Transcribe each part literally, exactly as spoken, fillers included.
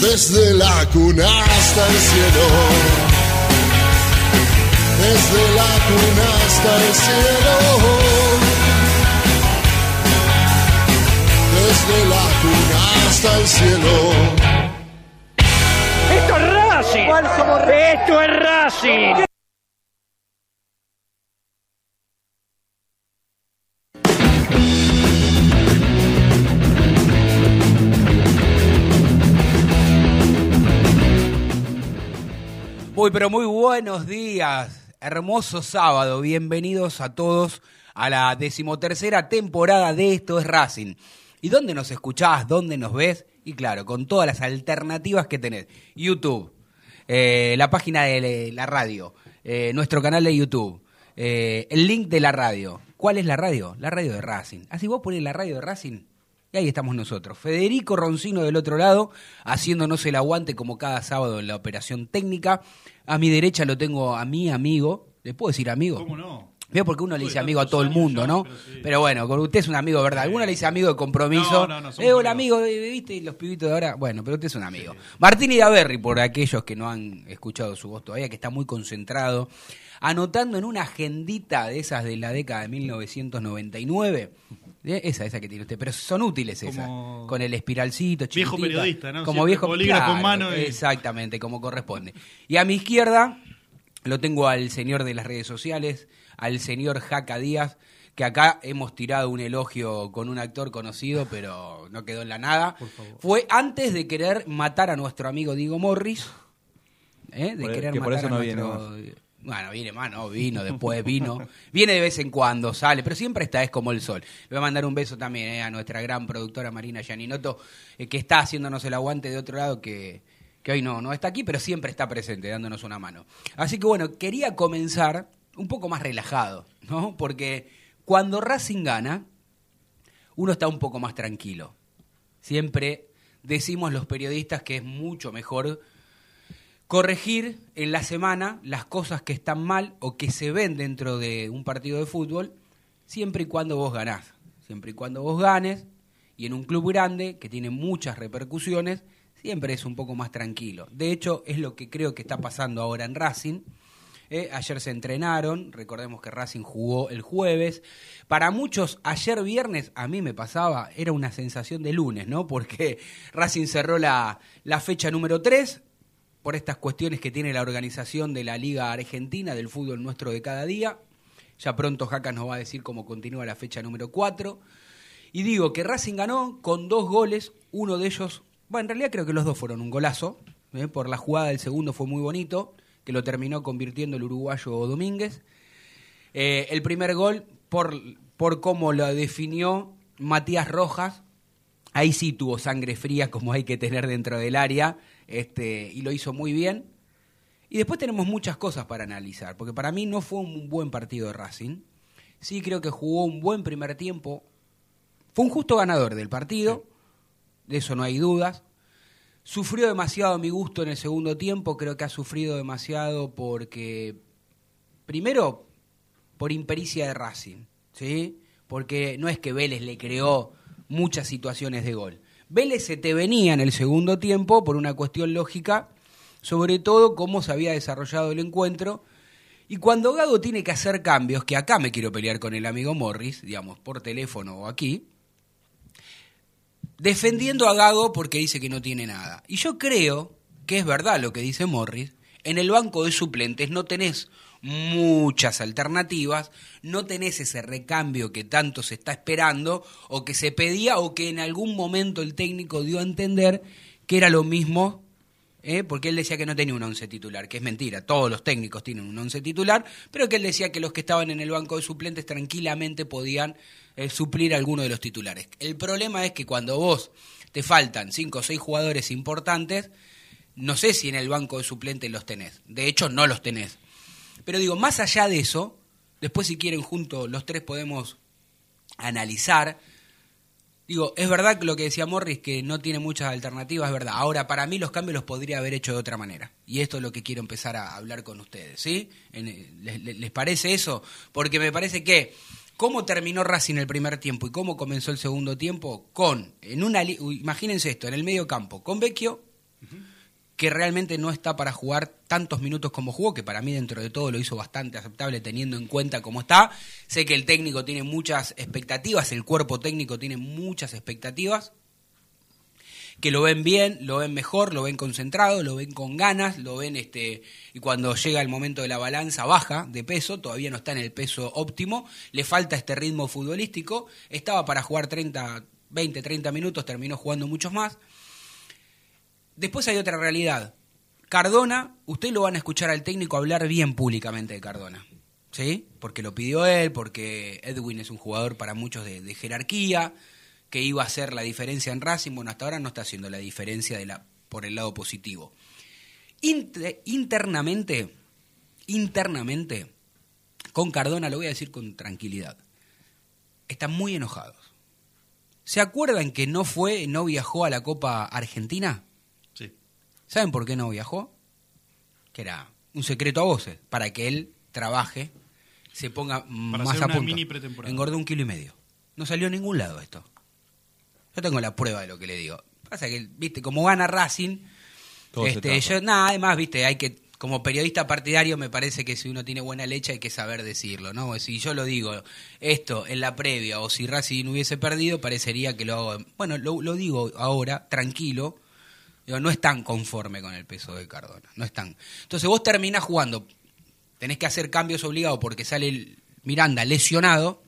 desde la cuna hasta el cielo, desde la cuna hasta el cielo, desde la cuna hasta el cielo. ¡Esto es Racing! ¡Esto es Racing! Muy, pero muy buenos días. Hermoso sábado. Bienvenidos a todos a la decimotercera temporada de Esto es Racing. ¿Y dónde nos escuchás? ¿Dónde nos ves? Y claro, con todas las alternativas que tenés. YouTube, eh, la página de la radio, eh, nuestro canal de YouTube, eh, el link de la radio. ¿Cuál es la radio? La radio de Racing. Así vos ponés la radio de Racing y ahí estamos nosotros. Federico Roncino del otro lado, haciéndonos el aguante como cada sábado en la operación técnica. A mi derecha lo tengo a mi amigo. ¿Le puedo decir amigo? ¿Cómo no? Veo porque uno le dice amigo a todo el mundo, ¿no? Pero, sí. Pero bueno, con usted es un amigo, ¿verdad? Alguno le dice amigo de compromiso. No, no, no. Eh, hola amigo, ¿viste? Y los pibitos de ahora. Bueno, pero usted es un amigo. Sí. Martín Idaverri, por aquellos que no han escuchado su voz todavía, que está muy concentrado, anotando en una agendita de esas de la década de mil novecientos noventa y nueve. Esa, esa que tiene usted, pero son útiles esas, como con el espiralcito, chiquitita, viejo periodista, ¿no? Como Siempre viejo bolígrafo claro, en mano y... exactamente, como corresponde. Y a mi izquierda lo tengo al señor de las redes sociales, al señor Jaca Díaz, que acá hemos tirado un elogio con un actor conocido, pero no quedó en la nada. Fue antes de querer matar a nuestro amigo Diego Morris, ¿eh? de por, querer que matar por eso a no nuestro... viene más. Bueno, viene más, no, vino, después vino. Viene de vez en cuando, sale, pero siempre está, es como el sol. Le voy a mandar un beso también eh, a nuestra gran productora Marina Gianinoto, eh, que está haciéndonos el aguante de otro lado, que, que hoy no, no está aquí, pero siempre está presente, dándonos una mano. Así que bueno, quería comenzar un poco más relajado, ¿no? Porque cuando Racing gana, uno está un poco más tranquilo. Siempre decimos los periodistas que es mucho mejor corregir en la semana las cosas que están mal o que se ven dentro de un partido de fútbol, siempre y cuando vos ganás. Siempre y cuando vos ganes, y en un club grande que tiene muchas repercusiones, siempre es un poco más tranquilo. De hecho, es lo que creo que está pasando ahora en Racing. Eh, ayer se entrenaron, recordemos que Racing jugó el jueves. Para muchos, ayer viernes, a mí me pasaba, era una sensación de lunes, ¿no? Porque Racing cerró la, la fecha número tres, por estas cuestiones que tiene la organización de la Liga Argentina, del fútbol nuestro de cada día. Ya pronto Jaca nos va a decir cómo continúa la fecha número cuatro. Y digo que Racing ganó con dos goles, uno de ellos, bueno, en realidad creo que los dos fueron un golazo, ¿eh? Por la jugada del segundo fue muy bonito, que lo terminó convirtiendo el uruguayo Domínguez. Eh, el primer gol, por, por cómo lo definió Matías Rojas, ahí sí tuvo sangre fría como hay que tener dentro del área, este, y lo hizo muy bien. Y después tenemos muchas cosas para analizar, porque para mí no fue un buen partido de Racing. Sí creo que jugó un buen primer tiempo. Fue un justo ganador del partido, de eso no hay dudas. Sufrió demasiado a mi gusto en el segundo tiempo, creo que ha sufrido demasiado porque, primero, por impericia de Racing, ¿sí? Porque no es que Vélez le creó muchas situaciones de gol. Vélez se te venía en el segundo tiempo por una cuestión lógica, sobre todo cómo se había desarrollado el encuentro. Y cuando Gago tiene que hacer cambios, que acá me quiero pelear con el amigo Morris, digamos, por teléfono o aquí, defendiendo a Gago porque dice que no tiene nada. Y yo creo que es verdad lo que dice Morris, en el banco de suplentes no tenés muchas alternativas, no tenés ese recambio que tanto se está esperando o que se pedía o que en algún momento el técnico dio a entender que era lo mismo, ¿eh? Porque él decía que no tenía un once titular, que es mentira, todos los técnicos tienen un once titular, pero que él decía que los que estaban en el banco de suplentes tranquilamente podían eh, suplir a alguno de los titulares. El problema es que cuando vos te faltan cinco o seis jugadores importantes, no sé si en el banco de suplentes los tenés, de hecho no los tenés. Pero digo, más allá de eso, después si quieren juntos los tres podemos analizar. Digo, es verdad que lo que decía Morris, que no tiene muchas alternativas, es verdad. Ahora, para mí los cambios los podría haber hecho de otra manera. Y esto es lo que quiero empezar a hablar con ustedes, ¿sí? ¿Les, les parece eso? Porque me parece que cómo terminó Racing el primer tiempo y cómo comenzó el segundo tiempo, con, en una imagínense esto, en el medio campo, con Vecchio, Uh-huh. que realmente no está para jugar tantos minutos como jugó, que para mí dentro de todo lo hizo bastante aceptable teniendo en cuenta cómo está. Sé que el técnico tiene muchas expectativas, el cuerpo técnico tiene muchas expectativas, que lo ven bien, lo ven mejor, lo ven concentrado, lo ven con ganas, lo ven este y cuando llega el momento de la balanza baja de peso, todavía no está en el peso óptimo, le falta este ritmo futbolístico, estaba para jugar treinta, veinte, treinta minutos, terminó jugando muchos más. Después hay otra realidad. Cardona, ustedes lo van a escuchar al técnico hablar bien públicamente de Cardona, ¿sí? Porque lo pidió él, porque Edwin es un jugador para muchos de, de jerarquía, que iba a hacer la diferencia en Racing. Bueno, hasta ahora no está haciendo la diferencia de la, por el lado positivo. Inter, internamente, internamente, con Cardona, lo voy a decir con tranquilidad, están muy enojados. ¿Se acuerdan que no fue, no viajó a la Copa Argentina? Sí. ¿Saben por qué no viajó? Que era un secreto a voces, para que él trabaje, se ponga para más hacer a una punto. mini pretemporada. Engordó un kilo y medio. No salió a ningún lado esto. Yo tengo la prueba de lo que le digo. Pasa que, viste, como gana Racing, Todo se este, tapa. yo, nada, además, viste, hay que, como periodista partidario, me parece que si uno tiene buena leche hay que saber decirlo, ¿no? Si yo lo digo, esto en la previa, o si Racing hubiese perdido, parecería que lo hago. Bueno, lo, lo digo ahora, tranquilo. Digo, no están conforme con el peso de Cardona, no están. Entonces vos terminás jugando, tenés que hacer cambios obligados porque sale el Miranda lesionado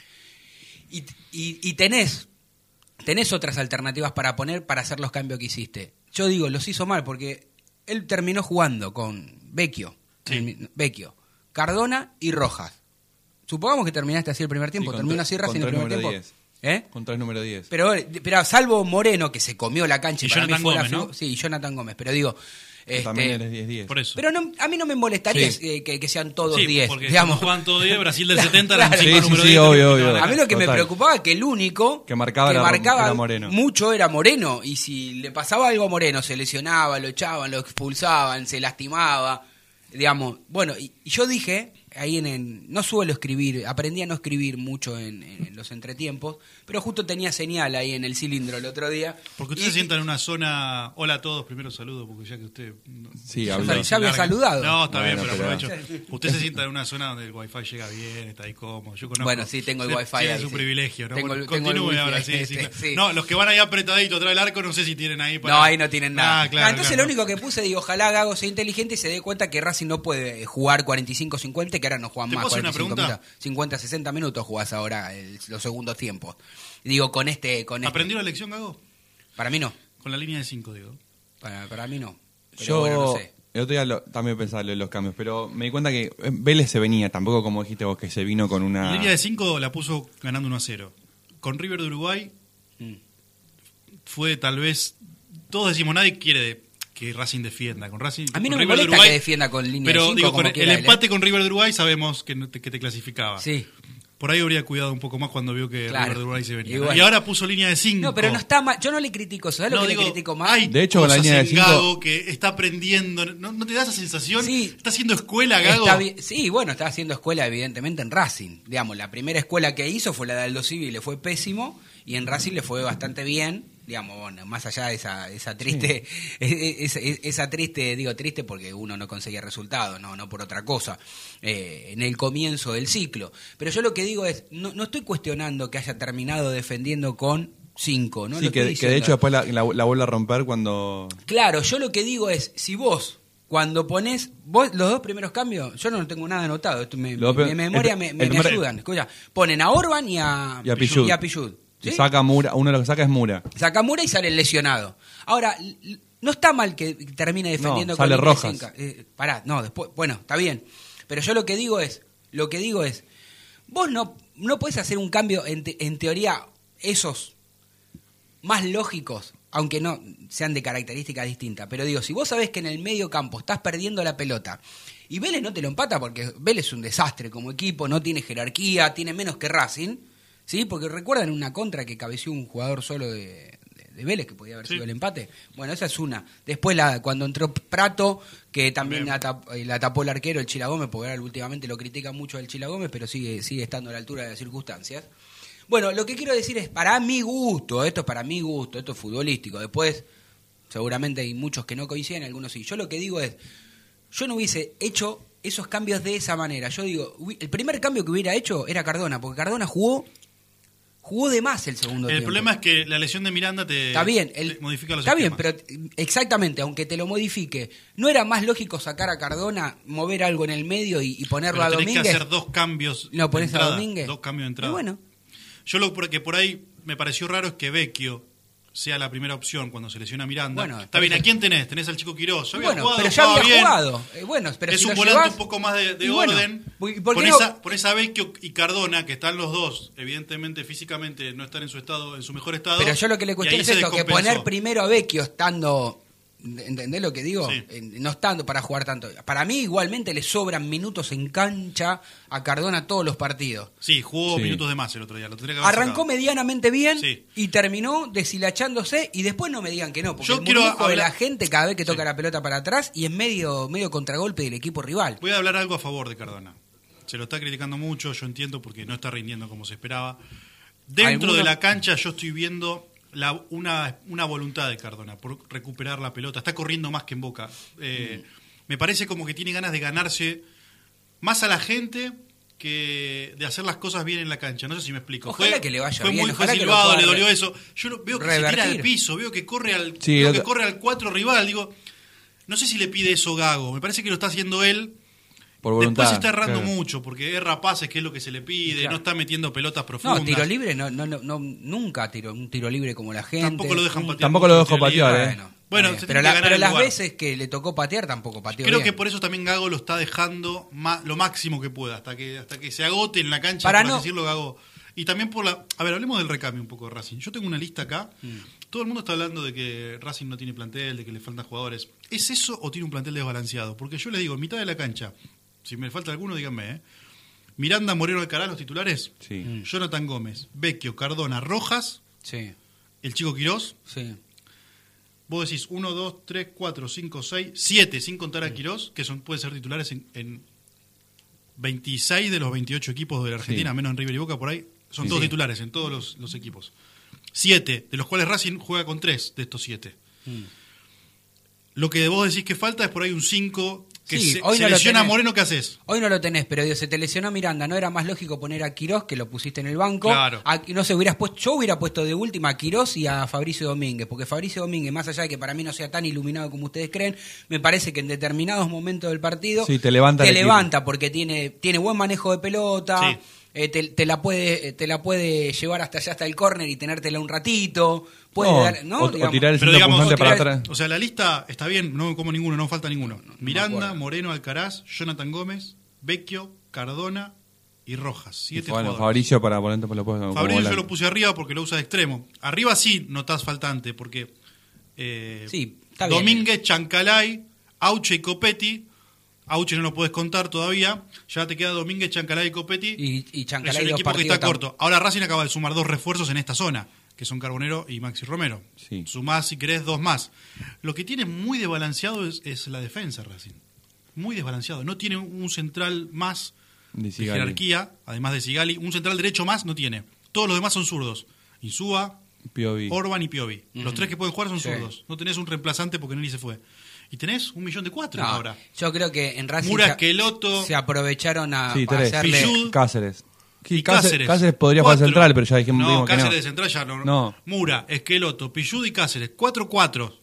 y, y, y tenés, tenés otras alternativas para poner para hacer los cambios que hiciste. Yo digo, los hizo mal porque él terminó jugando con Vecchio, Sí. el- Vecchio, Cardona y Rojas. Supongamos que terminaste así el primer tiempo, Sí, con terminó tre- así Racing con el tres primer número tiempo. diez. ¿Eh? Contra el número diez. Pero, pero salvo Moreno, que se comió la cancha y Y para Jonathan mí fue Gómez, la ¿no? figu- Sí, y Jonathan Gómez. Pero digo, este, También eres diez diez. Por eso. pero no, a mí no me molestaría Sí. eh, que, que sean todos Sí, diez. porque digamos. cuando juegan todos diez, Brasil del setenta eran Claro. cinco Sí, sí, número sí, diez, obvio, que obvio. pintaban A mí lo que me Total. preocupaba es que el único Que marcaba era- era Moreno. mucho era Moreno. Y si le pasaba algo a Moreno, se lesionaba, lo echaban, lo expulsaban, se lastimaba. Digamos, bueno, y, y yo dije, ahí en, en- no suelo escribir, aprendí a no escribir mucho en, en los entretiempos, pero justo tenía señal ahí en el cilindro el otro día. Porque usted Y- se sienta en una zona. Hola a todos, primero saludo, porque ya que usted. no- Sí, Ya habló. sal- ya había larga. saludado. No, está Bueno, bien, pero pero- aprovecho. Usted se sienta en una zona donde el wifi llega bien, está ahí cómodo. Yo conozco. Bueno, sí, tengo el Sí, wifi sí, ahí, es un sí. privilegio, ¿no? Tengo Bueno, el- tengo el continúe wifi ahora, ahí, sí, sí, este, claro. sí. No, los que van ahí apretaditos atrás del arco, no sé si tienen ahí para. No, ahí no tienen nada. Ah, claro, Ah, entonces claro. lo único que puse, digo, ojalá Gago sea inteligente y se dé cuenta que Racing no puede jugar cuarenta y cinco cincuenta, que ahora no juegan ¿Te más puedo hacer una cuarenta y cinco pregunta? minutos. cincuenta, sesenta minutos jugás ahora el- los segundos tiempos. Y digo, con este... con este. ¿Aprendió la lección, Gago? Para mí no. Con la línea de cinco, digo. Para, para mí no. Pero Yo bueno, no sé. el otro día lo- también pensaba en los cambios, pero me di cuenta que eh, Vélez se venía, tampoco como dijiste vos, que se vino con una... La línea de cinco la puso ganando uno a cero. Con River de Uruguay Mm. fue tal vez. Todos decimos, nadie quiere que Racing defienda. Con Racing, A mí no con me River de molesta Uruguay, que defienda con línea de pero cinco digo, como con el, quiera él, ¿eh? empate con River de Uruguay sabemos que, no te, que te clasificaba. Sí. Por ahí habría cuidado un poco más cuando vio que Claro. River de Uruguay se venía. Y ¿no? bueno. Y ahora puso línea de cinco. No, pero no está mal. Yo no le critico eso. ¿Sabes lo No, que digo, le critico más? hay De hecho, con la cosas línea de en cinco- Gago que está aprendiendo. ¿No, no te da esa sensación? Sí. ¿Está haciendo escuela, Gago? Está bien- sí, bueno, está haciendo escuela evidentemente en Racing. Digamos, la primera escuela que hizo fue la de Aldo Civi y le fue pésimo, y en Racing le fue bastante bien. Digamos, bueno, más allá de esa, esa triste, esa, esa triste, digo triste porque uno no conseguía resultados, no, no por otra cosa, eh, en el comienzo del ciclo. Pero yo lo que digo es, no, no estoy cuestionando que haya terminado defendiendo con cinco, ¿no? Sí, Lo que, estoy que de diciendo. hecho después la, la, la vuelve a romper cuando... Claro, yo lo que digo es, si vos, cuando ponés, vos los dos primeros cambios, yo no tengo nada anotado, esto me, Los mi- dos mi prim- memoria el- me, el me- me primer- ayudan. Escucha, ponen a Orban y a, Y a Pichud. y a Pichud, ¿sí? Y saca Mura, uno de los que saca es Mura. Saca Mura y sale el lesionado. Ahora, l- l- no está mal que termine defendiendo No, con sale línea de Rojas. cinco. Eh, pará, no, después, bueno, está bien. Pero yo lo que digo es, lo que digo es, vos no, no podés hacer un cambio en, te- en teoría, esos más lógicos, aunque no sean de características distintas. Pero digo, si vos sabés que en el medio campo estás perdiendo la pelota y Vélez no te lo empata porque Vélez es un desastre como equipo, no tiene jerarquía, tiene menos que Racing, ¿sí? Porque recuerdan una contra que cabeció un jugador solo de, de, de Vélez que podía haber Sí. sido el empate. Bueno, esa es una. Después la, cuando entró Prato, que también la, tap- eh, la tapó el arquero, el Chila Gómez, porque ahora últimamente lo critica mucho el Chila Gómez, pero sigue, sigue estando a la altura de las circunstancias. Bueno, lo que quiero decir es, para mi gusto, esto es para mi gusto, esto es futbolístico. Después, seguramente hay muchos que no coinciden, algunos sí. Yo lo que digo es, yo no hubiese hecho esos cambios de esa manera. Yo digo, el primer cambio que hubiera hecho era Cardona, porque Cardona jugó jugó de más el segundo el tiempo. El problema es que la lesión de Miranda te, está bien, el, te modifica los Está esquemas. bien, pero exactamente, aunque te lo modifique, ¿no era más lógico sacar a Cardona, mover algo en el medio y, y ponerlo pero a tenés Domínguez? que hacer dos cambios ¿No de ponés entrada, a Domínguez? Dos cambios de entrada. Y bueno. Yo lo que por ahí me pareció raro es que Vecchio sea la primera opción cuando se lesiona a Miranda. Bueno, está bien, parece- ¿a quién tenés? Tenés al chico Quirós. Ya había Bueno, jugado, pero ya jugaba había bien. jugado. Eh, bueno, pero es si un lo volante llevás- un poco más de, de y bueno, orden. ¿y por qué Ponés, no? a, ponés a Vecchio y Cardona, que están los dos, evidentemente físicamente no están en su estado, en su mejor estado. Pero yo lo que le y cuestiono ahí es se esto, que descompensó. poner primero a Vecchio estando, ¿entendés lo que digo? Sí. Eh, No estando para jugar tanto. Para mí igualmente le sobran minutos en cancha a Cardona todos los partidos. Sí, jugó Sí. minutos de más el otro día. Lo tendría que haber Arrancó sacado. medianamente bien Sí. y terminó deshilachándose y después no me digan que no, porque Yo el quiero murmullo de hablar- la gente cada vez que toca Sí. la pelota para atrás y es medio, medio contragolpe del equipo rival. Voy a hablar algo a favor de Cardona. Se lo está criticando mucho, yo entiendo, porque no está rindiendo como se esperaba. Dentro ¿Alguno? de la cancha yo estoy viendo la, una, una voluntad de Cardona por recuperar la pelota. Está corriendo más que en Boca. Eh, Mm. Me parece como que tiene ganas de ganarse más a la gente que de hacer las cosas bien en la cancha. No sé si me explico. Ojalá fue, que le vaya fue bien, muy ojalá fue que lo silbado, pueda le dolió re- eso. Yo lo, veo que se tira revertir. al piso, veo que corre al, Sí, veo otra- que corre al cuatro rival. Digo, no sé si le pide eso Gago. Me parece que lo está haciendo él. Por voluntad. Después se está errando claro. mucho, porque erra pases, que es lo que se le pide, Claro. no está metiendo pelotas profundas. No, tiro libre no, no, no, no, nunca tiro un tiro libre como la gente. Tampoco lo dejan Un- patear. Tampoco lo mucho dejo el tiro patear, libre. eh. Bueno, Bueno, está bien. se pero, tiene la- que ganar pero el las lugar. veces que le tocó patear tampoco pateó Creo bien. que por eso también Gago lo está dejando ma- lo máximo que pueda, hasta que hasta que se agote en la cancha, Para por no- así decirlo, Gago. Y también por la... A ver, hablemos del recambio un poco de Racing. Yo tengo una lista acá. Mm. Todo el mundo está hablando de que Racing no tiene plantel, de que le faltan jugadores. ¿Es eso o tiene un plantel desbalanceado? Porque yo les digo, en mitad de la cancha, si me falta alguno, díganme, ¿eh? Miranda, Moreno, Alcaraz, los titulares. Sí. Jonathan Gómez, Vecchio, Cardona, Rojas, Sí, el chico Quirós. sí. Vos decís uno, dos, tres, cuatro, cinco, seis, siete, sin contar a Quirós, que son pueden ser titulares en, en veintiséis de los veintiocho equipos de la Argentina, Sí. menos en River y Boca, por ahí. Son Sí, todos sí. titulares en todos los, los equipos. Siete, de los cuales Racing juega con tres de estos siete. Mm. Lo que vos decís que falta es por ahí un cinco, que Sí, se, hoy se no lo lesiona a tenés. Moreno, ¿qué haces? Hoy no lo tenés, pero digo, se te lesionó Miranda, ¿no era más lógico poner a Quirós, que lo pusiste en el banco? Claro. A- no sé, hubieras puesto, yo hubiera puesto de última a Quirós y a Fabricio Domínguez, porque Fabricio Domínguez, más allá de que para mí no sea tan iluminado como ustedes creen, me parece que en determinados momentos del partido Sí, te levanta te el equipo. levanta porque tiene, tiene buen manejo de pelota. Sí. eh, te, te la puede te la puede llevar hasta allá, hasta el córner y tenértela un ratito. Puede No, dar, ¿no? o- o Digamos. tirar el Pero centro digamos, punzante o para tirar- atrás. O sea, la lista está bien, no como ninguno, no falta ninguno. me Miranda, acuerdo. Moreno, Alcaraz, Jonathan Gómez, Vecchio, Cardona y Rojas. Siete Bueno, jugadores. Fabricio para ponerte por lo puesto como Fabricio yo volante. lo puse arriba porque lo usa de extremo. Arriba sí notás faltante porque eh, Sí, está bien. Domínguez, Chancalay, Auche y Copetti. Auche no lo puedes contar todavía. Ya te queda Domínguez, Chancalay y Copetti. Y, y Chancalay es un dos equipo que partidos está tam- corto. Ahora Racing acaba de sumar dos refuerzos en esta zona, que son Carbonero y Maxi Romero. Sí. Sumás, si querés, dos más. Lo que tiene muy desbalanceado es, es la defensa, Racing. Muy desbalanceado. No tiene un central más De de Sigali. jerarquía, además de Sigali. Un central derecho más no tiene. Todos los demás son zurdos. Insúa, Piovi. Orban y Piovi. Los Ujú. tres que pueden jugar son Sí. zurdos. No tenés un reemplazante porque Nelly se fue. Y tenés un millón de cuatro No, ahora. yo creo que en Racing Mura, se- Esqueloto. se aprovecharon a, Sí, a tres. hacerle... Pichud. Cáceres. Sí, Y Cáceres, Cáceres. Cáceres podría jugar Cuatro. central, pero ya dijimos no, dijimos que Cáceres no. de central ya no. No. Mura, Esqueloto, Pichud y Cáceres. Cuatro, cuatro.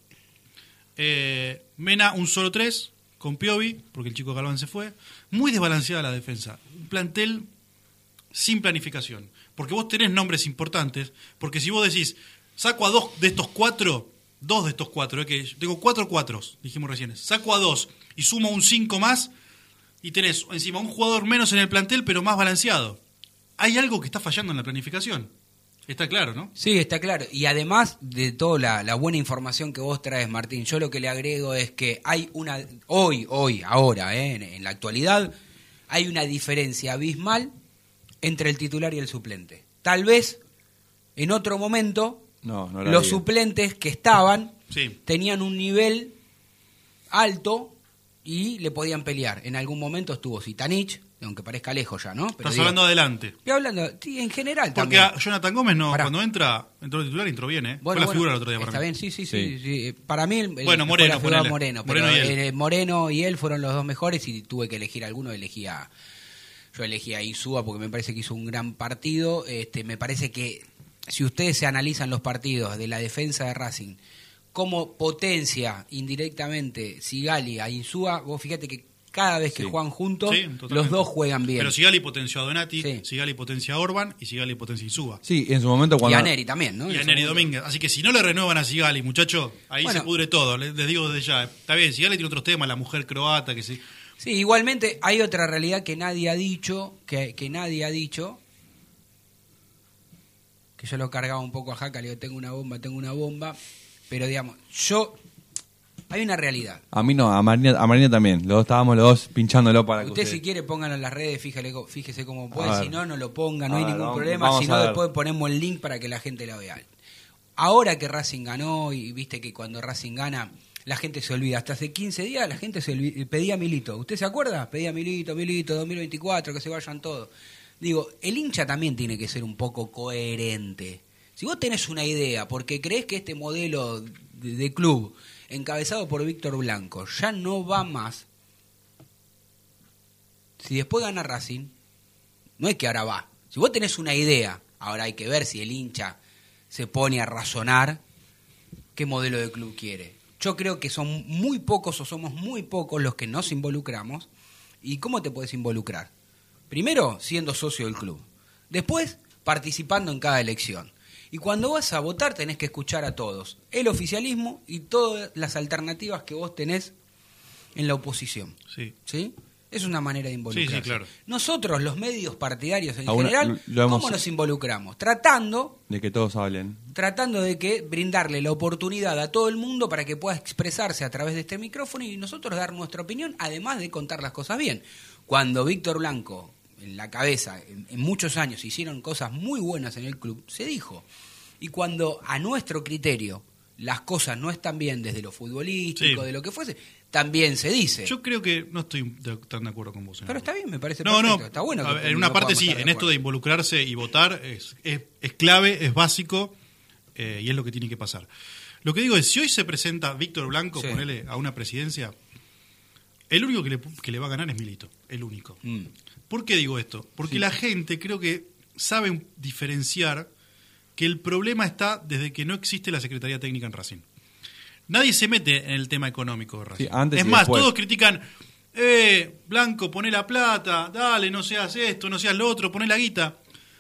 Eh, Mena, un solo tres, con Piovi, porque el chico Galván se fue. Muy desbalanceada la defensa. Un plantel sin planificación. Porque vos tenés nombres importantes. Porque si vos decís, saco a dos de estos cuatro, dos de estos cuatro, eh, que tengo cuatro cuatros, dijimos recién. Saco a dos y sumo un cinco más, y tenés encima un jugador menos en el plantel, pero más balanceado. Hay algo que está fallando en la planificación. Está claro, ¿no? Sí, está claro. Y además de toda la, la buena información que vos traes, Martín, yo lo que le agrego es que hay una, hoy, hoy, ahora, eh, en, en la actualidad, hay una diferencia abismal entre el titular y el suplente. Tal vez, en otro momento, No, no la los vi. suplentes que estaban Sí. tenían un nivel alto y le podían pelear. En algún momento estuvo Zitanich, aunque parezca lejos ya, ¿no? Pero Estás digo, hablando adelante. Estoy hablando, sí, en general Porque también. a Jonathan Gómez no, Pará. cuando entra, entró de titular, entró bien, ¿eh? Bueno, Fue la bueno, figura el otro día para está mí. bien, sí, sí, Sí. sí, sí. Para mí, el, el- Bueno, fue Moreno, la figura ponele. Moreno, Moreno pero y él. eh, Moreno y él fueron los dos mejores y tuve que elegir alguno, elegí a, yo elegí a Insúa porque me parece que hizo un gran partido. Este, me parece que si ustedes se analizan los partidos de la defensa de Racing, cómo potencia indirectamente Sigali a Insúa, vos fíjate que cada vez que Sí. juegan juntos, Sí, totalmente. los dos juegan bien. Pero Sigali potenció a Donati, Sí. Sigali potencia a Orban y Sigali potencia a Insúa. Sí, en su momento Y cuando... a Neri también, ¿no? Y a En Neri su momento. Domínguez. Así que si no le renuevan a Sigali, muchacho, ahí Bueno. se pudre todo. Les, les digo desde ya. Está bien, Sigali tiene otros temas, la mujer croata, que sí. Sí, igualmente hay otra realidad que nadie ha dicho, que, que nadie ha dicho, que yo lo cargaba un poco a Jaca, le digo, tengo una bomba, tengo una bomba, pero digamos, yo, hay una realidad. A mí no, a Marina, a Marina también. Los dos estábamos los dos pinchándolo para que Usted usted... si quiere pónganlo en las redes, fíjale, fíjese cómo A puede, ver. si no, no lo ponga, no A hay ver, ningún vamos- problema, vamos si no a ver. después ponemos el link para que la gente la vea. Ahora que Racing ganó, y viste que cuando Racing gana, la gente se olvida, hasta hace quince días la gente se olvida, pedía Milito, ¿usted se acuerda? Pedía Milito, Milito, dos mil veinticuatro, que se vayan todos. Digo, el hincha también tiene que ser un poco coherente. Si vos tenés una idea, porque creés que este modelo de, de club, encabezado por Víctor Blanco, ya no va más, si después gana Racing, no es que ahora va. Si vos tenés una idea, ahora hay que ver si el hincha se pone a razonar qué modelo de club quiere. Yo creo que son muy pocos o somos muy pocos los que nos involucramos. ¿Y cómo te puedes involucrar? Primero, siendo socio del club. Después, participando en cada elección. Y cuando vas a votar tenés que escuchar a todos. El oficialismo y todas las alternativas que vos tenés en la oposición. Sí. ¿Sí? Es una manera de involucrarse. Sí, sí, claro. Nosotros, los medios partidarios en Alguna- general, lo hemos- ¿cómo nos involucramos? Tratando De que todos hablen. tratando de que brindarle la oportunidad a todo el mundo para que pueda expresarse a través de este micrófono y nosotros dar nuestra opinión, además de contar las cosas bien. Cuando Víctor Blanco, en la cabeza, en, en muchos años hicieron cosas muy buenas en el club, se dijo. Y cuando a nuestro criterio las cosas no están bien desde lo futbolístico, Sí. de lo que fuese, también se dice. Yo creo que no estoy de- tan de acuerdo con vos. señor. Pero está bien, me parece No, perfecto. no. Está bueno. A que ver, en una lo parte podamos sí, estar de en esto acuerdo. de involucrarse y votar es, es, es clave, es básico eh, y es lo que tiene que pasar. Lo que digo es, si hoy se presenta Víctor Blanco, Sí. ponele a una presidencia, el único que le, que le va a ganar es Milito, el único. Mm. ¿Por qué digo esto? Porque Sí. la gente creo que sabe diferenciar que el problema está desde que no existe la Secretaría Técnica en Racing. Nadie se mete en el tema económico de Racing. Sí, antes es y más, después. todos critican, eh, Blanco, poné la plata, dale, no seas esto, no seas lo otro, poné la guita.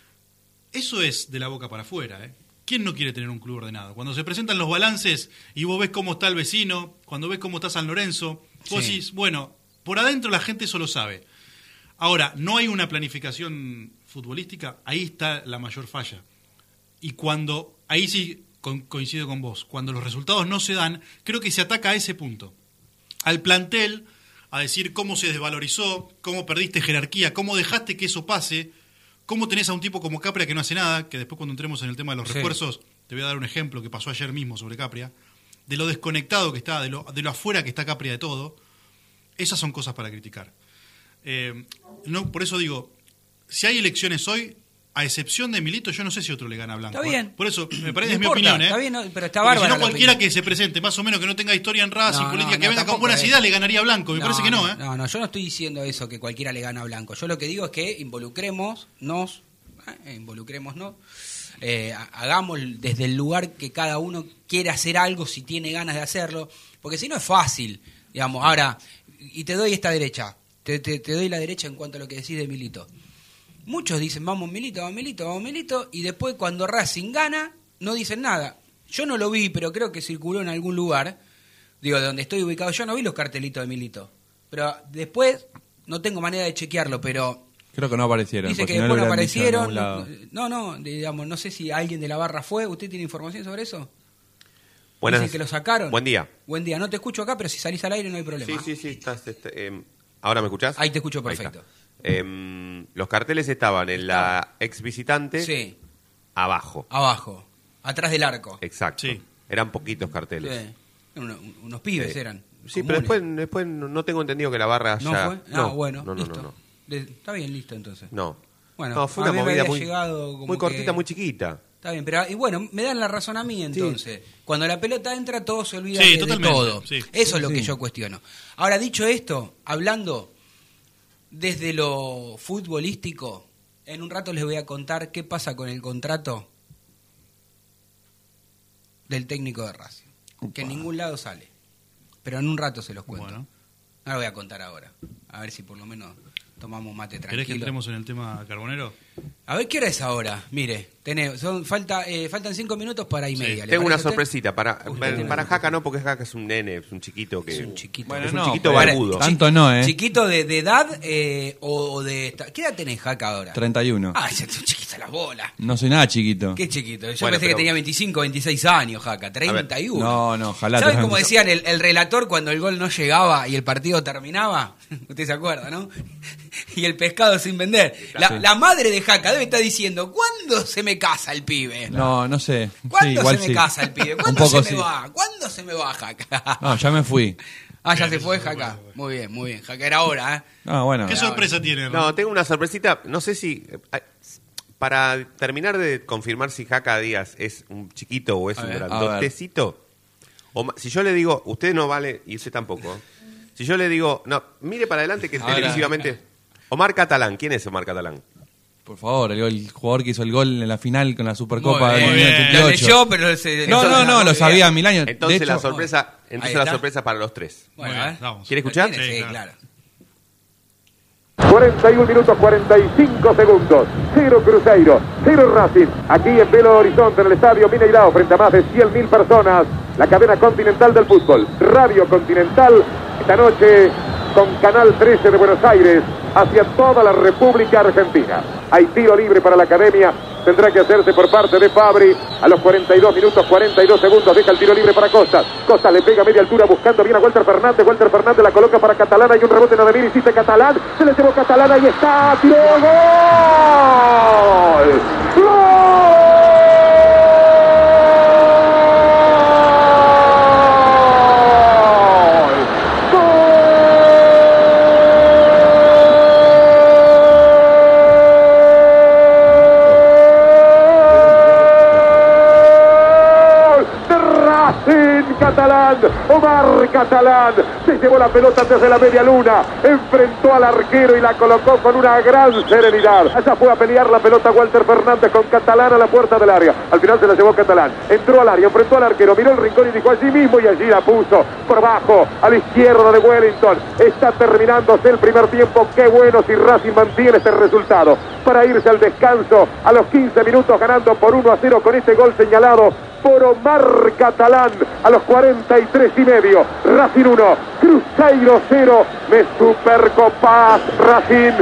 Eso es de la boca para afuera, ¿eh? ¿Quién no quiere tener un club ordenado? Cuando se presentan los balances y vos ves cómo está el vecino, cuando ves cómo está San Lorenzo, vos Sí. decís, bueno, por adentro la gente eso lo sabe. Ahora, no hay una planificación futbolística, ahí está la mayor falla. Y cuando, ahí sí con- coincido con vos, cuando los resultados no se dan, creo que se ataca a ese punto. Al plantel, a decir cómo se desvalorizó, cómo perdiste jerarquía, cómo dejaste que eso pase, cómo tenés a un tipo como Capria que no hace nada, que después cuando entremos en el tema de los Sí. refuerzos, te voy a dar un ejemplo que pasó ayer mismo sobre Capria, de lo desconectado que está, de lo, de lo afuera que está Capria de todo. Esas son cosas para criticar. Eh, no, por eso digo, si hay elecciones hoy, a excepción de Milito, yo no sé si otro le gana a Blanco. Está bien. Por eso, me parece, No es mi importa, opinión. ¿eh? está bien, no, pero está Porque bárbara si no, la cualquiera opinión. que se presente, más o menos que no tenga historia en Racing, No, política, no, que no, venga con tampoco buenas es. ideas, le ganaría a Blanco. Me parece que no, ¿eh? No, no, yo no estoy diciendo eso, que cualquiera le gana a Blanco. Yo lo que digo es que involucrémonos, eh, involucrémonos, eh, ha- hagamos desde el lugar que cada uno quiere hacer algo, si tiene ganas de hacerlo, porque si no es fácil, digamos. Ahora, y te doy esta derecha, te, te, te doy la derecha en cuanto a lo que decís de Milito. Muchos dicen, vamos Milito, vamos Milito, vamos Milito, y después cuando Racing gana, no dicen nada. Yo no lo vi, pero creo que circuló en algún lugar, digo, de donde estoy ubicado, yo no vi los cartelitos de Milito. Pero después, no tengo manera de chequearlo, pero Creo que no aparecieron. dice porque que si no después lo no hubieran dicho en algún aparecieron. lado. No, no, digamos, no sé si alguien de la barra fue. ¿Usted tiene información sobre eso? Buenas. Dice que lo sacaron. Buen día. Buen día, no te escucho acá, pero si salís al aire no hay problema. Sí, sí, sí. Estás, este, em, ¿ahora me escuchás? Ahí te escucho Ahí perfecto. está. Em, los carteles estaban en la ex visitante Sí, abajo. abajo, atrás del arco. Exacto. Sí. Eran poquitos carteles. Sí. Unos, unos pibes Eh, eran. Sí, pero comunes. después, después no no tengo entendido que la barra ¿No ya... fue? Ah, bueno, no, no, listo. no, no. De- está bien, listo entonces. No. Bueno, no, fue a una mí me movida había muy, llegado como muy cortita, que- muy chiquita. Está bien, pero y bueno, me dan la razón a mí entonces. Cuando la pelota entra, todo se olvida Sí, de, de totalmente, todo. sí. Eso es lo Sí, que sí. yo cuestiono. Ahora, dicho esto, hablando desde lo futbolístico, en un rato les voy a contar qué pasa con el contrato del técnico de Racing. Que en ningún lado sale. Pero en un rato se los cuento. Bueno. No lo voy a contar ahora. A ver si por lo menos tomamos mate ¿Querés que tranquilo. entremos en el tema Carbonero? A ver, ¿qué hora es ahora? Mire, tenés, son, falta, eh, faltan cinco minutos para y Sí, media. ¿Le Tengo una parece a usted? sorpresita. Para, Usted para, tiene para una Jaca no, porque Jaca es un nene, es un chiquito que... Es un chiquito. Bueno, es un no, chiquito pero- barbudo. Tanto no, ¿eh? ¿Chiquito de, de edad eh, o, o de... esta- ¿Qué edad tenés, Jaca, ahora? treinta y uno. Ah, ya son chiquitas las bolas. No soy nada chiquito. Qué chiquito. Yo Bueno, pensé pero- que tenía veinticinco, veintiséis años, Jaca. treinta y uno. No, no, ojalá. ¿Saben te- cómo decían el, el relator cuando el gol no llegaba y el partido terminaba? Usted se acuerda, ¿no? Y el pescado sin vender. La, Sí. la madre de Jaca debe estar diciendo, ¿cuándo se me casa el pibe? No, no sé. Sí, ¿Cuándo igual se me sí. casa el pibe? Un ¿Cuándo poco se me sí. va? ¿Cuándo se me va, Jaca? No, ya me fui. Ah, ya se fue, Jaca. Muy bien, muy bien. Jaca, era hora, ¿eh? No, bueno. ¿Qué sorpresa tiene? No, tengo una sorpresita. No sé si... eh, Para terminar de confirmar si Jaca Díaz es un chiquito o es A un ver. grandotecito. O ma- si yo le digo, usted no vale, y usted tampoco. Si yo le digo, no, mire para adelante que A ver. televisivamente... Omar Catalán, ¿quién es Omar Catalán? Por favor, el, gol- el jugador que hizo el gol en la final con la Supercopa Muy del bien. ochenta y Lo ocho. leyó, pero se... No, no, no, lo sabía mil años. Entonces de hecho, la sorpresa, Ahí entonces la está. sorpresa para los tres. Bueno, Muy a bien, ver. vamos. ¿Quiere escuchar? ¿Lo tiene? Sí, Sí, claro. claro. cuarenta y un minutos cuarenta y cinco segundos. Cero Cruzeiro, cero Racing. Aquí en Belo Horizonte, en el estadio Mineirao, frente a más de cien mil personas. La cadena continental del fútbol, Radio Continental. Esta noche con Canal trece de Buenos Aires hacia toda la República Argentina. Hay tiro libre para la academia. Tendrá que hacerse por parte de Fabri. A los cuarenta y dos minutos cuarenta y dos segundos deja el tiro libre para Costas. Costas le pega a media altura buscando bien a Walter Fernández. Walter Fernández la coloca para Catalán. Hay un rebote en Ademir. Hiciste Catalán. Se le llevó Catalán. Ahí está. ¡Tiro! ¡Gol! Catalán, Omar Catalán, se llevó la pelota desde la media luna, enfrentó al arquero y la colocó con una gran serenidad. Allá fue a pelear la pelota Walter Fernández con Catalán a la puerta del área. Al final se la llevó Catalán, entró al área, enfrentó al arquero, miró el rincón y dijo allí mismo y allí la puso por abajo a la izquierda de Wellington. Está terminándose el primer tiempo. Qué bueno si Racing mantiene este resultado para irse al descanso a los quince minutos ganando por uno a cero con este gol señalado por Omar Catalán a los cuarenta y tres y medio. Racing uno, Cruzeiro cero. Me supercopás, Racing.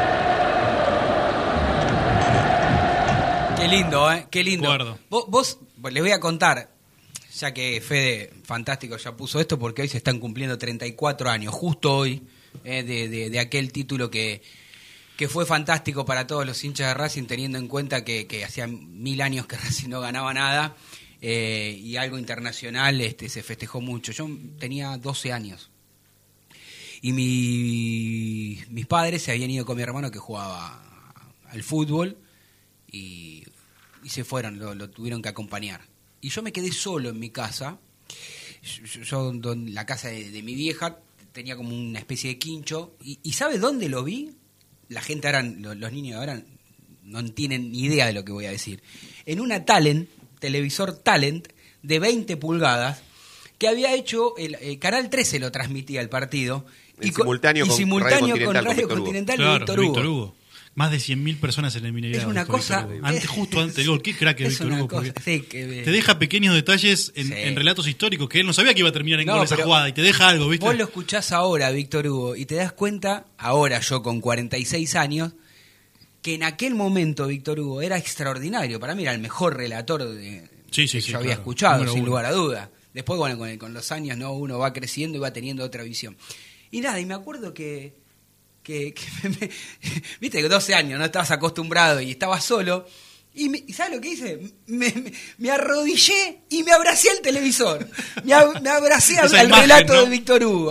Qué lindo, ¿eh? Qué lindo. Acuerdo. Vos, vos, vos, les voy a contar, ya que Fede, fantástico, ya puso esto, porque hoy se están cumpliendo treinta y cuatro años, justo hoy, eh, de, de, de aquel título que, que fue fantástico para todos los hinchas de Racing, teniendo en cuenta que, que hacía mil años que Racing no ganaba nada. Eh, y algo internacional este, se festejó mucho. Yo tenía doce años y mi, mis padres se habían ido con mi hermano que jugaba al fútbol y, y se fueron, lo, lo tuvieron que acompañar. Y yo me quedé solo en mi casa. Yo, yo don, la casa de, de mi vieja tenía como una especie de quincho. ¿Y, y sabe dónde lo vi? La gente ahora, los, los niños ahora no tienen ni idea de lo que voy a decir. En una Talent, televisor Talent de veinte pulgadas que había hecho el, el Canal trece lo transmitía el partido En y, co- simultáneo y con simultáneo Radio con Continental, Radio con Víctor Hugo. Continental y Claro, Víctor Hugo. Víctor Hugo. Más de cien mil personas en el Mineirao. Es una dijo cosa- Víctor Hugo. Antes, es- justo antes del gol. Qué crack es es Víctor una Hugo. cosa- porque sí, que- te deja pequeños detalles en, Sí. en relatos históricos que él no sabía que iba a terminar en No, gol esa pero jugada. Y te deja algo, ¿viste? Vos lo escuchás ahora, Víctor Hugo, y te das cuenta, ahora yo con cuarenta y seis años, que en aquel momento Víctor Hugo era extraordinario. Para mí era el mejor relator de, Sí, sí, que sí, yo había claro. escuchado, Número sin uno. lugar a duda. Después, bueno, con, el- con los años no uno va creciendo y va teniendo otra visión. Y nada, y me acuerdo que, que, que me- me- viste que doce años, no estabas acostumbrado y estabas solo. Y, me- ¿y ¿sabes lo que hice? Me, me- me arrodillé y me abracé al televisor. Me, ab- me abracé al, Esa al imagen, relato ¿no? de Víctor Hugo.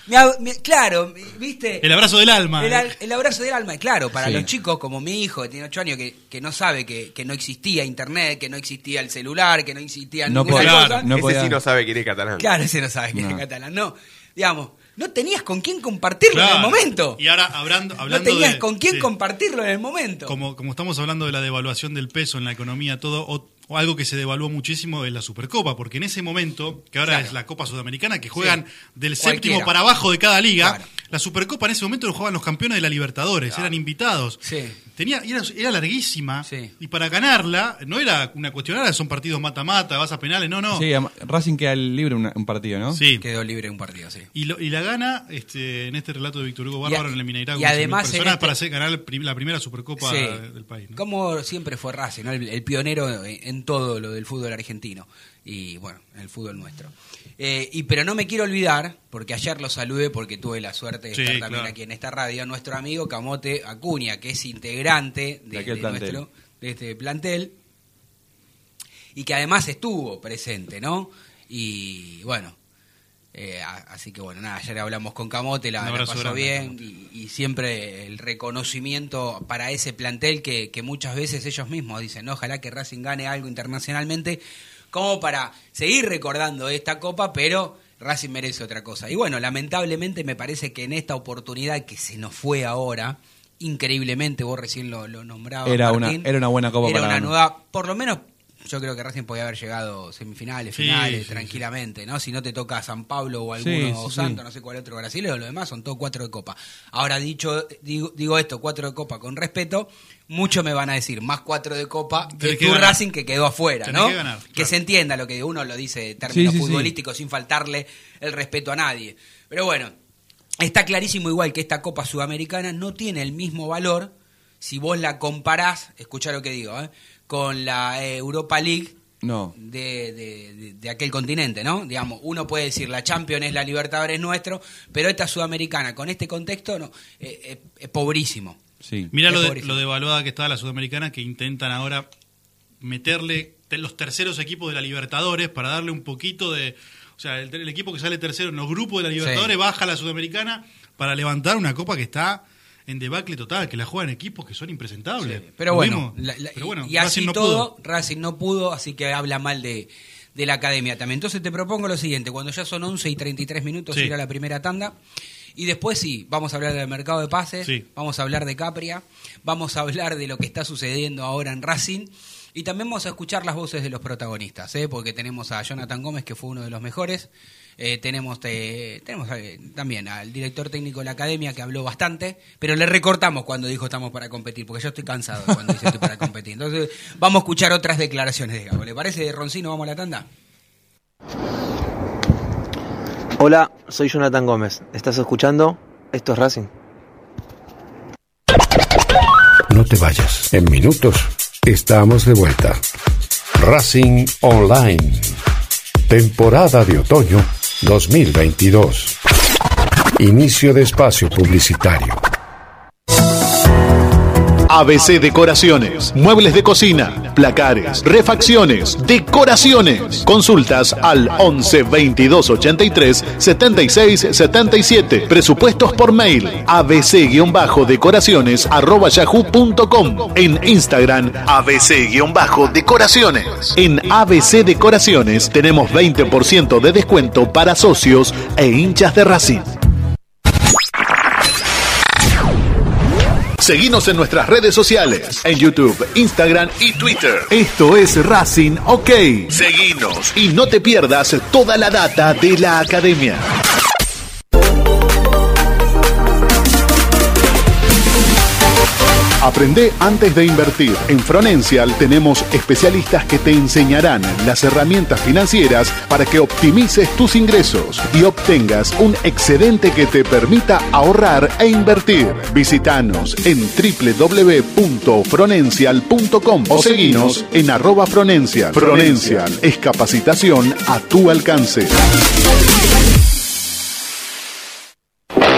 Me ab- me- claro, ¿viste? El abrazo del alma. El, al- el abrazo del alma, claro, para Sí. los chicos como mi hijo que tiene ocho años, que, que no sabe que, que no existía internet, que no existía el celular, que no existía No ninguna podía- cosa. no Ese podía- sí no sabe quién es Catalán. Claro, ese no sabe que No. es catalán. No, digamos, no tenías con quién compartirlo en el Claro. momento. Y ahora hablando, No hablando tenías de, con quién sí. compartirlo en el momento. Como, como estamos hablando de la devaluación del peso en la economía, todo, o, o algo que se devaluó muchísimo es la Supercopa, porque en ese momento, que ahora Claro. es la Copa Sudamericana, que juegan Sí. del Cualquiera. séptimo para abajo de cada liga, Claro. la Supercopa en ese momento lo jugaban los campeones de la Libertadores, eran invitados. Sí. Tenía, era, era larguísima, Sí. y para ganarla, no era una cuestión, ahora son partidos mata-mata, vas a penales, no, no. Sí, am- Racing queda libre una- un partido, ¿no? Sí. Quedó libre un partido, sí. Y, lo- y la gana este, en este relato de Víctor Hugo Bárbaro Y a- en el Mineirao y con además en personas este- para hacer, ganar el prim- la primera Supercopa Sí. del país. ¿no? Como siempre fue Racing, ¿no? el, el pionero en, en todo lo del fútbol argentino y bueno, en el fútbol nuestro. Eh, y pero no me quiero olvidar, porque ayer lo saludé porque tuve la suerte de Sí, estar también claro. aquí en esta radio, nuestro amigo Camote Acuña, que es integrante de, De aquel de plantel. nuestro de este plantel y que además estuvo presente, ¿no? Y bueno, eh, a- así que bueno, nada, ayer hablamos con Camote, la, Un la abrazo pasó grande, bien Camote. y, y siempre el reconocimiento para ese plantel que, que muchas veces ellos mismos dicen, ¿no? Ojalá que Racing gane algo internacionalmente, como para seguir recordando esta copa, pero Racing merece otra cosa. Y bueno, lamentablemente me parece que en esta oportunidad que se nos fue ahora, increíblemente, vos recién lo, lo nombrabas, Era Martín, una- era una buena copa era para una ganar. nueva, por lo menos yo creo que Racing podía haber llegado semifinales, Sí, finales, sí, tranquilamente, ¿no? Si no te toca San Pablo o alguno, Sí, o sí, Santos, sí. no sé cuál otro brasileño, lo demás son todos cuatro de copa. Ahora, dicho digo, digo esto, cuatro de copa con respeto, muchos me van a decir, más cuatro de copa que Tenés que tu ganar. Racing que quedó afuera, Tenés ¿no? que ganar, Que claro. se entienda lo que uno lo dice en términos Sí, sí, sí. futbolísticos sin faltarle el respeto a nadie. Pero bueno, está clarísimo igual que esta Copa Sudamericana no tiene el mismo valor si vos la comparás, escuchá lo que digo, ¿eh? con la eh, Europa League No. de, de, de- de aquel continente, ¿no? Digamos, uno puede decir la Champions es la Libertadores nuestro, pero esta Sudamericana con este contexto no, eh, eh, es pobrísimo. Sí. Mirá Es lo, de, pobrísimo. lo devaluada que está la Sudamericana, que intentan ahora meterle te- los terceros equipos de la Libertadores para darle un poquito de... O sea, el, el equipo que sale tercero en los grupos de la Libertadores Sí. baja a la Sudamericana para levantar una copa que está en debacle total, que la juegan equipos que son impresentables. Sí, pero, Lo bueno, vimos. la- la- Pero bueno, y así Racing no todo, pudo. Racing no pudo, así que habla mal de, de la academia también. Entonces te propongo lo siguiente, cuando ya son once y treinta y tres minutos, Sí. ir a la primera tanda. Y después sí, vamos a hablar del mercado de pases, Sí. vamos a hablar de Capria, vamos a hablar de lo que está sucediendo ahora en Racing y también vamos a escuchar las voces de los protagonistas, ¿eh? Porque tenemos a Jonathan Gómez, que fue uno de los mejores, eh, tenemos eh, tenemos eh, también al director técnico de la academia, que habló bastante, pero le recortamos cuando dijo estamos para competir, porque yo estoy cansado cuando dice estoy para competir. Entonces vamos a escuchar otras declaraciones de Gabo. ¿Le parece, Roncino? ¿Vamos a la tanda? Hola, soy Jonathan Gómez. ¿Estás escuchando? Esto es Racing. No te vayas. En minutos estamos de vuelta. Racing Online. Temporada de otoño dos mil veintidós. Inicio de espacio publicitario. A B C Decoraciones, muebles de cocina, placares, refacciones, decoraciones. Consultas al once veintidós ochenta y tres setenta y seis setenta y siete. Presupuestos por mail abc-decoraciones arroba yahoo punto com. En Instagram abc-decoraciones. En A B C Decoraciones tenemos veinte por ciento de descuento para socios e hinchas de Racing. Seguinos en nuestras redes sociales, en YouTube, Instagram y Twitter. Esto es Racing OK. Seguinos y no te pierdas toda la data de la academia. Aprende antes de invertir. En Fronencial tenemos especialistas que te enseñarán las herramientas financieras para que optimices tus ingresos y obtengas un excedente que te permita ahorrar e invertir. Visítanos en doble u doble u doble u punto fronencial punto com o seguinos en arroba Fronencial. Fronencial es capacitación a tu alcance.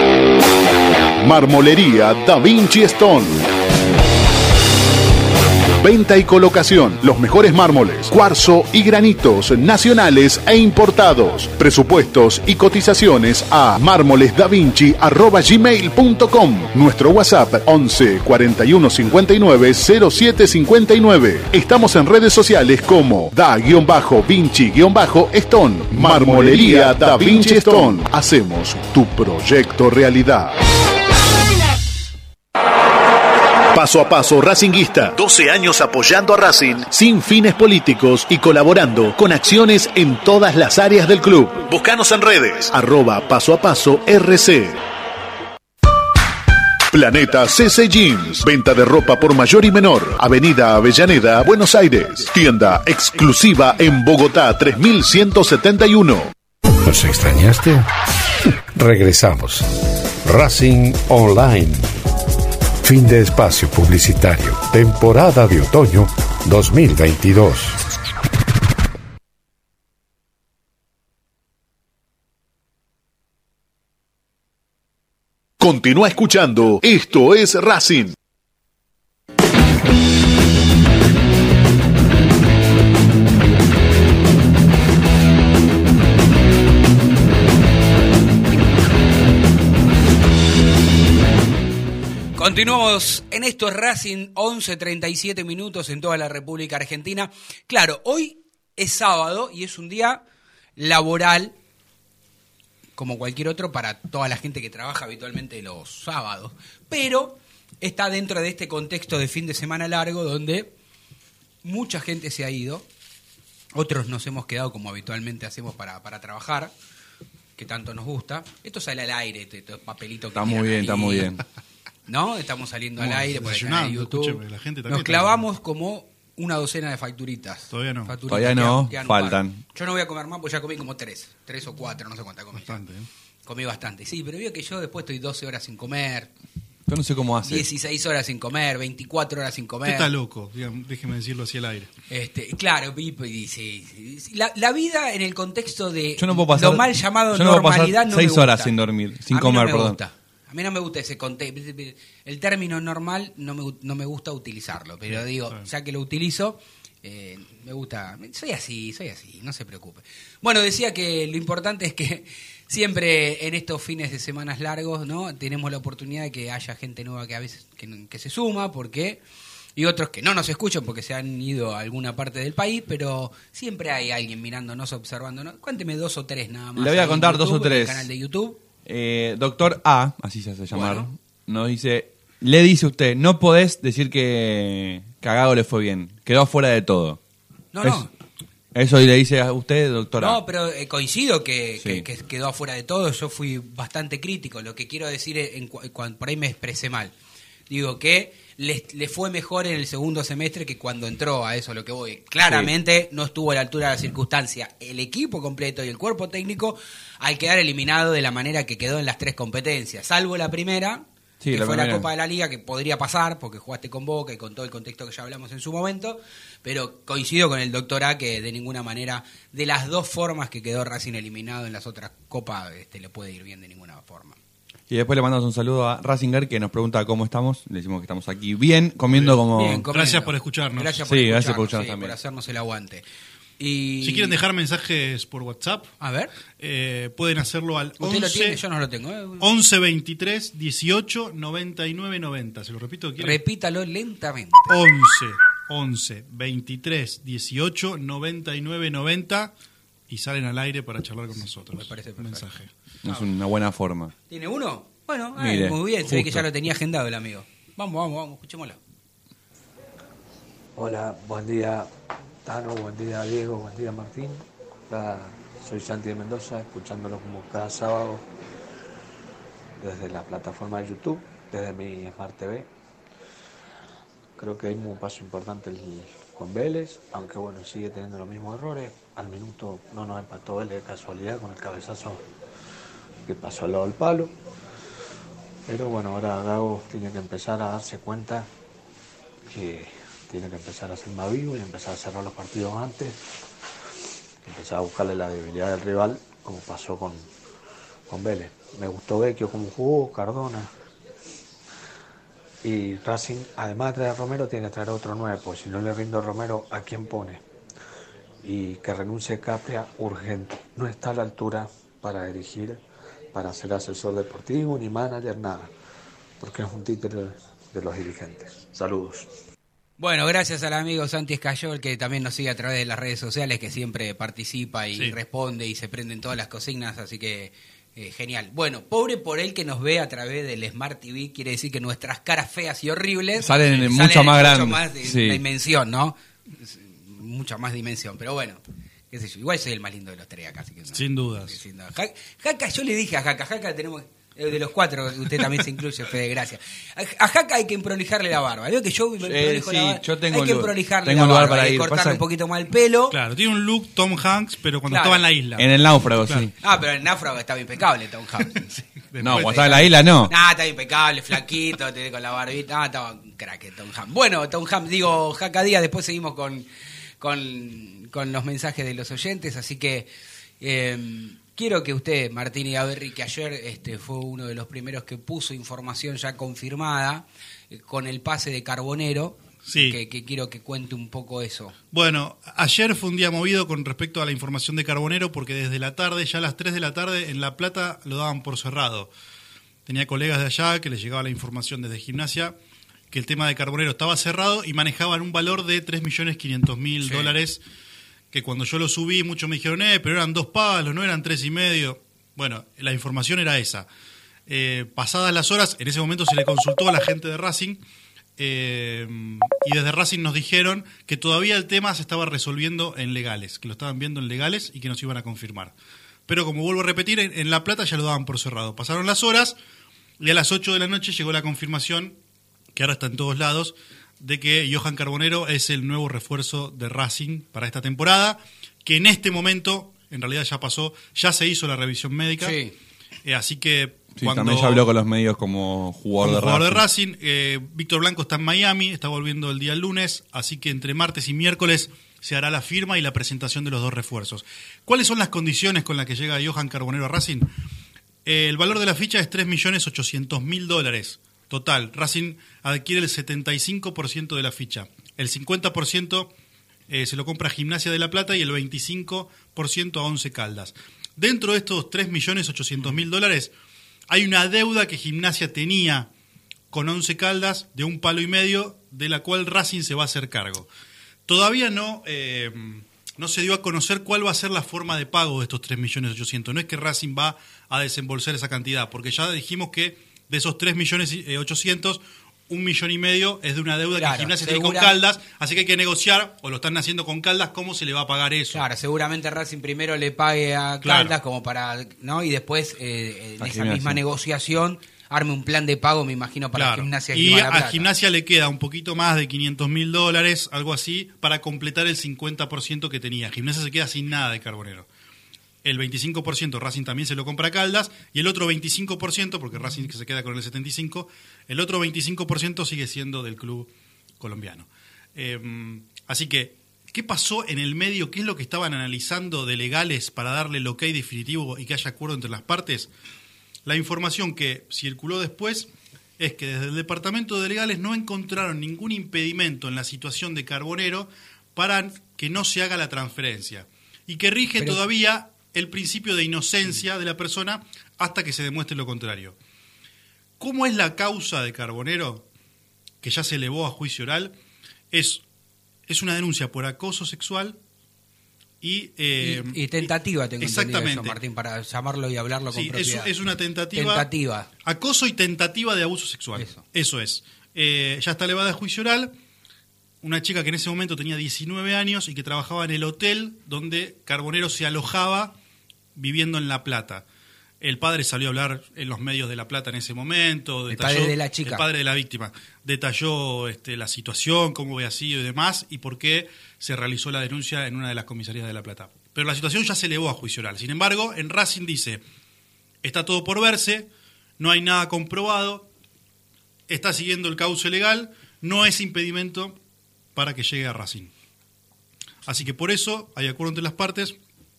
Marmolería Da Vinci Stone. Venta y colocación. Los mejores mármoles, cuarzo y granitos nacionales e importados. Presupuestos y cotizaciones a mármolesdavinci arroba gmail punto com. Nuestro WhatsApp once cuarenta y uno cincuenta y nueve cero siete cincuenta y nueve. Estamos en redes sociales como da-vinci-stone. Marmolería Da Vinci Stone. Hacemos tu proyecto realidad. Paso a paso racinguista. doce años apoyando a Racing sin fines políticos y colaborando con acciones en todas las áreas del club. Búscanos en redes. Arroba paso a paso R C. Planeta C C Jeans. Venta de ropa por mayor y menor. Avenida Avellaneda, Buenos Aires. Tienda exclusiva en Bogotá tres mil ciento setenta y uno. ¿Nos extrañaste? Regresamos. Racing Online. Fin de espacio publicitario. Temporada de otoño dos mil veintidós. Continúa escuchando. Esto es Racing. Continuamos en esto es Racing, once treinta y siete minutos en toda la República Argentina. Claro, hoy es sábado y es un día laboral, como cualquier otro, para toda la gente que trabaja habitualmente los sábados. Pero está dentro de este contexto de fin de semana largo donde mucha gente se ha ido, otros nos hemos quedado como habitualmente hacemos para, para trabajar, que tanto nos gusta. Esto sale al aire, este, este papelito que está muy bien, ahí. Está muy bien. ¿No? Estamos saliendo al aire por el Desayunando, canal de YouTube. escúchame, la gente también Nos está clavamos bien. como una docena de facturitas. Todavía no. Facturitas, Todavía quedan- no, quedan un faltan. par. Yo no voy a comer más porque ya comí como tres. Tres o cuatro, no sé cuántas comí. Bastante, ¿eh? Comí bastante. Sí, pero veo que yo después estoy doce horas sin comer, Yo no sé cómo hace. dieciséis horas sin comer, veinticuatro horas sin Usted comer. está loco, digamos, déjeme decirlo así al aire. Este, claro, y, y- sí, sí. La, la vida en el contexto de Yo no puedo pasar. lo mal llamado yo no puedo pasar normalidad no me seis gusta. horas sin dormir, sin A mí comer, no me perdón. gusta. A mí no me gusta ese contexto. El término normal no me, no me gusta utilizarlo, pero digo, ya que lo utilizo, eh, me gusta. Soy así, soy así, no se preocupe. Bueno, decía que lo importante es que siempre en estos fines de semanas largos, ¿no? Tenemos la oportunidad de que haya gente nueva que a veces que, que se suma, porque y otros que no nos escuchan porque se han ido a alguna parte del país, pero siempre hay alguien mirándonos, observándonos. Cuénteme dos o tres nada más. Le voy a ahí en contar dos YouTube, o en el tres. canal de YouTube. Eh, doctor A, así se hace llamar, Bueno. nos dice, le dice usted, no podés decir que, que a Gago le fue bien, quedó fuera de todo. No, Es- no. Eso le dice a usted, doctor A. No, pero eh, coincido que, Sí. que- que quedó afuera de todo. Yo fui bastante crítico. Lo que quiero decir, es, en, cu- cuan- por ahí me expresé mal. Digo que le, le fue mejor en el segundo semestre que cuando entró, a eso a lo que voy. Claramente no estuvo a la altura de la circunstancia el equipo completo y el cuerpo técnico al quedar eliminado de la manera que quedó en las tres competencias, salvo la primera, Sí, que la fue la primera. Copa de la Liga, que podría pasar porque jugaste con Boca y con todo el contexto que ya hablamos en su momento, pero coincido con el doctor A que de ninguna manera, de las dos formas que quedó Racing eliminado en las otras copas, este, le puede ir bien de ninguna forma. Y después le mandamos un saludo a Razinger que nos pregunta cómo estamos. Le decimos que estamos aquí bien, comiendo como... Bien, comiendo. Gracias por escucharnos. Gracias por Sí, escucharnos, gracias por escucharnos sí, también. por hacernos el aguante. Y... Si quieren dejar mensajes por WhatsApp, A ver, eh, pueden hacerlo al usted lo tiene, once, yo no lo tengo. ¿eh? once veintitrés dieciocho noventa y nueve noventa. Se lo repito, ¿quiere? Repítalo lentamente. once, once, veintitrés, dieciocho, noventa y nueve, noventa y salen al aire para charlar con nosotros. Me parece Un perfecto. mensaje. Es una buena forma. ¿Tiene uno? Bueno, ay, Mire, muy bien, se ve que justo. ya lo tenía agendado el amigo. Vamos, vamos, vamos, escuchémoslo. Hola, buen día Tano, buen día Diego, buen día Martín. Acá soy Santi de Mendoza, escuchándolo como cada sábado desde la plataforma de YouTube, desde mi Smart T V. Creo que hay un paso importante el, con Vélez, aunque bueno, sigue teniendo los mismos errores. Al minuto no nos empató Vélez de casualidad con el cabezazo que pasó al lado del palo. Pero bueno, ahora Gago tiene que empezar a darse cuenta que tiene que empezar a ser más vivo y empezar a cerrar los partidos antes, empezar a buscarle la debilidad del rival, como pasó con, con Vélez. Me gustó Vecchio como jugó, Cardona. Y Racing, además de traer a Romero, tiene que traer otro nueve, pues si no le rindo a Romero, ¿a quién pone? Y que renuncie Capria urgente. No está a la altura para dirigir, para ser asesor deportivo, ni manager, nada. Porque es un títere de los dirigentes. Saludos. Bueno, gracias al amigo Santi Escayol, que también nos sigue a través de las redes sociales, que siempre participa y Sí. responde y se prenden todas las consignas, así que eh, genial. Bueno, pobre por él que nos ve a través del Smart T V, quiere decir que nuestras caras feas y horribles Salen en salen mucho en más grande. mucho más de, Sí. de dimensión, ¿no? Mucha más dimensión, pero bueno, qué sé yo, igual soy el más lindo de los tres acá, así que no. Sin dudas. Sin duda. Ja- Jaca, yo le dije a Jaca, Jaca tenemos, eh, de los cuatro, usted también se incluye, Fede, gracias. A, a Jaca hay que emprolijarle la barba, veo que yo me prolijo sí, la barba. yo tengo hay que lugar- emprolijarle tengo la lugar barba, para hay que ir. cortarle Pasa- un poquito más el pelo. Claro, tiene un look Tom Hanks, pero cuando Claro. estaba en la isla. En el náufrago, Claro. sí. Ah, pero el náufrago estaba impecable, Tom Hanks. No, cuando estaba en la isla, no. Ah, estaba impecable, flaquito, tiene con la barbita. Ah, estaba un crack Tom Hanks. Bueno, Tom Hanks, digo, Jaca Díaz, después seguimos con, con, con los mensajes de los oyentes, así que eh, quiero que usted, Martín Igaverri, que ayer este, fue uno de los primeros que puso información ya confirmada eh, con el pase de Carbonero, Sí. que, que quiero que cuente un poco eso. Bueno, ayer fue un día movido con respecto a la información de Carbonero porque desde la tarde, ya a las tres de la tarde, en La Plata lo daban por cerrado. Tenía colegas de allá que les llegaba la información desde Gimnasia que el tema de Carbonero estaba cerrado y manejaban un valor de tres millones quinientos mil Sí. dólares, que cuando yo lo subí muchos me dijeron, eh, pero eran dos palos, no eran tres y medio. Bueno, la información era esa. Eh, pasadas las horas, en ese momento se le consultó a la gente de Racing, eh, y desde Racing nos dijeron que todavía el tema se estaba resolviendo en legales, que lo estaban viendo en legales y que nos iban a confirmar. Pero como vuelvo a repetir, en, en La Plata ya lo daban por cerrado. Pasaron las horas y a las ocho de la noche llegó la confirmación, que ahora está en todos lados, de que Johan Carbonero es el nuevo refuerzo de Racing para esta temporada, que en este momento, en realidad ya pasó, ya se hizo la revisión médica. Sí. Eh, así que Sí, cuando... también ya habló con los medios como jugador, Como jugador de de Racing. Racing, eh, Víctor Blanco está en Miami, está volviendo el día lunes, así que entre martes y miércoles se hará la firma y la presentación de los dos refuerzos. ¿Cuáles son las condiciones con las que llega Johan Carbonero a Racing? Eh, el valor de la ficha es tres millones ochocientos mil dólares total. Racing adquiere el setenta y cinco por ciento de la ficha. El cincuenta por ciento eh, se lo compra Gimnasia de La Plata y el veinticinco por ciento a Once Caldas. Dentro de estos tres millones ochocientos mil dólares hay una deuda que Gimnasia tenía con Once Caldas de un palo y medio, de la cual Racing se va a hacer cargo. Todavía no, eh, no se dio a conocer cuál va a ser la forma de pago de estos tres millones ochocientos mil. No es que Racing va a desembolsar esa cantidad, porque ya dijimos que de esos tres millones ochocientos mil, un millón y medio es de una deuda Claro, que Gimnasia segura- tiene con Caldas, así que hay que negociar, o lo están haciendo con Caldas, cómo se le va a pagar eso. Claro, seguramente Racing primero le pague a Claro. Caldas como para, ¿no? Y después eh, en A esa Gimnasia. misma negociación arme un plan de pago, me imagino, para Claro. Gimnasia Y Grima de la a Plata. Gimnasia le queda un poquito más de quinientos mil dólares, algo así, para completar el cincuenta por ciento que tenía. Gimnasia se queda sin nada de Carbonero. El veinticinco por ciento Racing también se lo compra a Caldas, y el otro veinticinco por ciento, porque Racing que se queda con el setenta y cinco por ciento, el otro veinticinco por ciento sigue siendo del club colombiano. Eh, así que, ¿qué pasó en el medio? ¿Qué es lo que estaban analizando de legales para darle el ok definitivo y que haya acuerdo entre las partes? La información que circuló después es que desde el Departamento de Legales no encontraron ningún impedimento en la situación de Carbonero para que no se haga la transferencia, y que rige Pero- todavía el principio de inocencia de la persona hasta que se demuestre lo contrario. ¿Cómo es la causa de Carbonero, que ya se elevó a juicio oral? Es, es una denuncia por acoso sexual y... eh, y, y tentativa, tengo entendido exactamente. eso, Martín, para llamarlo y hablarlo con Sí, es, propiedad. es una tentativa, Tentativa. acoso y tentativa de abuso sexual. Eso. Eso es. Eh, ya está elevada a juicio oral. Una chica que en ese momento tenía diecinueve años y que trabajaba en el hotel donde Carbonero se alojaba viviendo en La Plata. El padre salió a hablar en los medios de La Plata en ese momento. El detalló- padre de la chica. El padre de la víctima. Detalló este, la situación, cómo había sido y demás, y por qué se realizó la denuncia en una de las comisarías de La Plata. Pero la situación ya se elevó a juicio oral. Sin embargo, en Racing dice, está todo por verse, no hay nada comprobado, está siguiendo el cauce legal, no es impedimento para que llegue a Racing. Así que por eso hay acuerdo entre las partes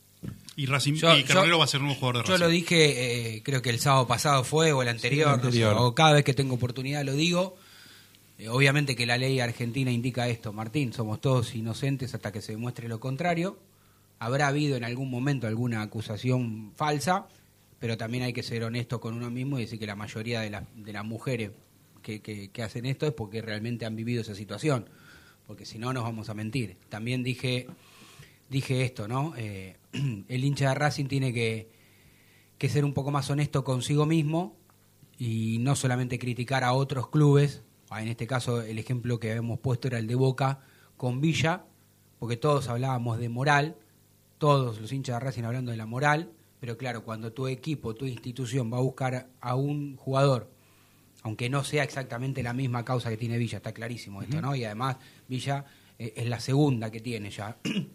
y Racing Yo- y Carbonero yo- va a ser nuevo jugador de Yo Racing. lo dije, eh, creo que el sábado pasado fue, o el anterior, el anterior. no sé, o cada vez que tengo oportunidad lo digo. Eh, obviamente que la ley argentina indica esto, Martín, somos todos inocentes hasta que se demuestre lo contrario. Habrá habido en algún momento alguna acusación falsa, pero también hay que ser honesto con uno mismo y decir que la mayoría de, la, de las mujeres que, que, que hacen esto es porque realmente han vivido esa situación, porque si no nos vamos a mentir. También dije dije esto, ¿no? Eh, el hincha de Racing tiene que, que ser un poco más honesto consigo mismo y no solamente criticar a otros clubes. En este caso el ejemplo que habíamos puesto era el de Boca con Villa, porque todos hablábamos de moral, todos los hinchas de Racing hablando de la moral, pero claro, cuando tu equipo, tu institución va a buscar a un jugador, aunque no sea exactamente la misma causa que tiene Villa, está clarísimo esto, ¿no? Y además Villa eh, es la segunda que tiene ya.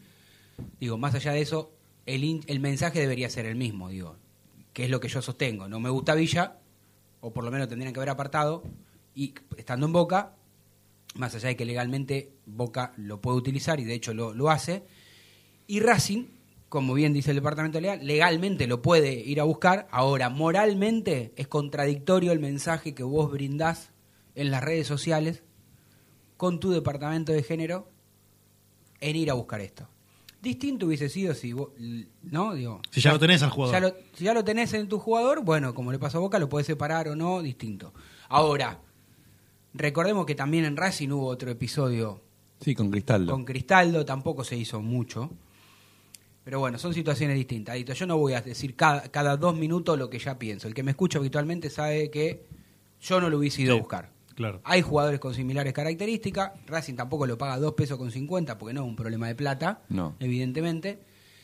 Digo, más allá de eso, el, in- el mensaje debería ser el mismo, digo, que es lo que yo sostengo. No me gusta Villa, o por lo menos tendrían que haber apartado, y estando en Boca, más allá de que legalmente Boca lo puede utilizar, y de hecho lo, lo hace, y Racing, como bien dice el departamento legal, legalmente lo puede ir a buscar. Ahora, moralmente es contradictorio el mensaje que vos brindás en las redes sociales con tu departamento de género en ir a buscar esto. Distinto hubiese sido si vos, ¿no? Digo, Si ya lo tenés al jugador. ya lo- si ya lo tenés en tu jugador, bueno, como le pasó a Boca, lo podés separar o no, distinto. Ahora, recordemos que también en Racing hubo otro episodio Sí, con Cristaldo. con Cristaldo, tampoco se hizo mucho. Pero bueno, son situaciones distintas. Adito, yo no voy a decir cada, cada dos minutos lo que ya pienso. El que me escucha habitualmente sabe que yo no lo hubiese ido Sí, a buscar. Claro. Hay jugadores con similares características. Racing tampoco lo paga dos pesos con cincuenta porque no es un problema de plata, No. evidentemente.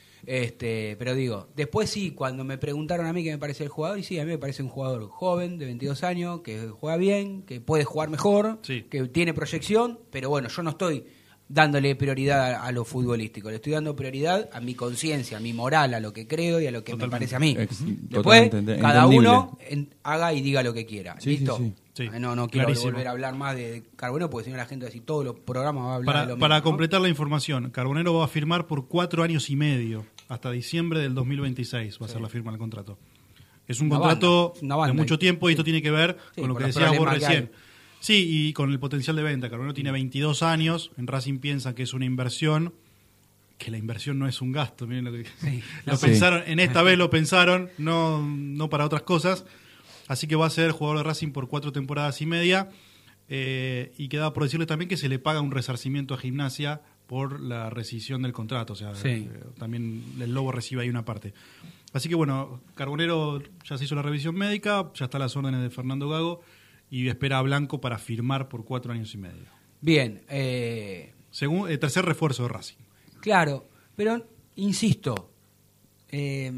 Este, pero digo, después sí, cuando me preguntaron a mí qué me parece el jugador, y sí, a mí me parece un jugador joven, de veintidós años, que juega bien, que puede jugar mejor, Sí. que tiene proyección, pero bueno, yo no estoy dándole prioridad a, a lo futbolístico, le estoy dando prioridad a mi conciencia, a mi moral, a lo que creo y a lo que Totalmente. me parece a mí. Ex- Después, totalmente ente- cada entendible. uno en- haga y diga lo que quiera. Sí, ¿Listo? sí, sí. Ay, No, no quiero Clarísimo. volver a hablar más de Carbonero porque si no la gente va a decir todos los programas va a hablar Para, de lo mismo. para ¿no? completar la información, Carbonero va a firmar por cuatro años y medio, hasta diciembre del dos mil veintiséis va a ser la firma del contrato. Es un Una contrato banda, una banda. de mucho tiempo y esto Sí. tiene que ver Sí, con lo por que los decías vos problemas que recién. hay. Sí, y con el potencial de venta. Carbonero tiene veintidós años, en Racing piensa que es una inversión, que la inversión no es un gasto, miren lo que Sí. lo Sí. pensaron, en esta vez lo pensaron, no, no para otras cosas. Así que va a ser jugador de Racing por cuatro temporadas y media. Eh, y queda por decirle también que se le paga un resarcimiento a Gimnasia por la rescisión del contrato. O sea, Sí. eh, también el Lobo recibe ahí una parte. Así que bueno, Carbonero ya se hizo la revisión médica, ya está a las órdenes de Fernando Gago y espera a Blanco para firmar por cuatro años y medio. Bien, eh, Según el tercer refuerzo de Racing. claro, pero insisto, eh,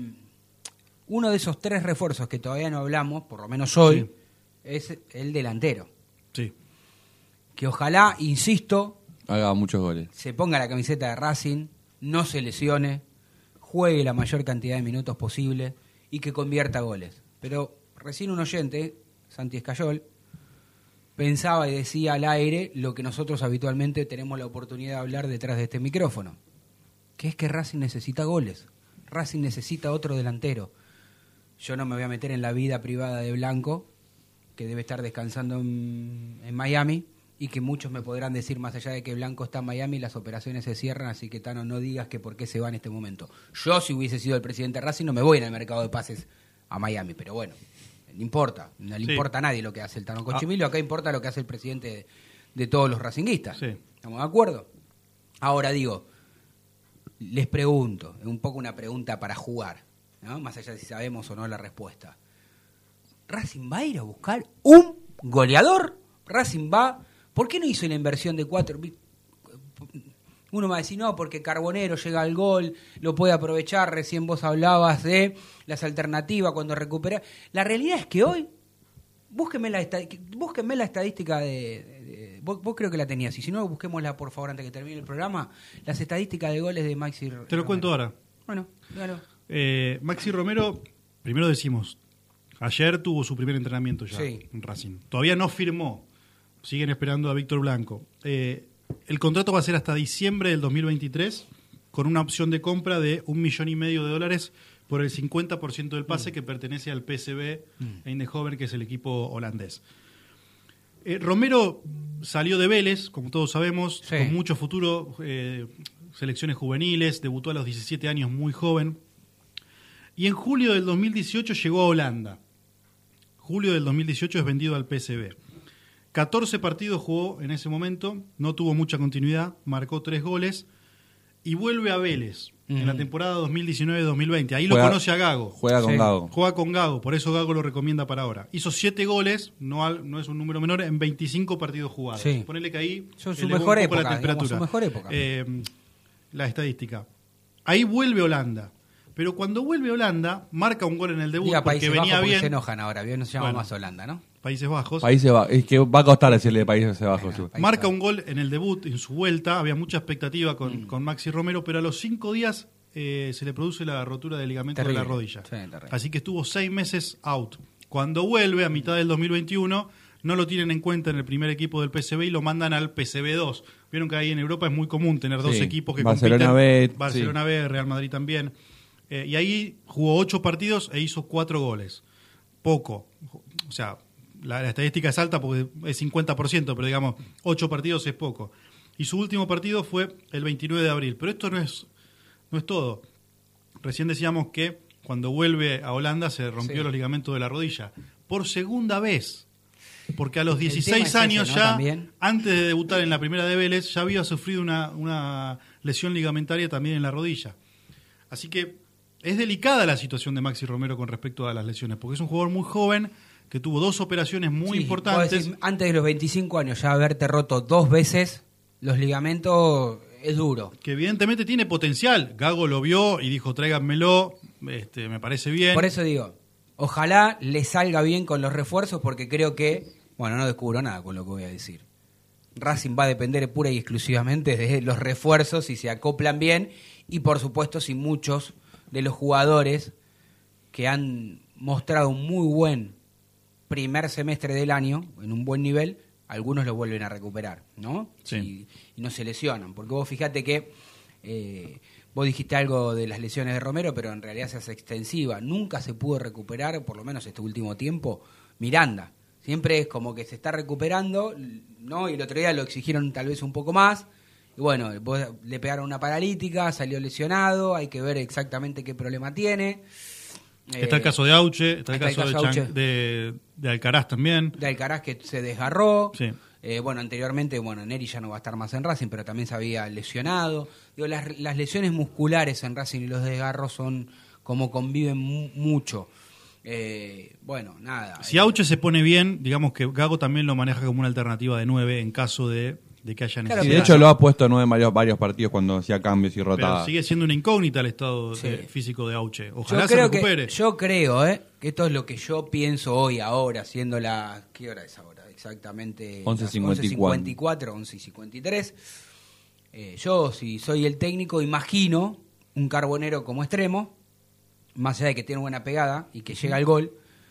uno de esos tres refuerzos que todavía no hablamos, por lo menos hoy, Sí. es el delantero. Sí. Que ojalá, insisto, Haga muchos goles. se ponga la camiseta de Racing, no se lesione, juegue la mayor cantidad de minutos posible y que convierta goles. Pero recién un oyente, Santi Escayol, pensaba y decía al aire lo que nosotros habitualmente tenemos la oportunidad de hablar detrás de este micrófono, que es que Racing necesita goles, Racing necesita otro delantero. Yo no me voy a meter en la vida privada de Blanco, que debe estar descansando en, en Miami, y que muchos me podrán decir, más allá de que Blanco está en Miami, las operaciones se cierran, así que Tano, no digas que por qué se va en este momento. Yo, si hubiese sido el presidente de Racing, no me voy en el mercado de pases a Miami, pero bueno, no importa, no le Sí. importa a nadie lo que hace el Tano Ah. Cochimilio, acá importa lo que hace el presidente de, de todos los racinguistas. Sí. ¿Estamos de acuerdo? Ahora digo, les pregunto, es un poco una pregunta para jugar, ¿no? Más allá de si sabemos o no la respuesta. ¿Racing va a ir a buscar un goleador? ¿Racing va? ¿Por qué no hizo la inversión de cuatro? Uno me va a decir, no, porque Carbonero llega al gol, lo puede aprovechar. Recién vos hablabas de las alternativas cuando recupera. La realidad es que hoy, búsquenme la, estad- búsquenme la estadística de... de- de- vos, vos creo que la tenías, y si no, busquémosla por favor antes que termine el programa. Las estadísticas de goles de Maxi. Te lo cuento ahora. Bueno, claro. Eh, Maxi Romero, primero decimos, ayer tuvo su primer entrenamiento ya Sí. en Racing. Todavía no firmó. Siguen esperando a Víctor Blanco. Eh, el contrato va a ser hasta diciembre del dos mil veintitrés, con una opción de compra de un millón y medio de dólares por el cincuenta por ciento del pase Mm. que pertenece al P S V Eindhoven, que es el equipo holandés. Eh, Romero salió de Vélez, como todos sabemos, Sí. con mucho futuro, eh, selecciones juveniles, debutó a los diecisiete años muy joven. Y en julio del dos mil dieciocho llegó a Holanda. Julio del dos mil dieciocho es vendido al P S V. catorce partidos jugó en ese momento, no tuvo mucha continuidad, marcó tres goles y vuelve a Vélez Mm. en la temporada dos mil diecinueve dos mil veinte. Ahí Juega- lo conoce a Gago. Juega con Sí. Gago. Juega con Gago, por eso Gago lo recomienda para ahora. Hizo siete goles, no, al- no es un número menor, en veinticinco partidos jugados. Sí. Ponele que ahí Son su elevó mejor un poco época, la temperatura. digamos, su mejor época. Eh, la estadística. Ahí vuelve Holanda. Pero cuando vuelve Holanda, marca un gol en el debut Diga porque Países venía Bajos porque bien. se enojan ahora, ¿vio? No se llama Bueno. más Holanda, ¿no? Países Bajos. Países Bajos. Es que va a costar decirle Países Bajos. Bueno, sí. Marca un gol en el debut, en su vuelta. Había mucha expectativa con, Mm. con Maxi Romero, pero a los cinco días eh, se le produce la rotura del ligamento Terrible. de la rodilla. Sí, terrible. Así que estuvo seis meses out. Cuando vuelve a mitad del dos mil veintiuno, no lo tienen en cuenta en el primer equipo del P S V y lo mandan al P S V dos. Vieron que ahí en Europa es muy común tener dos Sí. equipos que Barcelona compiten. B, Barcelona sí. B, Real Madrid también. Eh, y ahí jugó ocho partidos e hizo cuatro goles. Poco. O sea, la, la estadística es alta porque es cincuenta por ciento, pero digamos, ocho partidos es poco. Y su último partido fue el veintinueve de abril. Pero esto no es, no es todo. Recién decíamos que cuando vuelve a Holanda se rompió Sí. los ligamentos de la rodilla. Por segunda vez. Porque a los El tema dieciséis es años ese, ¿no? ya, También. antes de debutar en la primera de Vélez, ya había sufrido una, una lesión ligamentaria también en la rodilla. Así que es delicada la situación de Maxi Romero con respecto a las lesiones, porque es un jugador muy joven que tuvo dos operaciones muy Sí, importantes. vos decís, antes de los veinticinco años ya haberte roto dos veces los ligamentos es duro. Que evidentemente tiene potencial. Gago lo vio y dijo, tráiganmelo, este, me parece bien. Por eso digo, ojalá le salga bien con los refuerzos porque creo que, bueno, no descubro nada con lo que voy a decir. Racing va a depender pura y exclusivamente de los refuerzos, si se acoplan bien y por supuesto si muchos de los jugadores que han mostrado un muy buen primer semestre del año, en un buen nivel, algunos lo vuelven a recuperar, ¿no? Sí. Y, y no se lesionan, porque vos fíjate que eh, vos dijiste algo de las lesiones de Romero, pero en realidad se hace extensiva. Nunca se pudo recuperar, por lo menos este último tiempo, Miranda. Siempre es como que se está recuperando, ¿no? Y el otro día lo exigieron tal vez un poco más. Y bueno, vos le pegaron una paralítica, salió lesionado, hay que ver exactamente qué problema tiene. Está Eh, el caso de Auche, está el está el caso, caso de, Chan- Auche. de, de Alcaraz también. De Alcaraz que se desgarró. Sí. Eh, bueno, anteriormente, bueno, Neri ya no va a estar más en Racing, pero también se había lesionado. Digo, las, las lesiones musculares en Racing y los desgarros son como conviven mu- mucho. Eh, bueno, nada. Si Auche se pone bien, digamos que Gago también lo maneja como una alternativa de nueve en caso de, de que haya Claro, necesidad. Y de hecho lo ha puesto nueve en varios, varios partidos cuando hacía cambios y rotaba. Pero sigue siendo una incógnita el estado Sí. de- físico de Auche. Ojalá Yo se creo recupere. que, yo creo, ¿eh? Que esto es lo que yo pienso hoy, ahora, siendo la... ¿Qué hora es ahora? Exactamente... once las cincuenta y cuatro. once cincuenta y cuatro, once cincuenta y tres. Eh, yo, si soy el técnico, imagino un Carbonero como extremo, más allá de que tiene buena pegada y que llega al gol,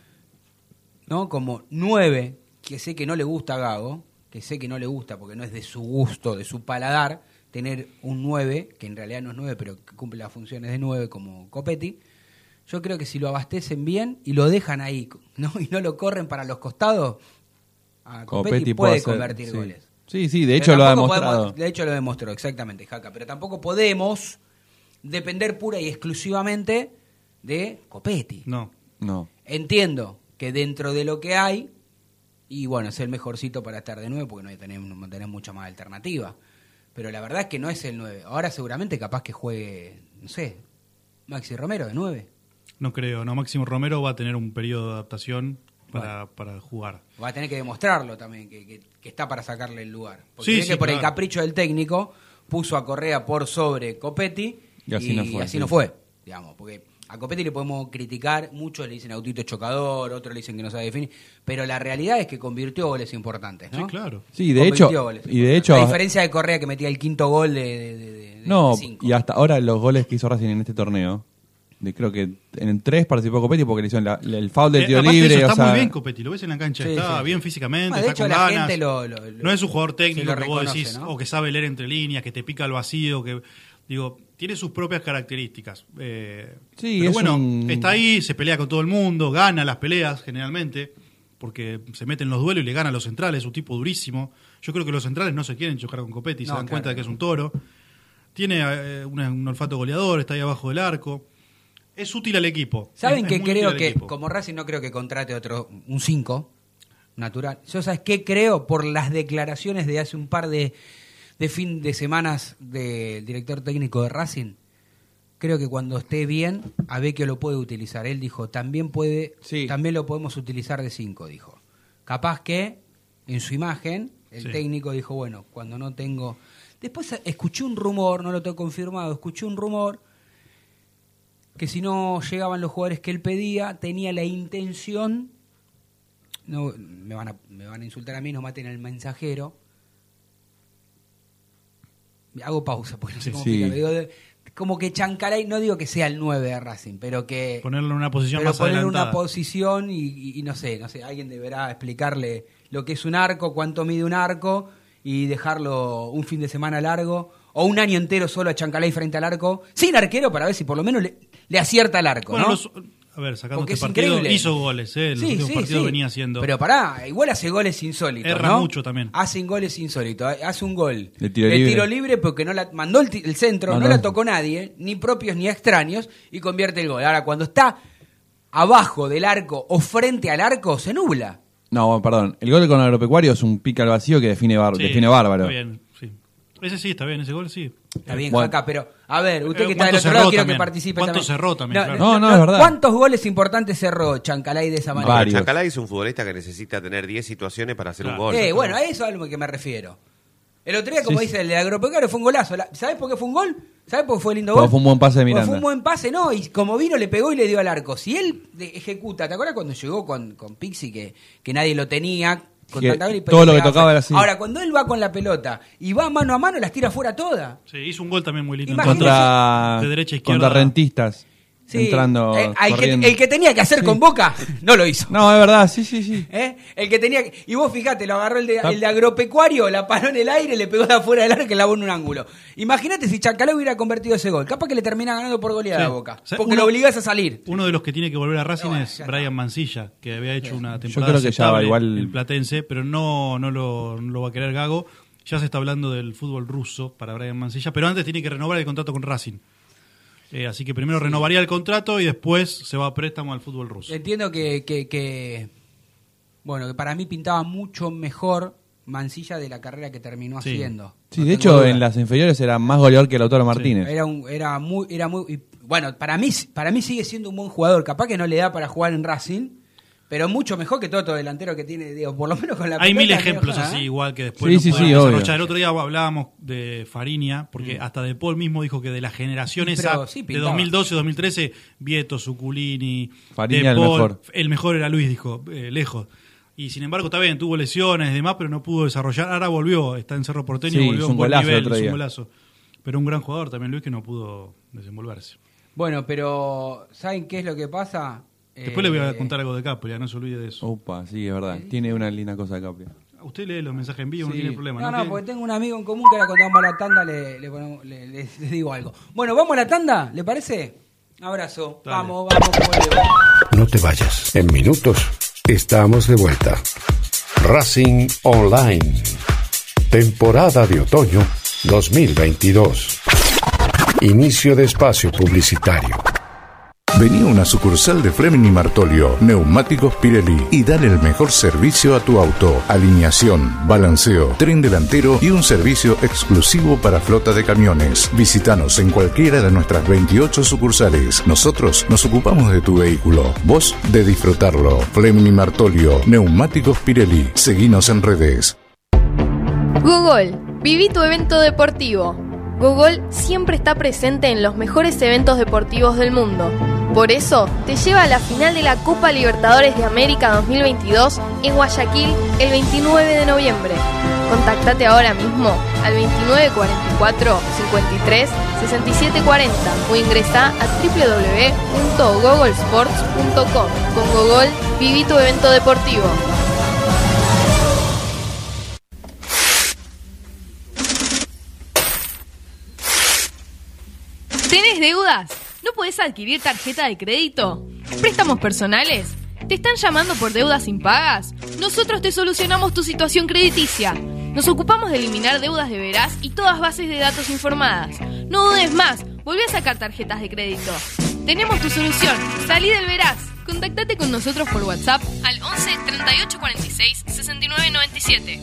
¿no? Como nueve, que sé que no le gusta a Gago, que sé que no le gusta porque no es de su gusto, de su paladar, tener un nueve, que en realidad no es nueve, pero que cumple las funciones de nueve como Copetti. Yo creo que si lo abastecen bien y lo dejan ahí, ¿no? Y no lo corren para los costados, a Copetti, Copetti puede, puede hacer, convertir sí. goles. Sí, sí, de Pero hecho lo ha tampoco demostrado. podemos- de hecho lo demostró, exactamente, Jaca. Pero tampoco podemos depender pura y exclusivamente de Copetti. No. No. Entiendo que dentro de lo que hay, y bueno, es el mejorcito para estar de nueve porque no hay- tenemos, no tenemos mucha más alternativa. Pero la verdad es que no es el nueve. Ahora seguramente capaz que juegue, no sé, Maxi Romero de nueve. No creo. No, Máximo Romero va a tener un periodo de adaptación para, para jugar. Va a tener que demostrarlo también, que, que- que está para sacarle el lugar. Porque Sí, ve sí, que por el claro. capricho del técnico puso a Correa por sobre Copetti Y así no fue, así sí. no fue, digamos, porque a Copetti le podemos criticar, muchos le dicen autito chocador, otros le dicen que no sabe definir, pero la realidad es que convirtió goles importantes, ¿no? Sí, claro. Sí, de Convirtió hecho, goles y de importantes. hecho, a diferencia de Correa que metía el quinto gol de, de, de- de- no, de cinco. y hasta ahora los goles que hizo Racing en este torneo, de, creo que en tres participó Copetti porque le hicieron la- la- el foul del Eh, tiro aparte libre. eso, o está sea, muy bien Copetti, lo ves en la cancha, Sí, está sí, bien sí. físicamente, Ah, de está hecho, con la ganas. gente lo- lo- lo- no es un jugador sí técnico lo que vos reconoce, decís, ¿no? o que sabe leer entre líneas, que te pica al vacío, que digo, tiene sus propias características. Eh, Sí, pero es bueno, un- está ahí, se pelea con todo el mundo, gana las peleas generalmente, porque se mete en los duelos y le gana a los centrales, es un tipo durísimo. Yo creo que los centrales no se quieren chocar con Copetti, No, se dan claro. cuenta de que es un toro. Tiene eh, una- un olfato goleador, está ahí abajo del arco. Es útil al equipo. ¿Saben Es- que es muy útil creo al que, equipo. como Racing no creo que contrate otro, un cinco natural? Yo, ¿sabes qué creo? Por las declaraciones de hace un par de, de fin de semanas del director técnico de Racing, creo que cuando esté bien, a Vecchio lo puede utilizar. Él dijo, también puede, Sí. también lo podemos utilizar de cinco, dijo. Capaz que, en su imagen, el Sí. técnico dijo, bueno, cuando no tengo... Después escuché un rumor, no lo tengo confirmado, escuché un rumor que si no llegaban los jugadores que él pedía, tenía la intención, no me van a, me van a insultar a mí, no maten al mensajero. Hago pausa porque no sé Sí, cómo sí. explicarlo. Digo, de- como que Chancalay, no digo que sea el nueve de Racing, pero que Ponerlo en una posición pero más poner adelantada. una posición y, y- y no sé, no sé, alguien deberá explicarle lo que es un arco, cuánto mide un arco y dejarlo un fin de semana largo o un año entero solo a Chancalay frente al arco, sin arquero para ver si por lo menos le, le acierta al arco, Bueno, ¿no? los- a ver, sacando Porque este es partido, increíble. hizo goles, ¿eh? Los Sí, últimos sí, partidos sí. venía haciendo. Pero pará, igual hace goles insólitos, Erra ¿no? mucho también. Hacen goles insólitos. Hace un gol De tiro libre. libre porque no la mandó el, ti- el centro, No, no, no. la tocó nadie, ni propios ni extraños, y convierte el gol. Ahora, cuando está abajo del arco o frente al arco, se nubla. No, perdón. El gol con Agropecuario es un pica al vacío que define, bar- Sí, define bárbaro. Está bien, sí. Ese sí, está bien, ese gol sí. Está bien, Bueno. Jaca, pero a ver, usted Eh, que está del ¿cuánto otro cerró lado, quiero también? que participe ¿Cuánto también. cerró también, claro? No, no, es verdad. ¿Cuántos goles importantes cerró Chancalay de esa manera? Varios. Chancalay es un futbolista que necesita tener diez situaciones para hacer Claro. un gol. Eh, bueno, a eso es a lo que me refiero. El otro día, como Sí, dice el de Agropecuario, fue un golazo. La- ¿Sabés por qué fue un gol? ¿Sabés por qué fue lindo Porque gol? fue un buen pase de Porque Miranda. Fue un buen pase, no, y como vino le pegó y le dio al arco. Si él de- ejecuta, ¿te acuerdas cuando llegó con, con Pixi que, que nadie lo tenía? Con Que tanta bola y todo lo que pegaba tocaba fuera? era así. Ahora, cuando él va con la pelota y va mano a mano, las tira fuera todas. Sí, hizo un gol también muy lindo. Imagínese- Contra, De derecha a izquierda. contra rentistas. Sí, Entrando. eh, al que- corriendo. el que tenía que hacer Sí. con Boca, no lo hizo. No, es verdad, sí, sí, sí. ¿Eh? El que tenía que- y vos fijate, lo agarró el de, el de Agropecuario, la paró en el aire, le pegó de afuera del arco y la lavó en un ángulo. Imagínate si Chancalay hubiera convertido ese gol. Capaz que le termina ganando por goleada Sí. a Boca. O sea, Porque uno- lo obligás a salir. Uno de los que tiene que volver a Racing Bueno, es ya Brian Mancilla, que había hecho una temporada creo que ya va aceptable, igual- el platense, pero no, no, lo, no lo va a querer Gago. Ya se está hablando del fútbol ruso para Brian Mancilla, pero antes tiene que renovar el contrato con Racing. Eh, así que primero renovaría el contrato y después se va a préstamo al fútbol ruso. Entiendo que, que, que- bueno, que para mí pintaba mucho mejor Mancilla de la carrera que terminó Sí. haciendo. Sí, No de tengo hecho, duda. en las inferiores era más goleador que Lautaro Martínez. Era un, era muy, era muy, y, bueno, para mí, para mí sigue siendo un buen jugador. Capaz que no le da para jugar en Racing, pero mucho mejor que todo otro delantero que tiene, digo, por lo menos con la Hay pelota, mil que ejemplos ojalá, así, ¿eh? igual que después Sí, no sí, pudieron sí, obvio. desarrollar. El otro día hablábamos de Fariña, porque hasta De Paul mismo dijo que de la generación Sí, esa pero sí de pintaba. dos mil doce dos mil trece, Vieto, Zuculini, Fariña De el Paul, mejor. el mejor era Luis, dijo, eh, lejos. Y sin embargo, está bien, tuvo lesiones y demás, pero no pudo desarrollar. Ahora volvió, está en Cerro Porteño, Sí, volvió hizo a un un buen golazo el nivel, otro hizo un día. golazo. Pero un gran jugador también, Luis, que no pudo desenvolverse. Bueno, pero ¿saben qué es lo que pasa? Después le voy a Eh, contar algo de Capria, no se olvide de eso. Opa, sí, es verdad. Tiene una linda cosa Capria. Usted lee los mensajes en vivo, no Sí. tiene problema. No, no, ¿Tiene- porque tengo un amigo en común que ahora cuando vamos a la tanda le, le, ponemos- le- le- le digo algo. Bueno, ¿vamos a la tanda? ¿Le parece? Abrazo. Dale. Vamos, vamos, volvemos. No te vayas. En minutos estamos de vuelta. Racing Online. Temporada de otoño dos mil veintidós. Inicio de espacio publicitario. Vení a una sucursal de Fleming y Martolio, Neumáticos Pirelli, y dale el mejor servicio a tu auto. Alineación, balanceo, tren delantero y un servicio exclusivo para flota de camiones. Visítanos en cualquiera de nuestras veintiocho sucursales. Nosotros nos ocupamos de tu vehículo, vos de disfrutarlo. Fleming y Martolio, Neumáticos Pirelli. Seguinos en redes. Google, viví tu evento deportivo. Google siempre está presente en los mejores eventos deportivos del mundo. Por eso, te lleva a la final de la Copa Libertadores de América dos mil veintidós en Guayaquil el veintinueve de noviembre. Contactate ahora mismo al veintinueve cuarenta y cuatro cincuenta y tres sesenta y siete cuarenta o ingresa a doble u doble u doble u punto google sports punto com. Con Google, viví tu evento deportivo. ¿Tenés deudas? ¿No podés adquirir tarjeta de crédito? ¿Préstamos personales? ¿Te están llamando por deudas impagas? Nosotros te solucionamos tu situación crediticia. Nos ocupamos de eliminar deudas de Veraz y todas bases de datos informadas. No dudes más, volví a sacar tarjetas de crédito. Tenemos tu solución, salí del Veraz. Contactate con nosotros por WhatsApp al once treinta y ocho cuarenta y seis sesenta y nueve noventa y siete.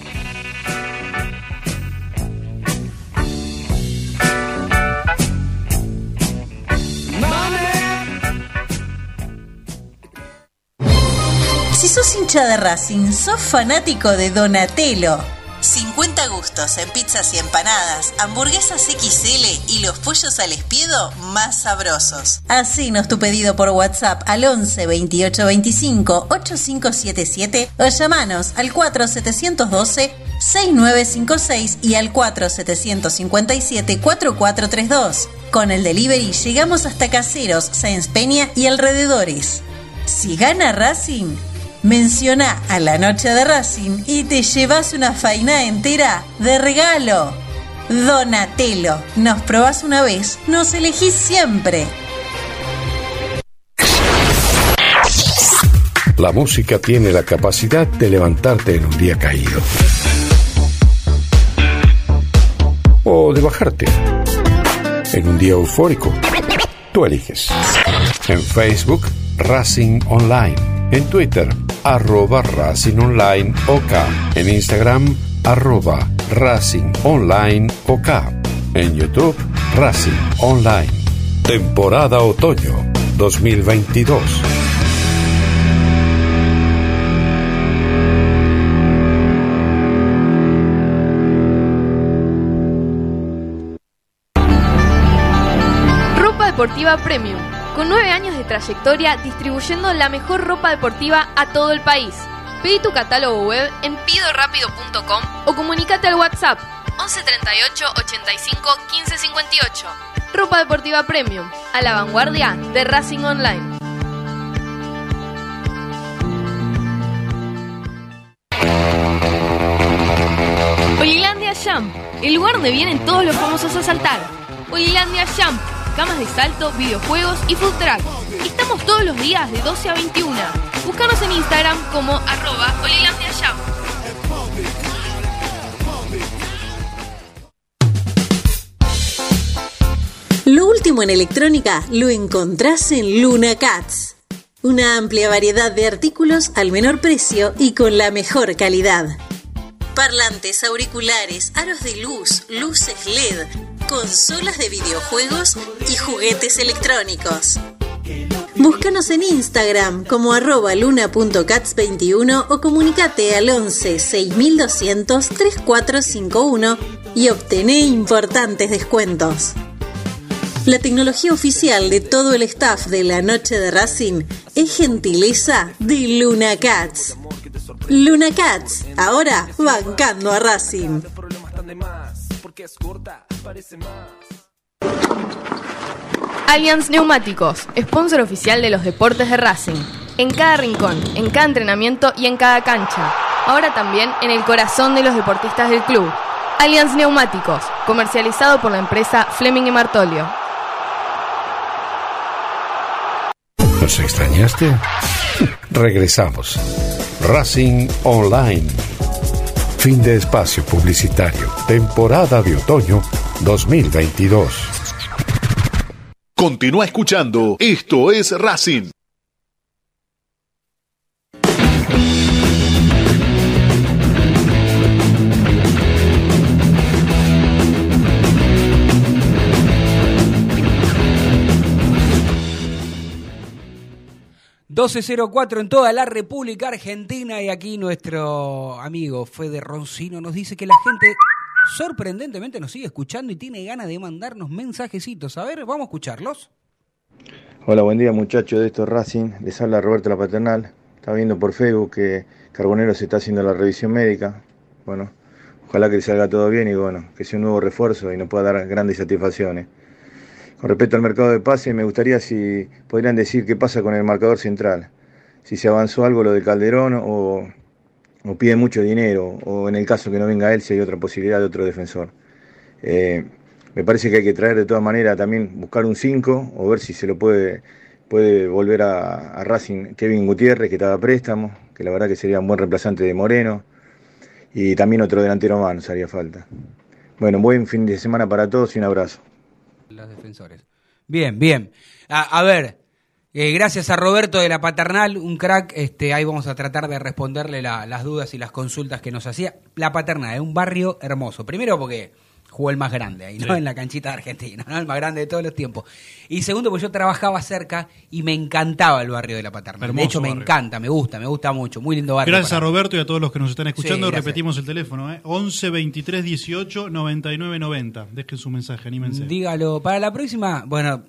Si sos hincha de Racing, sos fanático de Donatello. cincuenta gustos en pizzas y empanadas, hamburguesas equis ele y los pollos al espiedo más sabrosos. Hacenos tu pedido por WhatsApp al once veintiocho veinticinco ochenta y cinco setenta y siete o llamanos al cuatro siete uno dos seis nueve cinco seis y al cuatro siete cinco siete cuatro cuatro tres dos. Con el delivery llegamos hasta Caseros, Sáenz Peña y alrededores. Si gana Racing, menciona a la noche de Racing y te llevas una faina entera de regalo. Donatello, nos probás una vez, nos elegís siempre. La música tiene la capacidad de levantarte en un día caído. O de bajarte. En un día eufórico. Tú eliges. En Facebook, Racing Online. En Twitter, arroba Racing Online OK. En Instagram, arroba Racing Online OK. En YouTube, Racing Online. Temporada Otoño dos mil veintidós. Ropa deportiva Premium. Con nueve años de trayectoria distribuyendo la mejor ropa deportiva a todo el país. Pedí tu catálogo web en pido rápido punto com o comunícate al WhatsApp once treinta y ocho ochenta y cinco quince cincuenta y ocho. Ropa deportiva Premium, a la vanguardia de Racing Online. Olilandia Jump, el lugar donde vienen todos los famosos a saltar. Olilandia Jump, camas de salto, videojuegos y food truck. Estamos todos los días de doce a veintiuno. Búscanos en Instagram como arroba olilandiajump. Lo último en electrónica lo encontrás en Luna Cats. Una amplia variedad de artículos al menor precio y con la mejor calidad. Parlantes, auriculares, aros de luz, luces L E D, consolas de videojuegos y juguetes electrónicos. Búscanos en Instagram como arroba luna punto cats veintiuno o comunicate al once seis mil doscientos treinta y cuatro cincuenta y uno y obtené importantes descuentos. La tecnología oficial de todo el staff de la noche de Racing es gentileza de Luna Cats. Luna Cats, ahora bancando a Racing. Allianz Neumáticos, sponsor oficial de los deportes de Racing. En cada rincón, en cada entrenamiento y en cada cancha. Ahora también en el corazón de los deportistas del club. Allianz Neumáticos, comercializado por la empresa Fleming y Martolio. ¿Nos extrañaste? Regresamos. Racing Online. Fin de espacio publicitario. Temporada de otoño dos mil veintidós. Continúa escuchando. Esto es Racing. doce cero cuatro en toda la República Argentina y aquí nuestro amigo Fede Roncino nos dice que la gente sorprendentemente nos sigue escuchando y tiene ganas de mandarnos mensajecitos. A ver, vamos a escucharlos. Hola, buen día muchachos de esto Racing, les habla Roberto La Paternal. Está viendo por Facebook que Carbonero se está haciendo la revisión médica. Bueno, ojalá que le salga todo bien y bueno, que sea un nuevo refuerzo y nos pueda dar grandes satisfacciones. Con respecto al mercado de pases, me gustaría si podrían decir qué pasa con el marcador central. Si se avanzó algo lo de Calderón o, o pide mucho dinero, o en el caso que no venga él, si hay otra posibilidad de otro defensor. Eh, me parece que hay que traer de todas maneras también, buscar un cinco, o ver si se lo puede puede volver a, a Racing Kevin Gutiérrez, que estaba a préstamo, que la verdad que sería un buen reemplazante de Moreno, y también otro delantero más nos haría falta. Bueno, buen fin de semana para todos y un abrazo. Los defensores. Bien, bien. A, a ver, eh, gracias a Roberto de la Paternal, un crack, este, ahí vamos a tratar de responderle la, las dudas y las consultas que nos hacía. La Paternal es un barrio hermoso. Primero porque jugó el más grande ahí, ¿no? Sí. En la canchita de Argentina, ¿no? El más grande de todos los tiempos. Y segundo, porque yo trabajaba cerca y me encantaba el barrio de la Paternal. Hermoso de hecho, me barrio. encanta, me gusta, me gusta mucho. Muy lindo barrio. Gracias para... a Roberto y a todos los que nos están escuchando. Sí, repetimos el teléfono, ¿eh? once, veintitrés, dieciocho, noventa y nueve, noventa. Dejen su mensaje, anímense. Dígalo. Para la próxima, bueno,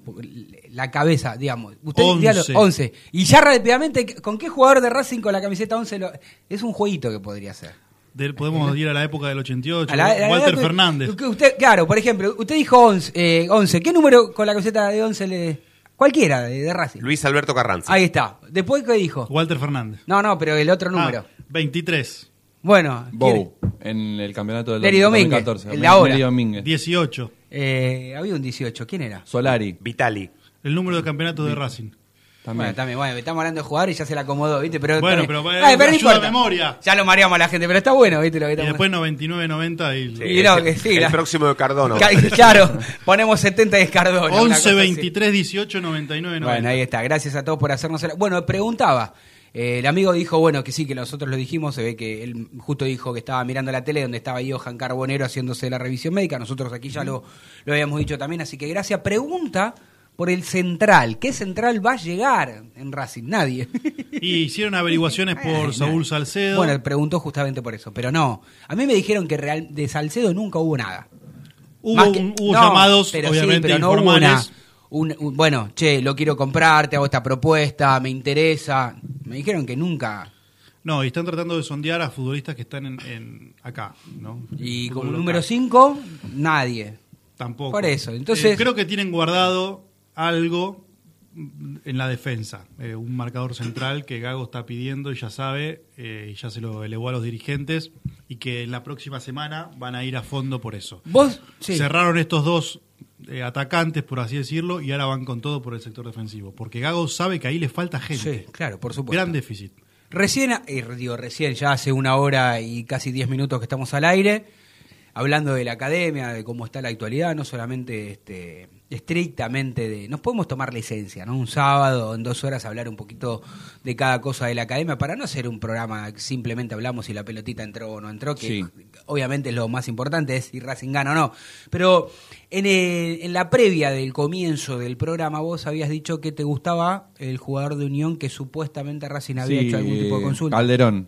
la cabeza, digamos. Usted, once. Dígalo, once. Y ya rápidamente, ¿con qué jugador de Racing con la camiseta once? Lo... Es un jueguito que podría ser. De, podemos ir a la época del ochenta y ocho. A la- a la- Walter a la- Fernández. Usted, claro, por ejemplo, usted dijo once, eh, once. ¿Qué número con la camiseta de once le...? Cualquiera, de, de Racing. Luis Alberto Carranza. Ahí está. ¿Después qué dijo? Walter Fernández. No, no, pero el otro número. Ah, veintitrés. Bueno, Bow, en el campeonato del Neri Domínguez, dos mil catorce. el de ahora. Neri Domínguez. dieciocho. eh, había un dieciocho. ¿Quién era? Solari. Vitali. El número de campeonato de Racing. También. Bueno, también, bueno, estamos hablando de jugador y ya se la acomodó, ¿viste? Pero Bueno, también- pero, eh, Ay, pero no ayuda a importa. memoria. Ya lo mareamos a la gente, pero está bueno, ¿viste? Lo que Y estamos- después noventa y nueve, noventa y... Sí, Y no, el- que sí, el la- próximo de Cardona. Ca- Claro, ponemos setenta de Escardona. una cosa once, así. veintitrés, dieciocho, noventa y nueve, noventa. Bueno, ahí está. Gracias a todos por hacernos... el- Bueno, preguntaba. eh, el amigo dijo, bueno, que sí, que nosotros lo dijimos. Se ve que él justo dijo que estaba mirando la tele donde estaba Johan Carbonero haciéndose la revisión médica. Nosotros aquí ya lo, lo habíamos dicho también. Así que gracias. Pregunta por el central. ¿Qué central va a llegar en Racing? Nadie. Y hicieron averiguaciones por Saúl Salcedo. Bueno, preguntó justamente por eso. Pero no. A mí me dijeron que real, de Salcedo nunca hubo nada. Hubo, Más que- un- hubo no, llamados, pero sí, obviamente, pero no hubo informales. una- un- un- bueno, che, lo quiero comprar, te hago esta propuesta, me interesa. Me dijeron que nunca. No, y están tratando de sondear a futbolistas que están en, en acá, ¿no? Y Fútbol como local. número cinco, nadie. Tampoco. Por eso, entonces- Eh, creo que tienen guardado algo en la defensa. Eh, un marcador central que Gago está pidiendo y ya sabe, eh, y ya se lo elevó a los dirigentes, y que en la próxima semana van a ir a fondo por eso. Vos, sí. Cerraron estos dos eh, atacantes, por así decirlo, y ahora van con todo por el sector defensivo. Porque Gago sabe que ahí le falta gente. Sí, claro, por supuesto. Gran déficit. Recién, eh, digo, recién, ya hace una hora y casi diez minutos que estamos al aire, hablando de la academia, de cómo está la actualidad, no solamente este, estrictamente de... Nos podemos tomar licencia, ¿no? Un sábado, en dos horas, hablar un poquito de cada cosa de la academia, para no hacer un programa que simplemente hablamos si la pelotita entró o no entró, que Sí. obviamente es lo más importante, es si Racing gana o no. Pero en, el- en la previa del comienzo del programa, vos habías dicho que te gustaba el jugador de Unión que supuestamente Racing había Sí, hecho algún tipo de consulta. Calderón.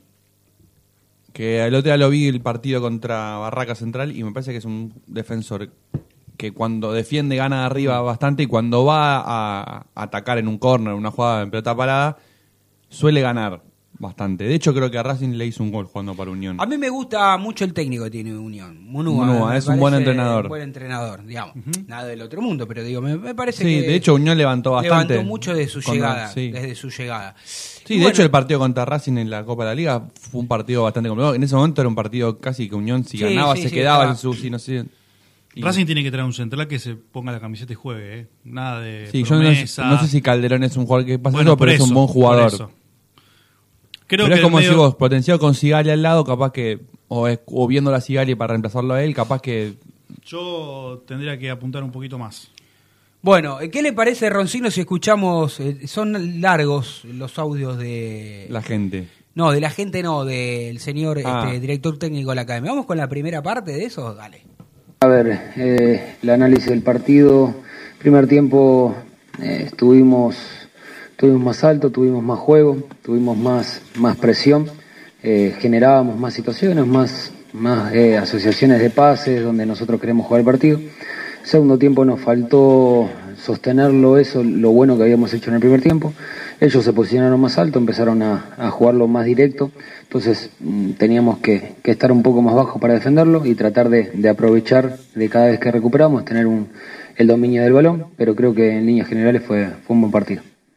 Que el otro día lo vi el partido contra Barraca Central y me parece que es un defensor que cuando defiende gana de arriba bastante y cuando va a atacar en un córner, una jugada en pelota parada, suele ganar bastante. De hecho, creo que a Racing le hizo un gol jugando para Unión. A mí me gusta mucho el técnico que tiene Unión. Munúa, Munúa, me es un buen parece entrenador. Un buen entrenador, digamos. Nada del otro mundo, pero digo, me, me parece Sí, que... de hecho Unión levantó bastante. Levantó mucho de su Cuando- llegada, sí. desde su llegada. Sí, Y de bueno, hecho el partido contra Racing en la Copa de la Liga fue un partido bastante complicado. En ese momento era un partido casi que Unión si Sí, ganaba sí, se sí, quedaba estaba- en su... Si no sé, y- Racing tiene que traer un central que se ponga la camiseta y juegue, ¿eh? Nada de Sí, yo no, promesa. no sé si Calderón es un jugador que pasa Bueno, eso, pero por es un eso, buen por jugador. eso. Creo pero que es como el medio- si vos, potenciado con Sigali al lado, capaz que, o, es- o viendo a Sigali para reemplazarlo a él, capaz que... Yo tendría que apuntar un poquito más. Bueno, ¿qué le parece, Roncino, si escuchamos... eh, son largos los audios de... La gente. No, de la gente no, del señor Ah. este, director técnico de la academia. Vamos con la primera parte de eso, dale. A ver, eh, el análisis del partido. Primer tiempo eh, estuvimos, estuvimos más alto, tuvimos más juego, tuvimos más, más presión, eh, generábamos más situaciones, más, más eh, asociaciones de pases donde nosotros queremos jugar el partido. Segundo tiempo nos faltó sostenerlo, eso, lo bueno que habíamos hecho en el primer tiempo. Ellos se posicionaron más alto, empezaron a, a jugarlo más directo, entonces mm, teníamos que, que estar un poco más bajo para defenderlo y tratar de, de aprovechar de cada vez que recuperamos, tener un, el dominio del balón, pero creo que en líneas generales fue, fue un buen partido.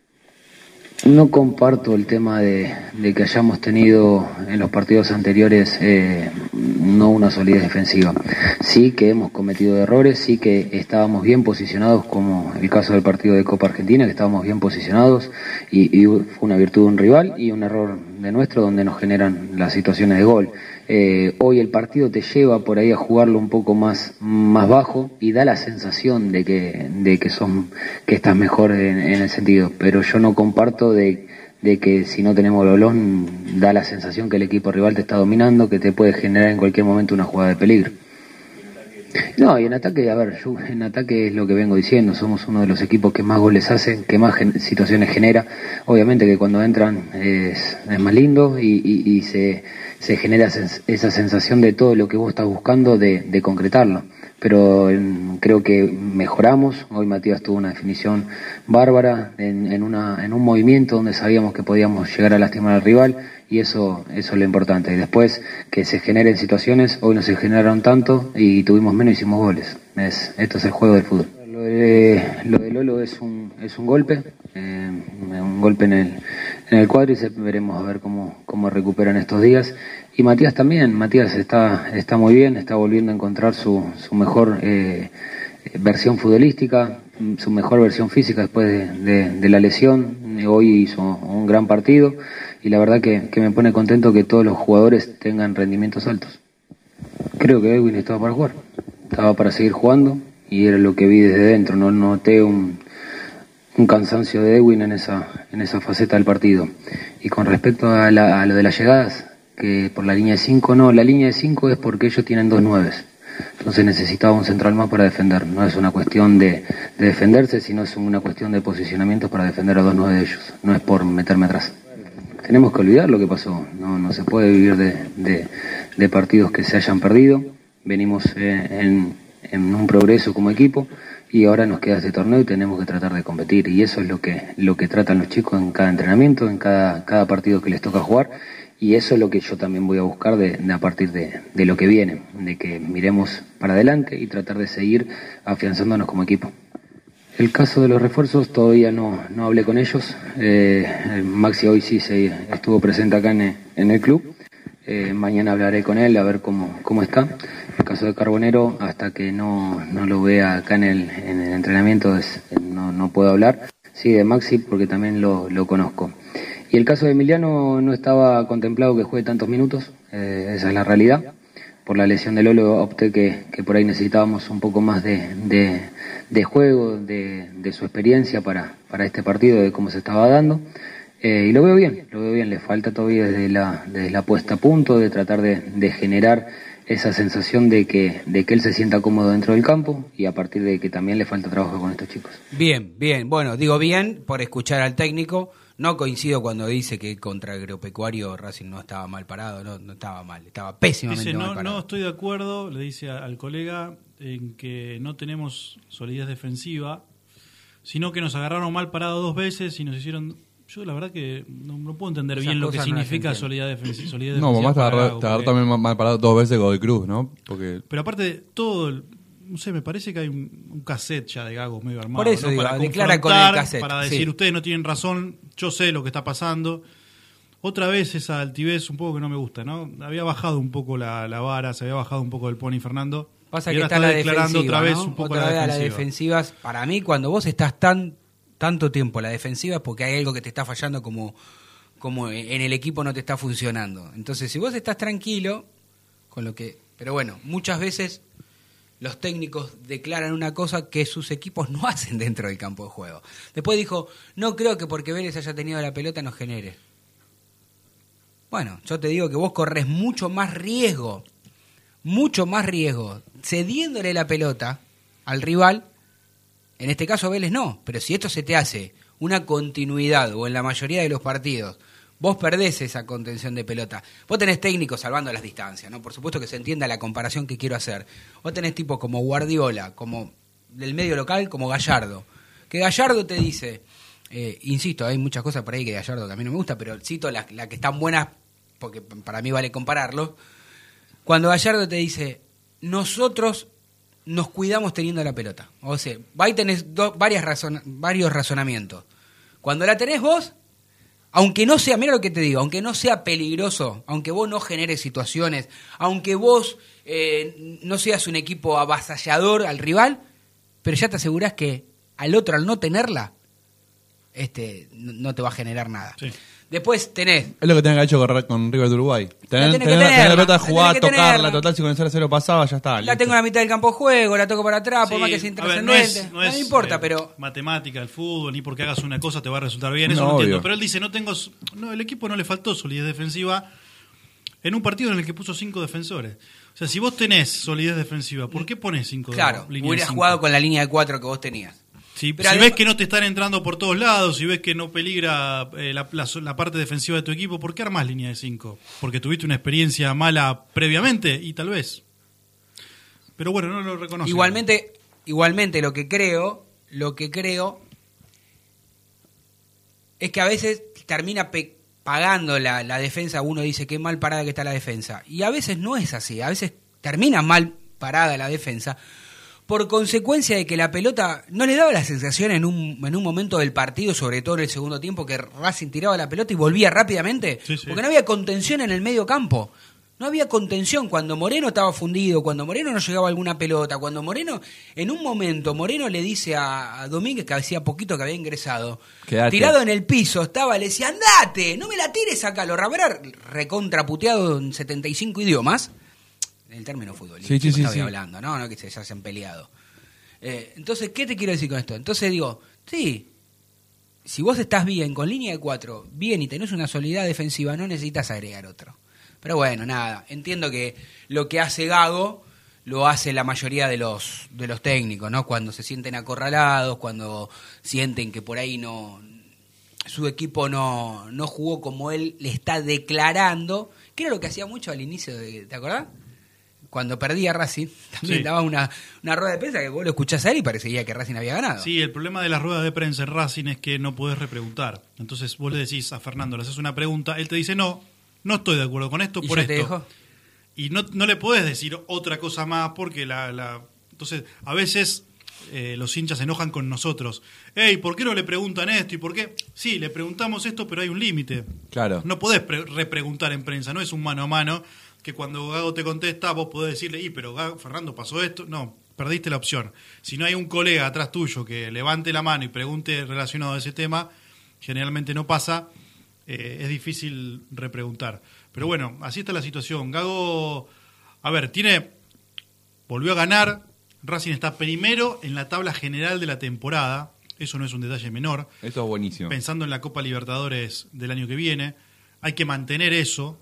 No comparto el tema de, de que hayamos tenido en los partidos anteriores eh, no una solidez defensiva. Sí que hemos cometido errores, sí que estábamos bien posicionados, como el caso del partido de Copa Argentina, que estábamos bien posicionados y, y fue una virtud de un rival y un error de nuestro donde nos generan las situaciones de gol. Eh, hoy el partido te lleva por ahí a jugarlo un poco más, más bajo y da la sensación de que, de que, son, que estás mejor en, en el sentido, pero yo no comparto de, de que si no tenemos el balón da la sensación que el equipo rival te está dominando, que te puede generar en cualquier momento una jugada de peligro. No, y en ataque, a ver, yo en ataque es lo que vengo diciendo, somos uno de los equipos que más goles hacen, que más gen- situaciones genera. Obviamente que cuando entran es, es más lindo y, y, y se, se genera sens- esa sensación de todo lo que vos estás buscando de, de concretarlo. Pero en, creo que mejoramos. Hoy Matías tuvo una definición bárbara en, en, una, en un movimiento donde sabíamos que podíamos llegar a lastimar al rival y eso, eso es lo importante. Y después que se generen situaciones, hoy no se generaron tanto y tuvimos menos y hicimos goles. Es, esto es el juego del fútbol. Lo de, lo de Lolo es un, es un golpe, eh, un golpe en el, en el cuádriceps, veremos a ver cómo, cómo recuperan estos días. Y Matías también, Matías está, está muy bien, está volviendo a encontrar su, su mejor eh, versión futbolística, su mejor versión física después de, de, de la lesión. Hoy hizo un gran partido y la verdad que, que me pone contento que todos los jugadores tengan rendimientos altos. Creo que Edwin estaba para jugar, estaba para seguir jugando y era lo que vi desde dentro, no noté un, un cansancio de Edwin en esa, en esa faceta del partido. Y con respecto a, la, a lo de las llegadas, que por la línea de cinco, no, la línea de cinco es porque ellos tienen dos nueves, entonces necesitaba un central más para defender, no es una cuestión de, de defenderse, sino es una cuestión de posicionamiento para defender a dos nueve de ellos, no es por meterme atrás. Tenemos que olvidar lo que pasó, no, no se puede vivir de, de, de partidos que se hayan perdido, venimos eh, en, en un progreso como equipo y ahora nos queda este torneo y tenemos que tratar de competir y eso es lo que, lo que tratan los chicos en cada entrenamiento, en cada, cada partido que les toca jugar. Y eso es lo que yo también voy a buscar de, de a partir de, de lo que viene, de que miremos para adelante y tratar de seguir afianzándonos como equipo. El caso de los refuerzos todavía no, no hablé con ellos. Eh, Maxi hoy sí se estuvo presente acá en, en el club. Eh, mañana hablaré con él a ver cómo, cómo está. El caso de Carbonero, hasta que no, no lo vea acá en el, en el entrenamiento, es, no, no puedo hablar. Sí, de Maxi porque también lo, lo conozco. Y el caso de Emiliano no estaba contemplado que juegue tantos minutos, eh, esa es la realidad. Por la lesión de Lolo opté que, que por ahí necesitábamos un poco más de, de, de juego, de, de su experiencia para, para este partido, de cómo se estaba dando. Eh, y lo veo bien, lo veo bien, le falta todavía desde la, desde la puesta a punto, de tratar de, de generar esa sensación de que, de que él se sienta cómodo dentro del campo y a partir de que también le falta trabajo con estos chicos. Bien, bien, bueno, digo bien por escuchar al técnico. No coincido cuando dice que contra Agropecuario Racing no estaba mal parado, no, no estaba mal, estaba pésimamente dice, mal no, parado. No estoy de acuerdo, le dice al colega, en que no tenemos solidez defensiva, sino que nos agarraron mal parado dos veces y nos hicieron... Yo la verdad que no, no puedo entender Esas bien lo que cosas no las significa entiendo. solidez, defensi- solidez No, defensiva. mamá te para agarró, Gago, te agarró porque- también mal parado dos veces Godoy Cruz, ¿no? Porque Pero aparte, todo... el- no sé, me parece que hay un, un cassette ya de Gago medio armado. Por eso ¿no? digo, para declara con el confrontar, cassette, para sí. decir, ustedes no tienen razón, yo sé lo que está pasando. Otra vez esa altivez un poco que no me gusta, ¿no? Había bajado un poco la, la vara, se había bajado un poco el Pony Fernando. Pasa y que ahora está la declarando defensiva, otra vez ¿no? un poco Otra la vez a defensiva. las defensivas. Para mí, cuando vos estás tan tanto tiempo a la defensiva es porque hay algo que te está fallando como, como en el equipo no te está funcionando. Entonces, si vos estás tranquilo, con lo que... Pero bueno, muchas veces los técnicos declaran una cosa que sus equipos no hacen dentro del campo de juego. Después dijo, no creo que porque Vélez haya tenido la pelota nos genere. Bueno, yo te digo que vos corres mucho más riesgo, mucho más riesgo, cediéndole la pelota al rival. En este caso Vélez no, pero si esto se te hace una continuidad o en la mayoría de los partidos, vos perdés esa contención de pelota. Vos tenés técnicos salvando las distancias, ¿no? Por supuesto que se entienda la comparación que quiero hacer. Vos tenés tipos como Guardiola, como del medio local, como Gallardo. Que Gallardo te dice, eh, insisto, hay muchas cosas por ahí que Gallardo que a mí no me gusta, pero cito las la que están buenas, porque para mí vale compararlo. Cuando Gallardo te dice, nosotros nos cuidamos teniendo la pelota. O sea, ahí tenés do, varias razon, varios razonamientos. Cuando la tenés vos, aunque no sea, mira lo que te digo, aunque no sea peligroso, aunque vos no generes situaciones, aunque vos eh, no seas un equipo avasallador al rival, pero ya te asegurás que al otro, al no tenerla, este no, no te va a generar nada. Sí. Después tenés... Es lo que tenés que hecho con, con River de Uruguay. Tener, tener, tener, tenerla, tener la pelota, jugar, que tocarla, tenerla. total, si con el cero a cero pasaba, ya está. La listo. tengo en la mitad del campo de juego, la toco para atrás, por Sí, más que sea a ver, intrascendente. no es, no no es, me importa, eh, pero... matemática del fútbol, ni porque hagas una cosa te va a resultar bien, eso No, no entiendo. obvio. Pero él dice, no tengo... No, el equipo no le faltó solidez defensiva en un partido en el que puso cinco defensores. O sea, si vos tenés solidez defensiva, ¿por qué pones cinco Claro, líneas de hubieras cinco? jugado con la línea de cuatro que vos tenías. Si, Pero si además- ves que no te están entrando por todos lados, si ves que no peligra eh, la, la- la parte defensiva de tu equipo, ¿por qué armás línea de cinco? Porque tuviste una experiencia mala previamente y tal vez. Pero bueno, no lo reconozco. Igualmente, igualmente lo que creo, lo que creo es que a veces termina pe- pagando la, la defensa, uno dice qué mal parada que está la defensa. Y a veces no es así, a veces termina mal parada la defensa por consecuencia de que la pelota no le daba la sensación en un, en un momento del partido, sobre todo en el segundo tiempo, que Racing tiraba la pelota y volvía rápidamente, Sí, sí. porque no había contención en el medio campo. No había contención cuando Moreno estaba fundido, cuando Moreno no llegaba a alguna pelota, cuando Moreno, en un momento, Moreno le dice a, a Domínguez, que hacía poquito que había ingresado, Quédate. tirado en el piso, estaba, le decía, andate, no me la tires acá, lo habrá recontraputeado en setenta y cinco idiomas, en el término futbolístico, Sí, sí, sí, no estoy sí. hablando, no, no que se, se hayan peleado. Eh, entonces, ¿qué te quiero decir con esto? Entonces digo, sí, si vos estás bien, con línea de cuatro, bien y tenés una solidez defensiva, no necesitas agregar otro. Pero bueno, nada, entiendo que lo que hace Gago lo hace la mayoría de los de los técnicos, ¿no? Cuando se sienten acorralados, cuando sienten que por ahí no su equipo no, no jugó como él le está declarando, que era lo que hacía mucho al inicio, de, ¿te acordás? Cuando perdía Racing, también Sí. daba una, una rueda de prensa que vos lo escuchás a él y parecía que Racing había ganado. Sí, el problema de las ruedas de prensa en Racing es que no podés repreguntar. Entonces vos le decís a Fernando, le haces una pregunta, él te dice, no, no estoy de acuerdo con esto ¿Y por ya esto. te dejó? Y no, no le podés decir otra cosa más porque la... la... Entonces, a veces eh, los hinchas se enojan con nosotros. Ey, ¿por qué no le preguntan esto? ¿Y por qué? Sí, le preguntamos esto, pero hay un límite. Claro. No podés pre- repreguntar en prensa, no es un mano a mano que cuando Gago te contesta vos podés decirle, y pero Gago, Fernando, pasó esto. No, perdiste la opción. Si no hay un colega atrás tuyo que levante la mano y pregunte relacionado a ese tema, generalmente no pasa, eh, es difícil repreguntar. Pero bueno, así está la situación. Gago, a ver, tiene, volvió a ganar, Racing está primero en la tabla general de la temporada, eso no es un detalle menor. Esto es buenísimo. Pensando en la Copa Libertadores del año que viene, hay que mantener eso.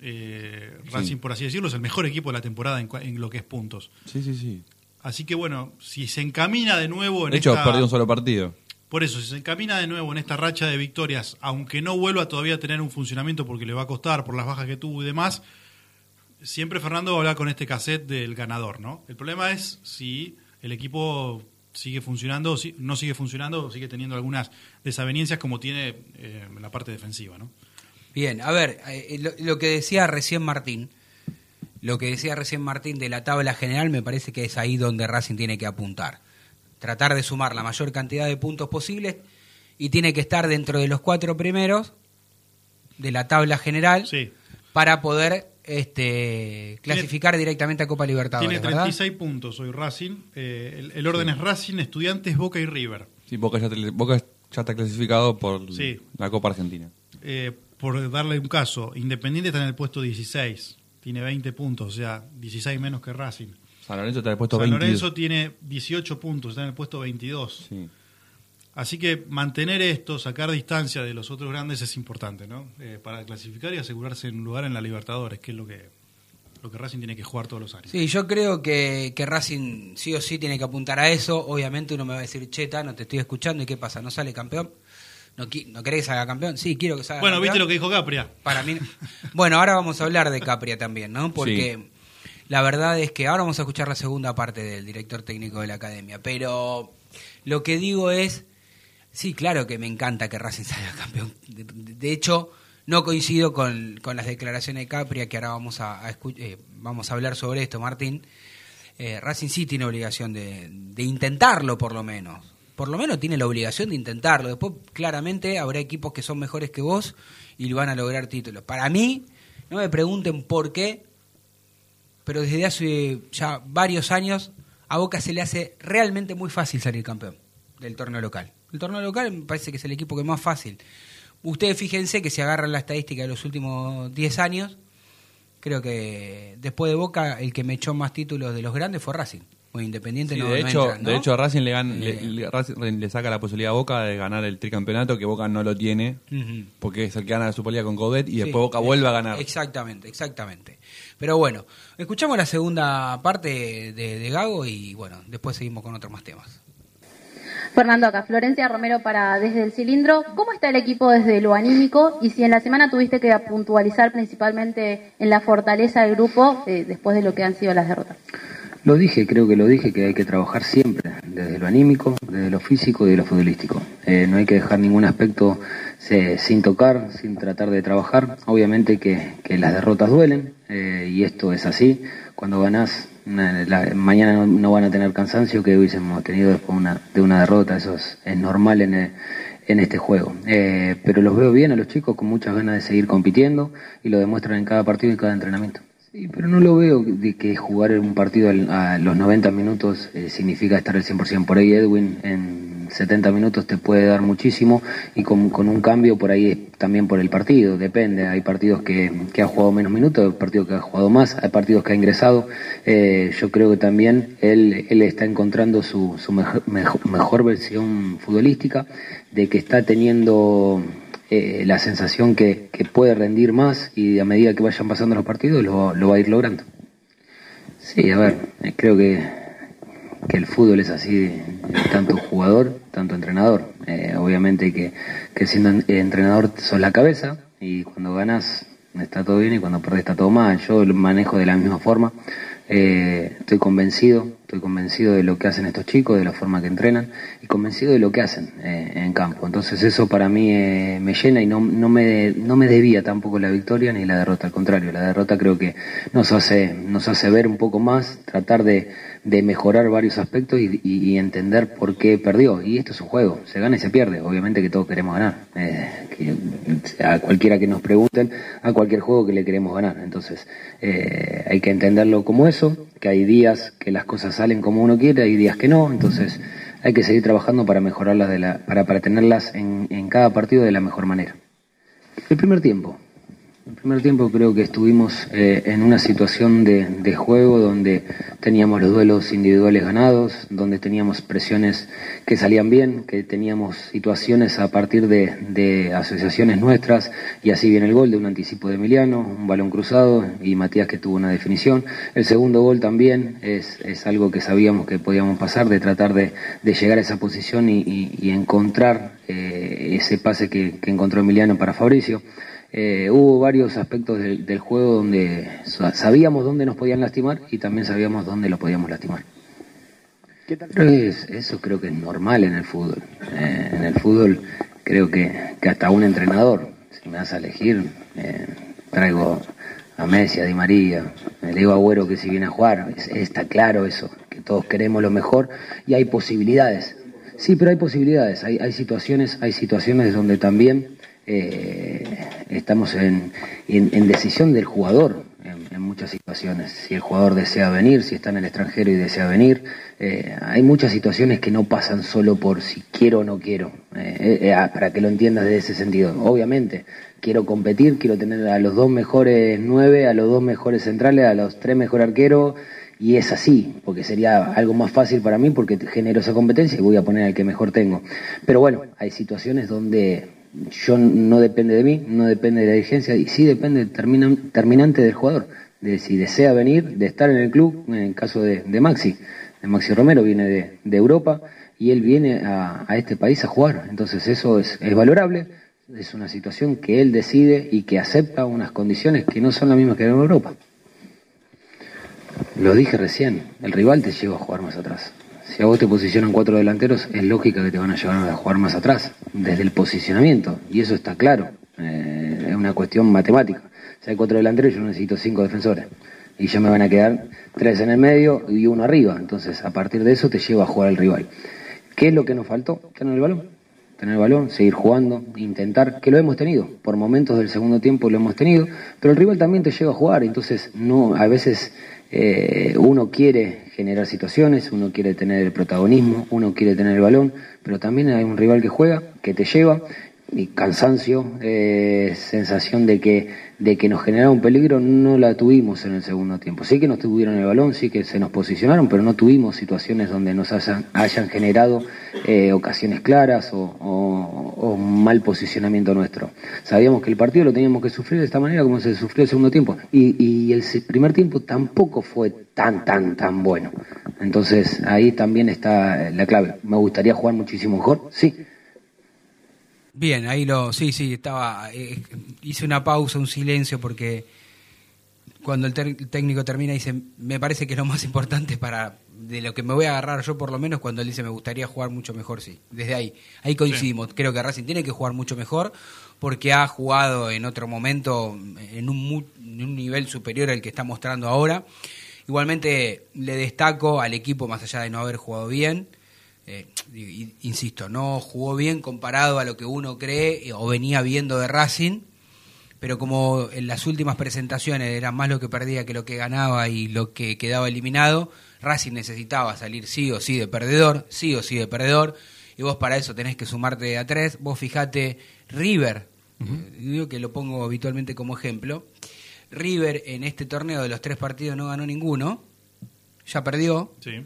Eh, Racing, Sí. por así decirlo, es el mejor equipo de la temporada en, cua- en lo que es puntos. Sí, sí, sí. Así que bueno, si se encamina de nuevo en De hecho, esta... perdió un solo partido. Por eso, si se encamina de nuevo en esta racha de victorias, aunque no vuelva todavía a tener un funcionamiento porque le va a costar por las bajas que tuvo y demás, siempre Fernando va a hablar con este cassette del ganador, ¿no? El problema es si el equipo sigue funcionando, o si no sigue funcionando, o sigue teniendo algunas desavenencias como tiene eh, en la parte defensiva, ¿no? Bien, a ver, eh, lo, lo que decía recién Martín, lo que decía recién Martín de la tabla general, me parece que es ahí donde Racing tiene que apuntar. Tratar de sumar la mayor cantidad de puntos posibles y tiene que estar dentro de los cuatro primeros de la tabla general Sí. para poder este, clasificar directamente a Copa Libertadores, Tiene ¿verdad? treinta y seis puntos hoy Racing. Eh, el, el orden es Racing, Estudiantes, Boca y River. Sí, Boca ya, te- Boca ya está clasificado por Sí. la Copa Argentina. Eh, por darle un caso, Independiente está en el puesto dieciséis, tiene veinte puntos, o sea, dieciséis menos que Racing. San Lorenzo está en el puesto San veintidós. Lorenzo tiene dieciocho puntos, está en el puesto veintidós. Sí. Así que mantener esto, sacar distancia de los otros grandes es importante, ¿no? Eh, para clasificar y asegurarse un lugar en la Libertadores, que es lo que, lo que Racing tiene que jugar todos los años. Sí, yo creo que, que Racing sí o sí tiene que apuntar a eso. Obviamente uno me va a decir, cheta, no te estoy escuchando, ¿y qué pasa? ¿No sale campeón? ¿No, qui- ¿no querés que salga campeón? Sí, quiero que salga Bueno, campeón. ¿viste lo que dijo Capria? Para mí. Bueno, ahora vamos a hablar de Capria también, ¿no? Porque la verdad es que ahora vamos a escuchar la segunda parte del director técnico de la academia. Pero lo que digo es, sí, claro que me encanta que Racing salga campeón. De, de hecho, no coincido con, con las declaraciones de Capria, que ahora vamos a, a escu- eh, vamos a hablar sobre esto, Martín. Eh, Racing sí tiene obligación de, de intentarlo, por lo menos. por lo menos tiene la obligación de intentarlo. Después, claramente, habrá equipos que son mejores que vos y van a lograr títulos. Para mí, no me pregunten por qué, pero desde hace ya varios años a Boca se le hace realmente muy fácil salir campeón del torneo local. El torneo local me parece que es el equipo que es más fácil. Ustedes fíjense que si agarran la estadística de los últimos diez años, creo que después de Boca el que me echó más títulos de los grandes fue Racing. O Independiente sí, no, de no hecho, entra, ¿no? De hecho, Racing le, gan, eh. le, le, Racing le saca la posibilidad a Boca de ganar el tricampeonato, que Boca no lo tiene, uh-huh. porque es el que gana la Superliga con Coudet, y sí, después Boca vuelve a ganar. Exactamente, exactamente. Pero bueno, escuchamos la segunda parte de, de Gago y bueno, después seguimos con otros más temas. Fernando acá, Florencia Romero para Desde el Cilindro. ¿Cómo está el equipo desde lo anímico? Y si en la semana tuviste que puntualizar principalmente en la fortaleza del grupo eh, después de lo que han sido las derrotas. Lo dije, creo que lo dije, que hay que trabajar siempre, desde lo anímico, desde lo físico y de lo futbolístico. Eh, no hay que dejar ningún aspecto se, sin tocar, sin tratar de trabajar. Obviamente que, que las derrotas duelen, eh, y esto es así. Cuando ganás, una, la, mañana no, no van a tener cansancio que hubiésemos tenido después una, de una derrota. Eso es, es normal en, el, en este juego. Eh, pero los veo bien a los chicos con muchas ganas de seguir compitiendo y lo demuestran en cada partido y cada entrenamiento. Sí, pero no lo veo de que jugar un partido a los noventa minutos eh, significa estar al cien por ciento. Por ahí Edwin en setenta minutos te puede dar muchísimo y con, con un cambio por ahí es también por el partido, depende. Hay partidos que, que ha jugado menos minutos, hay partidos que ha jugado más, hay partidos que ha ingresado. Eh, yo creo que también él, él está encontrando su, su mejor, mejor, mejor versión futbolística, de que está teniendo... Eh, la sensación que, que puede rendir más y a medida que vayan pasando los partidos lo, lo va a ir logrando. Sí, a ver, eh, creo que, que el fútbol es así, eh, tanto jugador, tanto entrenador. Eh, obviamente que, que siendo entrenador sos la cabeza y cuando ganas está todo bien y cuando perdés está todo mal. Yo lo manejo de la misma forma. Eh, estoy convencido, estoy convencido de lo que hacen estos chicos, de la forma que entrenan y convencido de lo que hacen eh, en campo. Entonces eso para mí eh, me llena y no, no, me, no me debía tampoco la victoria ni la derrota, al contrario, la derrota creo que nos hace, nos hace ver un poco más, tratar de, de mejorar varios aspectos y, y, y entender por qué perdió. Y esto es un juego, se gana y se pierde, obviamente que todos queremos ganar. Eh, que a cualquiera que nos pregunten, a cualquier juego que le queremos ganar. Entonces eh, hay que entenderlo como eso, que hay días que las cosas salen como uno quiere, hay días que no, entonces hay que seguir trabajando para mejorarlas, de la, para, para tenerlas en, en cada partido de la mejor manera. El primer tiempo. El primer tiempo creo que estuvimos eh, en una situación de, de juego donde teníamos los duelos individuales ganados, donde teníamos presiones que salían bien, que teníamos situaciones a partir de, de asociaciones nuestras, y así viene el gol de un anticipo de Emiliano, un balón cruzado y Matías que tuvo una definición. El segundo gol también es, es algo que sabíamos que podíamos pasar, de tratar de, de llegar a esa posición y, y, y encontrar eh, ese pase que, que encontró Emiliano para Fabricio. Eh, hubo varios aspectos del, del juego donde sabíamos dónde nos podían lastimar y también sabíamos dónde lo podíamos lastimar. ¿Qué tal? Pero es, eso creo que es normal en el fútbol. Eh, en el fútbol creo que, que hasta un entrenador, si me das a elegir, eh, traigo a Messi, a Di María, le digo a Agüero que si viene a jugar, es, está claro eso, que todos queremos lo mejor y hay posibilidades. Sí, pero hay posibilidades, hay, hay situaciones, hay situaciones donde también Eh, estamos en, en, en decisión del jugador en, en muchas situaciones. Si el jugador desea venir, si está en el extranjero y desea venir, eh, hay muchas situaciones que no pasan solo por si quiero o no quiero, eh, eh, para que lo entiendas de ese sentido. Obviamente quiero competir, quiero tener a los dos mejores nueve, a los dos mejores centrales, a los tres mejores arqueros, y es así, porque sería algo más fácil para mí porque genero esa competencia y voy a poner al que mejor tengo. Pero bueno, hay situaciones donde yo no depende de mí, no depende de la dirigencia y sí depende terminan, terminante del jugador, de si desea venir, de estar en el club. En el caso de, de Maxi, de Maxi Romero viene de, de Europa y él viene a, a este país a jugar, entonces eso es, es valorable, es una situación que él decide y que acepta unas condiciones que no son las mismas que en Europa. Lo dije recién, el rival te lleva a jugar más atrás. Si a vos te posicionan cuatro delanteros, es lógica que te van a llevar a jugar más atrás, desde el posicionamiento, y eso está claro, eh, es una cuestión matemática. Si hay cuatro delanteros, yo necesito cinco defensores, y ya me van a quedar tres en el medio y uno arriba, entonces a partir de eso te lleva a jugar al rival. ¿Qué es lo que nos faltó? Tener el balón. Tener el balón, seguir jugando, intentar, que lo hemos tenido. Por momentos del segundo tiempo lo hemos tenido, pero el rival también te llega a jugar, entonces no, a veces eh, uno quiere generar situaciones, uno quiere tener el protagonismo, uno quiere tener el balón, pero también hay un rival que juega, que te lleva, y cansancio, eh, sensación de que de que nos generaba un peligro, no la tuvimos en el segundo tiempo. Sí que nos tuvieron el balón, sí que se nos posicionaron, pero no tuvimos situaciones donde nos hayan, hayan generado eh, ocasiones claras o, o, o mal posicionamiento nuestro. Sabíamos que el partido lo teníamos que sufrir de esta manera como se sufrió el segundo tiempo. Y, y el primer tiempo tampoco fue tan, tan, tan bueno. Entonces ahí también está la clave. ¿Me gustaría jugar muchísimo mejor? Sí. Bien, ahí lo, sí, sí, estaba, eh, hice una pausa, un silencio, porque cuando el, ter- el técnico termina dice, me parece que es lo más importante para, de lo que me voy a agarrar yo por lo menos, cuando él dice me gustaría jugar mucho mejor, sí, desde ahí, ahí coincidimos, sí. Creo que Racing tiene que jugar mucho mejor, porque ha jugado en otro momento en un, mu- en un nivel superior al que está mostrando ahora. Igualmente le destaco al equipo, más allá de no haber jugado bien, Eh, insisto, no jugó bien comparado a lo que uno cree o venía viendo de Racing, pero como en las últimas presentaciones era más lo que perdía que lo que ganaba y lo que quedaba eliminado, Racing necesitaba salir sí o sí de perdedor, sí o sí de perdedor, y vos para eso tenés que sumarte a tres. Vos fijate, River, uh-huh. eh, digo que lo pongo habitualmente como ejemplo, River en este torneo de los tres partidos no ganó ninguno, ya perdió. Sí.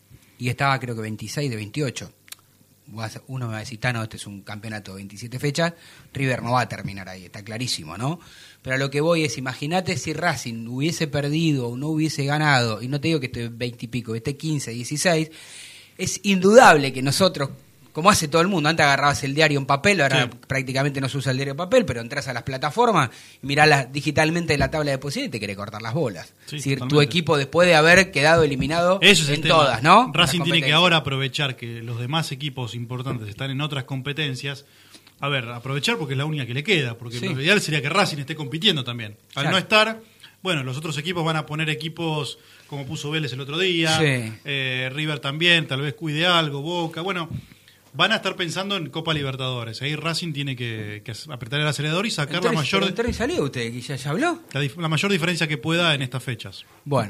Y estaba creo que veintiséis de veintiocho. Uno me va a decir, no, este es un campeonato de veintisiete fechas, River no va a terminar ahí, está clarísimo, ¿no? Pero a lo que voy es, imagínate si Racing hubiese perdido o no hubiese ganado, y no te digo que esté veinte y pico, esté quince, dieciséis, es indudable que nosotros, como hace todo el mundo, antes agarrabas el diario en papel, ahora sí. Prácticamente no se usa el diario en papel, pero entras a las plataformas y mirás digitalmente la tabla de posiciones y te querés cortar las bolas. Sí, es decir, tu equipo después de haber quedado eliminado Eso es en el tema. todas, ¿no? Racing tiene que ahora aprovechar que los demás equipos importantes están en otras competencias. A ver, aprovechar porque es la única que le queda, porque sí. Lo ideal sería que Racing esté compitiendo también. Al claro. no estar, bueno, los otros equipos van a poner equipos como puso Vélez el otro día, sí. eh, River también, tal vez cuide algo, Boca, bueno... Van a estar pensando en Copa Libertadores. Ahí Racing tiene que, que apretar el acelerador y sacar entonces, la mayor... ¿Entonces salió usted? ¿Ya, ya habló? La, la mayor diferencia que pueda en estas fechas. Bueno,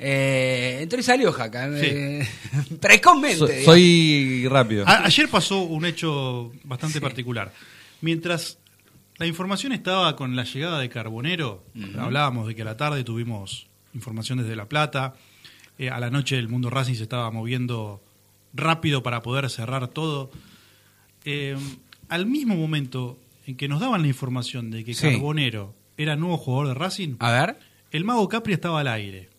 eh, entonces salió Jaca. Sí. Eh, precozmente. So, soy rápido. A, ayer pasó un hecho bastante sí. particular. Mientras la información estaba con la llegada de Carbonero, uh-huh. hablábamos de que a la tarde tuvimos información desde La Plata, eh, a la noche el mundo Racing se estaba moviendo... rápido para poder cerrar todo. Eh, al mismo momento en que nos daban la información de que sí. Carbonero era nuevo jugador de Racing, a ver, el Mago Capri estaba al aire.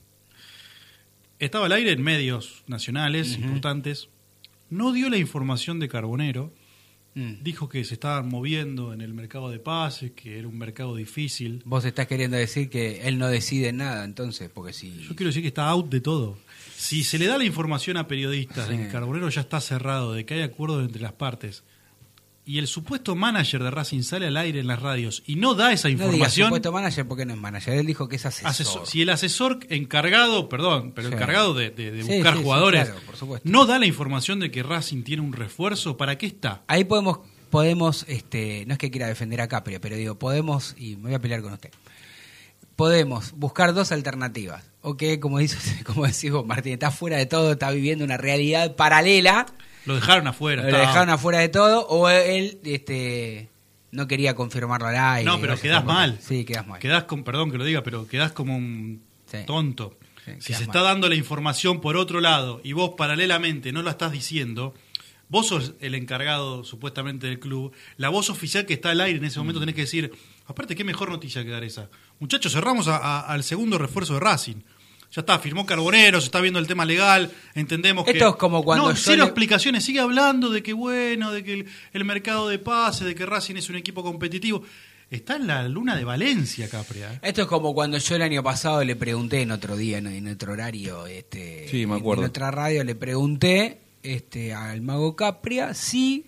Estaba al aire en medios nacionales uh-huh. importantes. No dio la información de Carbonero. Mm. Dijo que se estaban moviendo en el mercado de pases, que era un mercado difícil. Vos estás queriendo decir que él no decide nada, entonces, porque si... Yo quiero decir que está out de todo. Si se le da la información a periodistas sí. de que Carbonero ya está cerrado, de que hay acuerdos entre las partes, y el supuesto manager de Racing sale al aire en las radios y no da esa información... No diga supuesto manager porque no es manager, él dijo que es asesor. asesor. Si el asesor encargado, perdón, pero sí. encargado de, de, de buscar sí, sí, jugadores, sí, claro, por supuesto. No da la información de que Racing tiene un refuerzo, ¿para qué está? Ahí podemos, podemos este, no es que quiera defender a Capri, pero digo, podemos, y me voy a pelear con usted, podemos buscar dos alternativas. O que, como, dice, como decís vos, Martín, está fuera de todo, está viviendo una realidad paralela. Lo dejaron afuera. Lo estaba... dejaron afuera de todo, o él este, no quería confirmarlo al aire. No, pero quedás mal. Sí, quedás mal. Quedás con, perdón que lo diga, pero quedás como un sí. tonto. Sí, si se mal. Está dando la información por otro lado y vos paralelamente no la estás diciendo, vos sos el encargado supuestamente del club, la voz oficial que está al aire en ese momento mm. tenés que decir, aparte qué mejor noticia que dar esa. Muchachos, cerramos a, a, al segundo refuerzo de Racing. Ya está, firmó Carbonero, se está viendo el tema legal, entendemos Esto que... Esto es como cuando... No, cero le... explicaciones, sigue hablando de que bueno, de que el, el mercado de pases, de que Racing es un equipo competitivo. Está en la luna de Valencia, Capria. ¿eh? Esto es como cuando yo el año pasado le pregunté en otro día, en, en otro horario, este, sí, me acuerdo. En otra radio le pregunté este, al Mago Capria si...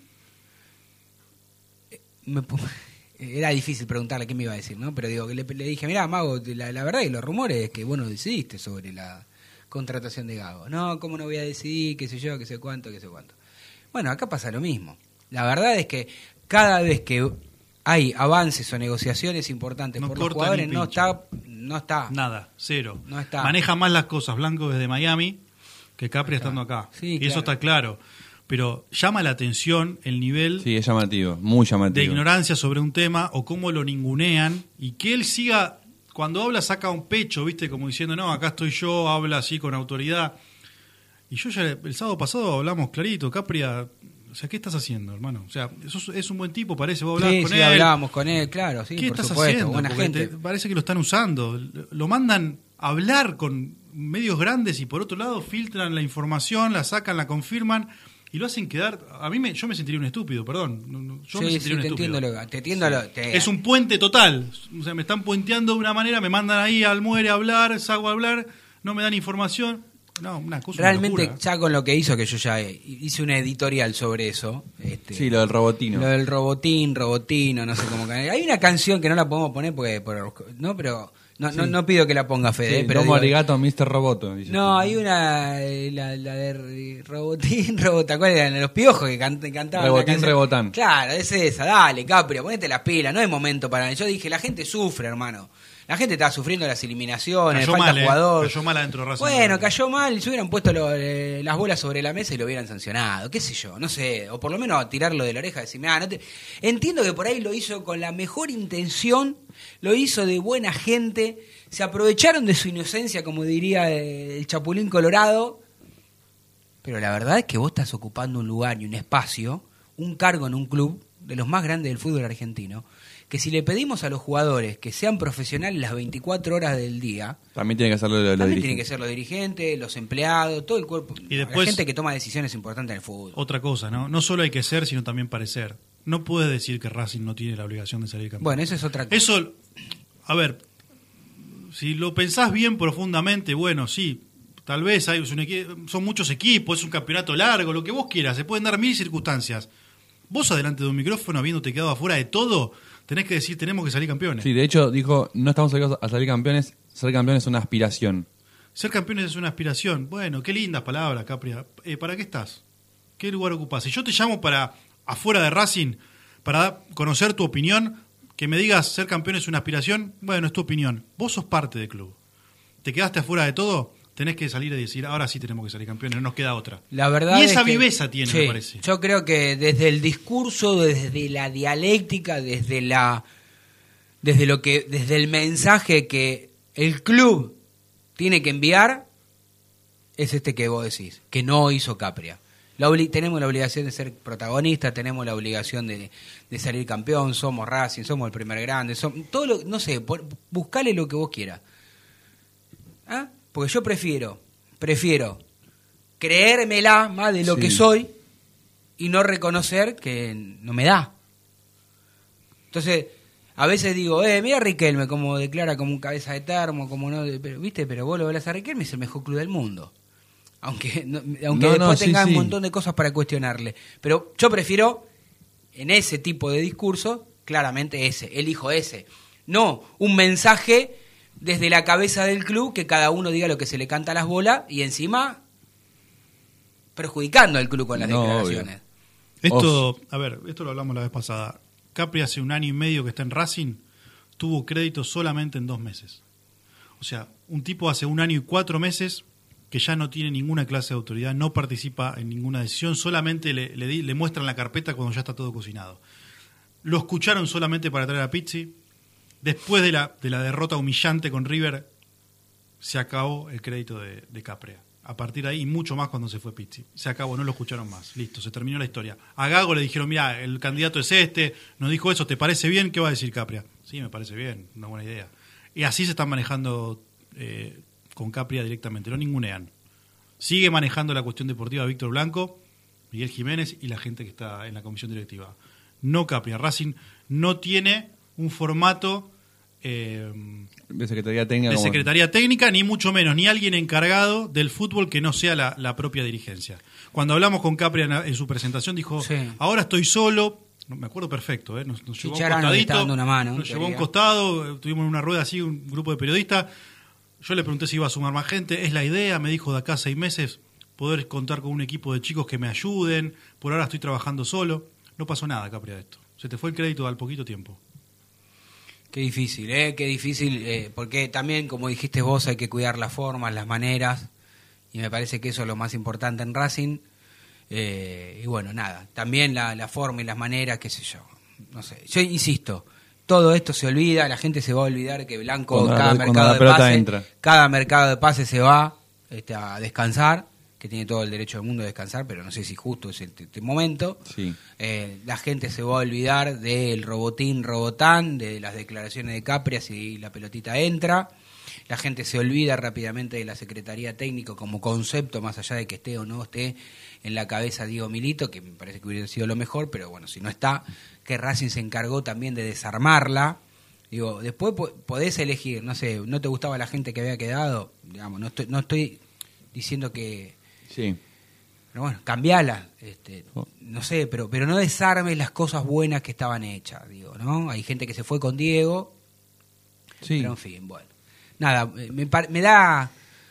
Me... Era difícil preguntarle qué me iba a decir, ¿no? Pero digo, que le, le dije, mirá, Mago, la, la verdad y los rumores es que vos no decidiste sobre la contratación de Gago. No, ¿cómo no voy a decidir? Qué sé yo, qué sé cuánto, qué sé cuánto. Bueno, acá pasa lo mismo. La verdad es que cada vez que hay avances o negociaciones importantes No por los corta jugadores, ni no pincha. está, no está. Nada, cero. No está. Maneja más las cosas Blanco desde Miami que Capria estando acá. Sí, y claro. eso está claro. Pero llama la atención el nivel Sí, es llamativo, muy llamativo. de ignorancia sobre un tema o cómo lo ningunean y que él siga, cuando habla saca un pecho, viste, como diciendo, no, acá estoy yo, habla así con autoridad. Y yo ya el sábado pasado hablamos clarito, Capria, o sea, ¿qué estás haciendo, hermano? O sea, eso es, es un buen tipo, parece, vos hablás Sí, con sí, él. hablábamos con él, claro, sí, ¿Qué por estás supuesto, haciendo? buena Porque gente. te- parece que lo están usando. Lo mandan a hablar con medios grandes y por otro lado filtran la información, la sacan, la confirman y lo hacen quedar. A mí me, yo me sentiría un estúpido, perdón. No, no, Yo me Sí, sentiría sí, un te estúpido. entiendo, lo, te entiendo lo- te- Es un puente total. O sea, me están puenteando de una manera, me mandan ahí al muere a hablar, salgo a hablar, no me dan información. No, una cosa. una Realmente locura. ya con lo que hizo, que yo ya eh, hice una editorial sobre eso. Este, Sí, lo del robotino. Lo del robotín, robotino, no sé cómo. Hay una canción que no la podemos poner porque, por- no, pero no, no, Sí. no pido que la ponga Fede, Sí, eh, pero Domo digo- arigato, mister Roboto. Dice. no, hay una, eh, la, la de robotín, robot, ¿te acuerdas? Eran los piojos que can- cantaban. la Rebotín, canción. rebotán. Claro, es esa, dale, Caprio, ponete las pilas, no hay momento para. Yo dije, la gente sufre, hermano. La gente está sufriendo las eliminaciones, Cayó falta mal, eh. jugador. Cayó mal adentro de Racing. Bueno, cayó mal, se hubieran puesto lo- eh, las bolas sobre la mesa y lo hubieran sancionado, qué sé yo, no sé, o por lo menos tirarlo de la oreja y decirme, ah, no te... Entiendo que por ahí lo hizo con la mejor intención, lo hizo de buena gente, se aprovecharon de su inocencia, como diría eh, el Chapulín Colorado, pero la verdad es que vos estás ocupando un lugar y un espacio, un cargo en un club de los más grandes del fútbol argentino, que si le pedimos a los jugadores que sean profesionales las veinticuatro horas del día, También tiene que hacerlo lo, lo también dirigente. tienen que ser los dirigentes, los empleados, todo el cuerpo, Y la después- gente que toma decisiones importantes en el fútbol. Otra cosa, ¿no? No solo hay que ser, sino también parecer. No puedes decir que Racing no tiene la obligación de salir campeón. Bueno, eso es otra cosa. Eso, a ver, si lo pensás bien profundamente, bueno, sí, tal vez hay es un equi- son muchos equipos, es un campeonato largo, lo que vos quieras, se pueden dar mil circunstancias. Vos adelante de un micrófono, habiéndote quedado afuera de todo, tenés que decir, tenemos que salir campeones. Sí, de hecho dijo, no estamos obligados a salir campeones, ser campeones es una aspiración. Ser campeones es una aspiración. Bueno, qué lindas palabras, Capria. Eh, ¿Para qué estás? ¿Qué lugar ocupás? Si yo te llamo para afuera de Racing, para conocer tu opinión, que me digas ser campeón es una aspiración, bueno, es tu opinión. Vos sos parte del club. ¿Te quedaste afuera de todo? Tenés que salir y decir, ahora sí tenemos que salir campeones, no nos queda otra. La verdad y es esa que- viveza tiene, sí, me parece. Yo creo que desde el discurso, desde la dialéctica, desde la desde lo que desde el mensaje que el club tiene que enviar es este que vos decís, que no hizo Capria. La obli- tenemos la obligación de ser protagonistas, tenemos la obligación de, de salir campeón, somos Racing, somos el primer grande, somos, todo lo, no sé, por- buscale lo que vos quieras. ¿Ah? Porque yo prefiero, prefiero creérmela más de lo Sí. que soy y no reconocer que no me da. Entonces, a veces digo, eh, mira a Riquelme como declara como un cabeza de termo, como no, pero, ¿viste? Pero vos lo hablas a Riquelme, es el mejor club del mundo. Aunque, no- aunque No, después no, sí, tenga sí. un montón de cosas para cuestionarle. Pero yo prefiero, en ese tipo de discurso, claramente ese, elijo ese. No un mensaje desde la cabeza del club que cada uno diga lo que se le canta a las bolas y encima perjudicando al club con las No, declaraciones. Esto, a ver, esto lo hablamos la vez pasada. Capri hace un año y medio que está en Racing, tuvo crédito solamente en dos meses. O sea, un tipo hace un año y cuatro meses que ya no tiene ninguna clase de autoridad, no participa en ninguna decisión, solamente le, le, di- le muestran la carpeta cuando ya está todo cocinado. Lo escucharon solamente para traer a Pizzi. Después de la, de la derrota humillante con River, se acabó el crédito de, de Capria. A partir de ahí, y mucho más cuando se fue Pizzi. Se acabó, no lo escucharon más. Listo, se terminó la historia. A Gago le dijeron, mira, el candidato es este, nos dijo eso, ¿te parece bien? ¿Qué va a decir Capria? Sí, me parece bien, una buena idea. Y así se están manejando eh, con Capria directamente, lo ningunean. Sigue manejando la cuestión deportiva Víctor Blanco, Miguel Jiménez y la gente que está en la comisión directiva. No Capria. Racing no tiene un formato eh, De Secretaría Técnica. de como- secretaría técnica, ni mucho menos, ni alguien encargado del fútbol que no sea la, la propia dirigencia. Cuando hablamos con Capria en, en su presentación, dijo, ahora estoy solo, no, me acuerdo perfecto, ¿eh? nos, nos llevó a un Chicharano le está costadito, dando una mano, nos en llevó a un teoría. costado, tuvimos una rueda así, un grupo de periodistas, yo le pregunté si iba a sumar más gente, es la idea, me dijo de acá a seis meses, poder contar con un equipo de chicos que me ayuden. Por ahora estoy trabajando solo. No pasó nada, Capria, de esto. Se te fue el crédito al poquito tiempo. Qué difícil, ¿eh? Qué difícil, eh, porque también, como dijiste vos, hay que cuidar las formas, las maneras, y me parece que eso es lo más importante en Racing. Eh, y bueno, nada, también la, la forma y las maneras, qué sé yo, no sé. Yo insisto, todo esto se olvida, la gente se va a olvidar que Blanco, Cuando cada la- cuando mercado la de pelota pase, entra. cada mercado de pase se va este, a descansar, que tiene todo el derecho del mundo de descansar, pero no sé si justo es este, este momento. Sí. Eh, la gente se va a olvidar del robotín, robotán, de las declaraciones de Capria si la pelotita entra. La gente se olvida rápidamente de la Secretaría Técnica como concepto, más allá de que esté o no esté en la cabeza Diego Milito, que me parece que hubiera sido lo mejor, pero bueno, si no está, que Racing se encargó también de desarmarla. Digo, después po- podés elegir, no sé, no te gustaba la gente que había quedado, digamos, no estoy, no estoy diciendo que... Sí. Pero bueno, cambiala, este, no sé, pero pero no desarmes las cosas buenas que estaban hechas, digo, ¿no? Hay gente que se fue con Diego, Sí. pero en fin, bueno. Nada, me, par- me da,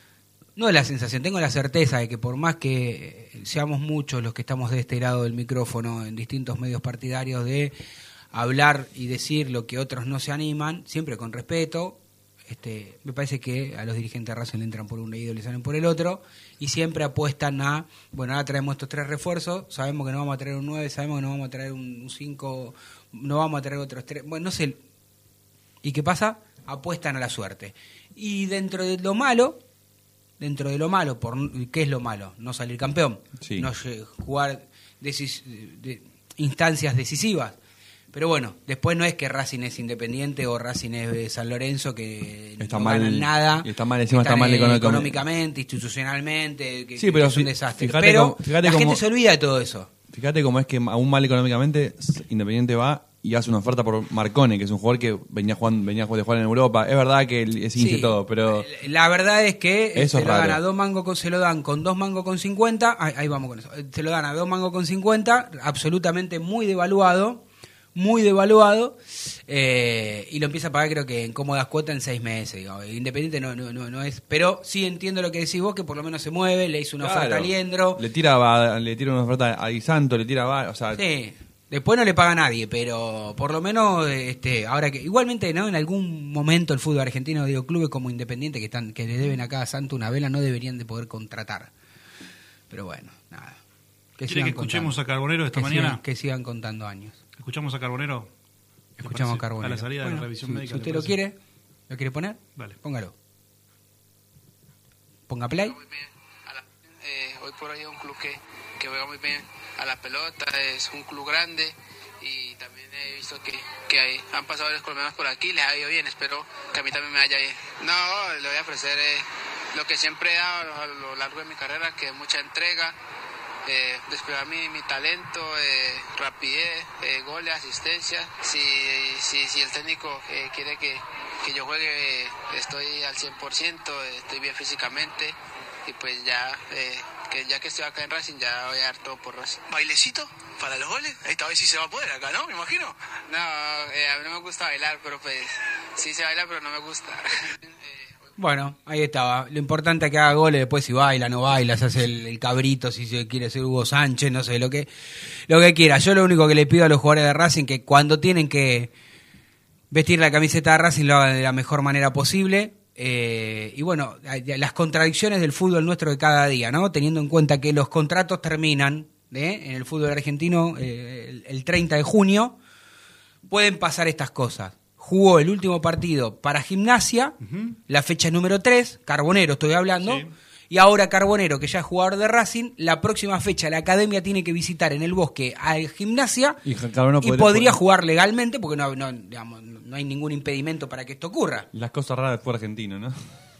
no la sensación, tengo la certeza de que por más que seamos muchos los que estamos de este lado del micrófono en distintos medios partidarios de hablar y decir lo que otros no se animan, siempre con respeto, este, me parece que a los dirigentes de Racing le entran por un leído y le salen por el otro, y siempre apuestan a, bueno, ahora traemos estos tres refuerzos, sabemos que no vamos a traer un nueve, sabemos que no vamos a traer un cinco, no vamos a traer otros tres, bueno, no sé. ¿Y qué pasa? Apuestan a la suerte. Y dentro de lo malo, dentro de lo malo, por ¿qué es lo malo? No salir campeón, Sí. no lle- jugar decis- de- instancias decisivas. Pero bueno, después no es que Racing es Independiente o Racing es de San Lorenzo, que Está no mal- ganan nada. y está mal, encima que está están, mal eh, económicamente. económicamente, institucionalmente, que, Sí, que pero es un fi- desastre. fíjate Pero cómo- fíjate la cómo- gente se olvida de todo eso. Fíjate cómo es que aún mal económicamente, Independiente va y hace una oferta por Marcone, que es un jugador que venía jugando, venía de jugar en Europa. Es verdad que él es hincha y Sí. todo, pero La verdad es que Eso se es lo dan raro. a dos mangos con, se lo dan con dos mangos con cincuenta, ahí, ahí vamos con eso, se lo dan a dos mangos con cincuenta, absolutamente muy devaluado, muy devaluado, eh, y lo empieza a pagar creo que en cómodas cuotas en seis meses, digamos. Independiente no, no, no, no es, pero sí entiendo lo que decís vos, que por lo menos se mueve, le hizo una Claro. oferta a Liendro, le tira, a- le tira una oferta a Di Santo, le tira a, o sea, sí. Después no le paga a nadie, pero por lo menos, este, ahora que igualmente, ¿no? En algún momento el fútbol argentino, digo, clubes como Independiente que están, que le deben acá a Santo una vela, no deberían de poder contratar. Pero bueno, nada. ¿Quiere sigan que escuchemos contando. a Carbonero esta Que mañana? sigan- que sigan contando años. ¿Escuchamos a Carbonero? ¿Le Escuchamos a parece? Carbonero. A la salida de Bueno, la revisión si- médica. Si ¿le usted lo parece? quiere, ¿lo quiere poner? Vale. Póngalo. Ponga play. Eh, hoy por hoy es un club que, que juega muy bien a la pelota, es un club grande y también he visto que, que hay- han pasado varios colombianos por aquí, les ha ido bien, espero que a mí también me vaya bien. No, le voy a ofrecer eh, lo que siempre he dado a lo largo de mi carrera, que es mucha entrega, eh, desplegar mi, mi talento, eh, rapidez, eh, goles, asistencia. Si, si, si el técnico eh, quiere que, que yo juegue, eh, estoy al cien por ciento, eh, estoy bien físicamente y pues ya, eh, que ya que estoy acá en Racing, ya voy a dar todo por Racing. ¿Bailecito para los goles? Esta vez sí se va a poder acá, ¿no? Me imagino. No, eh, a mí no me gusta bailar, pero pues sí se baila, pero no me gusta. Bueno, ahí estaba. Lo importante es que haga goles, después si baila, no baila, se hace el, el cabrito, si se quiere ser Hugo Sánchez, no sé, lo que lo que quiera. Yo lo único que le pido a los jugadores de Racing que cuando tienen que vestir la camiseta de Racing lo hagan de la mejor manera posible. Eh, y bueno, las contradicciones del fútbol nuestro de cada día, ¿no? Teniendo en cuenta que los contratos terminan ¿eh? en el fútbol argentino eh, el, el treinta de junio, pueden pasar estas cosas. Jugó el último partido para Gimnasia, uh-huh. la fecha número tres, Carbonero estoy hablando, sí. Y ahora Carbonero, que ya es jugador de Racing, la próxima fecha la academia tiene que visitar en el Bosque a Gimnasia y, Carbonero y podría, podría jugar legalmente porque no, no, digamos, no hay ningún impedimento para que esto ocurra. Las cosas raras fue argentino, ¿no?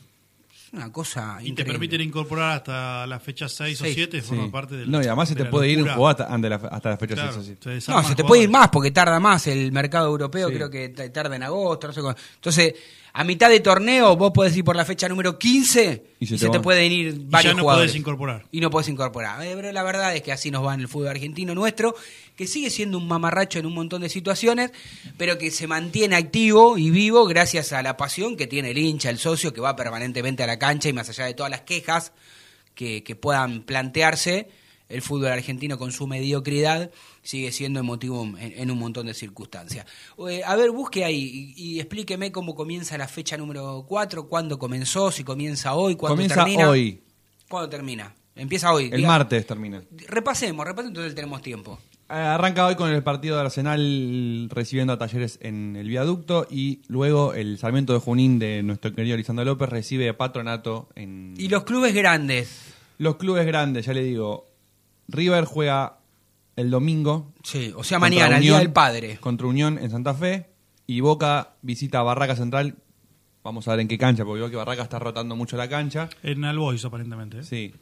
Una cosa y increíble. Te permiten incorporar hasta la fecha seis o siete, forma sí. parte del. No, y además se te puede ir un juego hasta, hasta la, hasta la fecha claro, seis o siete. No, se te jugadores. puede ir más porque tarda más el mercado europeo, sí. Creo que tarda en agosto, no sé cómo. Entonces, a mitad de torneo vos podés ir por la fecha número quince y se, y te, se te pueden ir varios y ya no jugadores. Podés incorporar. Y no podés incorporar. Eh, pero la verdad es que así nos va en el fútbol argentino nuestro, que sigue siendo un mamarracho en un montón de situaciones, pero que se mantiene activo y vivo gracias a la pasión que tiene el hincha, el socio, que va permanentemente a la cancha y más allá de todas las quejas que, que puedan plantearse, el fútbol argentino con su mediocridad sigue siendo emotivo en, en un montón de circunstancias. Eh, a ver, busque ahí y, y explíqueme cómo comienza la fecha número cuatro, cuándo comenzó, si comienza hoy, cuándo Comienza termina. hoy. ¿Cuándo termina? Empieza hoy. El digamos. martes termina. Repasemos, repasemos, entonces tenemos tiempo. Arranca hoy con el partido de Arsenal recibiendo a Talleres en el Viaducto y luego el Sarmiento de Junín de nuestro querido Lisandro López recibe a Patronato en... ¿Y los clubes grandes? Los clubes grandes, ya le digo, River juega el domingo. Sí, o sea, mañana, el Día del Padre. Contra Unión en Santa Fe y Boca visita a Barraca Central. Vamos a ver en qué cancha, porque veo que Barraca está rotando mucho la cancha. En Albois, aparentemente. ¿eh? Sí.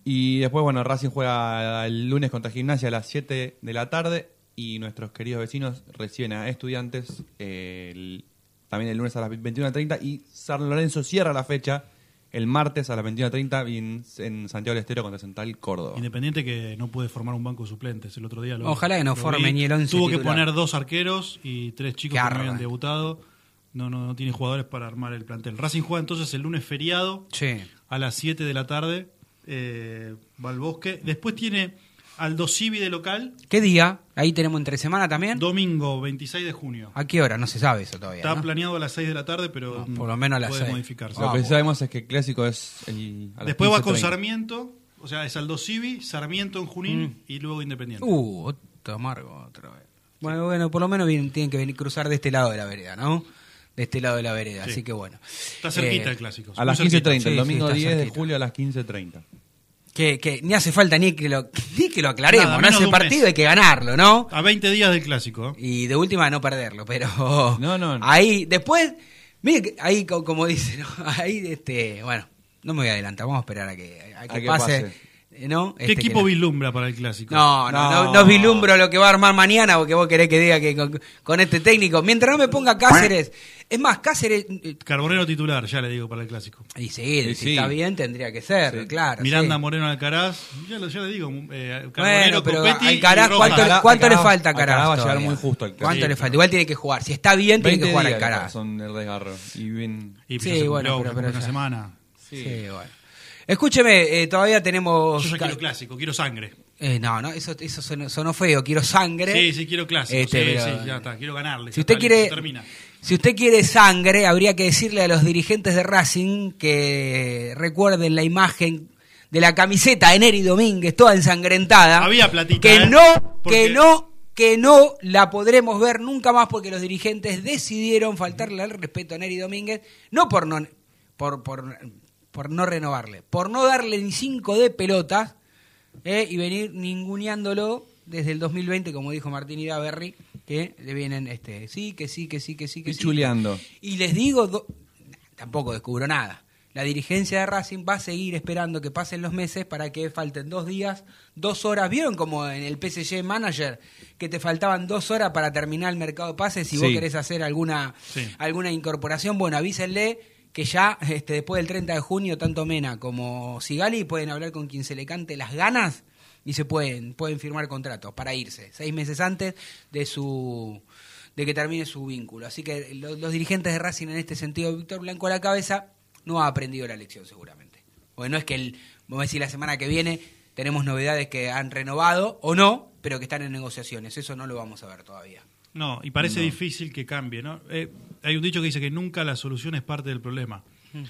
Y después, bueno, Racing juega el lunes contra Gimnasia a las siete de la tarde y nuestros queridos vecinos reciben a Estudiantes eh, el, también el lunes a las veintiuna treinta y San Lorenzo cierra la fecha el martes a las veintiuna treinta en, en Santiago del Estero contra Central Córdoba. Independiente que no puede formar un banco de suplentes el otro día. Lo, Ojalá que no forme ni el once Tuvo titular. que poner dos arqueros y tres chicos Qué que arra. no habían debutado. No, no, no tiene jugadores para armar el plantel. Racing juega entonces el lunes feriado sí. a las siete de la tarde. Eh, va al Bosque. Después tiene Aldo Civi de local. ¿Qué día? Ahí tenemos entre semana también. Domingo veintiséis de junio. ¿A qué hora? No se sabe eso todavía. Está ¿no? planeado a las seis de la tarde, pero no, por lo menos a las puede seis. modificarse. Lo que sí sabemos es que el clásico es el, a las Después va quince con treinta. Sarmiento, o sea, es Aldo Civi, Sarmiento en Junín mm. y luego Independiente. Uh, otro amargo otra vez. Bueno, bueno, por lo menos bien, tienen que venir cruzar de este lado de la vereda, ¿no? De este lado de la vereda, sí. así que bueno. Está cerquita eh, el clásico. A las quince treinta, sí, el domingo sí, diez cerquita. de julio a las quince treinta. Que, que ni hace falta ni que lo, ni que lo aclaremos, Nada, ¿no? menos Ese de un partido mes. hay que ganarlo, ¿no? A veinte días del clásico. Y de última no perderlo, pero no, no, no. ahí después, mire que ahí co- como dice, ¿no? Ahí este, bueno, no me voy a adelantar, vamos a esperar a que, a que, A que pase, pase. ¿no? ¿Qué Este, equipo que- vislumbra para el clásico? No, no, no, No. no vislumbro lo que va a armar mañana porque vos querés que diga que con, con este técnico, mientras no me ponga Cáceres, es más, Cáceres, eh, Carbonero titular, ya le digo, para el clásico. y sí, Sí, si sí. está bien tendría que ser, Sí. claro. Miranda, sí. Moreno, Alcaraz, ya, lo, ya le digo, eh, Bueno, Carbonero, pero Copetti a y Alcaraz, Rojas. ¿cuánto, Alcaraz- cuánto le Alcaraz- falta a Alcaraz? Alcaraz va a llegar todavía? muy justo al ¿Cuánto Sí, le pero- falta? Igual tiene que jugar. Si está bien, tiene que veinte jugar días Alcaraz. son el desgarro. Y bien. Y Sí, ya se bueno, cumplió pero- pero una ya. semana. Sí, bueno. Escúcheme, eh, todavía tenemos... Yo ya quiero clásico, quiero sangre. Eh, no, no, eso, eso sonó, sonó feo. Quiero sangre. Sí, sí, quiero clásico. Este, sí, pero- sí, ya está, quiero ganarle. Si ya usted está, quiere, listo, termina. si usted quiere sangre, habría que decirle a los dirigentes de Racing que recuerden la imagen de la camiseta de Neri Domínguez, toda ensangrentada. Había platita, que ¿eh? no, Porque- que no, que no la podremos ver nunca más porque los dirigentes decidieron faltarle al respeto a Neri Domínguez, no por no, por, por, por no renovarle, por no darle ni cinco de pelotas eh, y venir ninguneándolo desde el dos mil veinte, como dijo Martín Iraberri, que le vienen, este, sí, que sí, que sí, que sí, que Y sí. chuleando. Y les digo, do- tampoco descubro nada. La dirigencia de Racing va a seguir esperando que pasen los meses para que falten dos días, dos horas. ¿Vieron como en el P S G Manager que te faltaban dos horas para terminar el mercado de pases si vos Sí. querés hacer alguna, Sí. alguna incorporación? Bueno, avísenle que ya este, después del treinta de junio, tanto Mena como Sigali pueden hablar con quien se le cante las ganas y se pueden, pueden firmar contratos para irse seis meses antes de su de que termine su vínculo. Así que los, los dirigentes de Racing en este sentido, Víctor Blanco a la cabeza, no ha aprendido la lección seguramente. Porque no es que, el, vamos a decir, la semana que viene tenemos novedades que han renovado o no, pero que están en negociaciones. Eso no lo vamos a ver todavía. No, y parece No. difícil que cambie, ¿no? Eh, hay un dicho que dice que nunca la solución es parte del problema. Mm.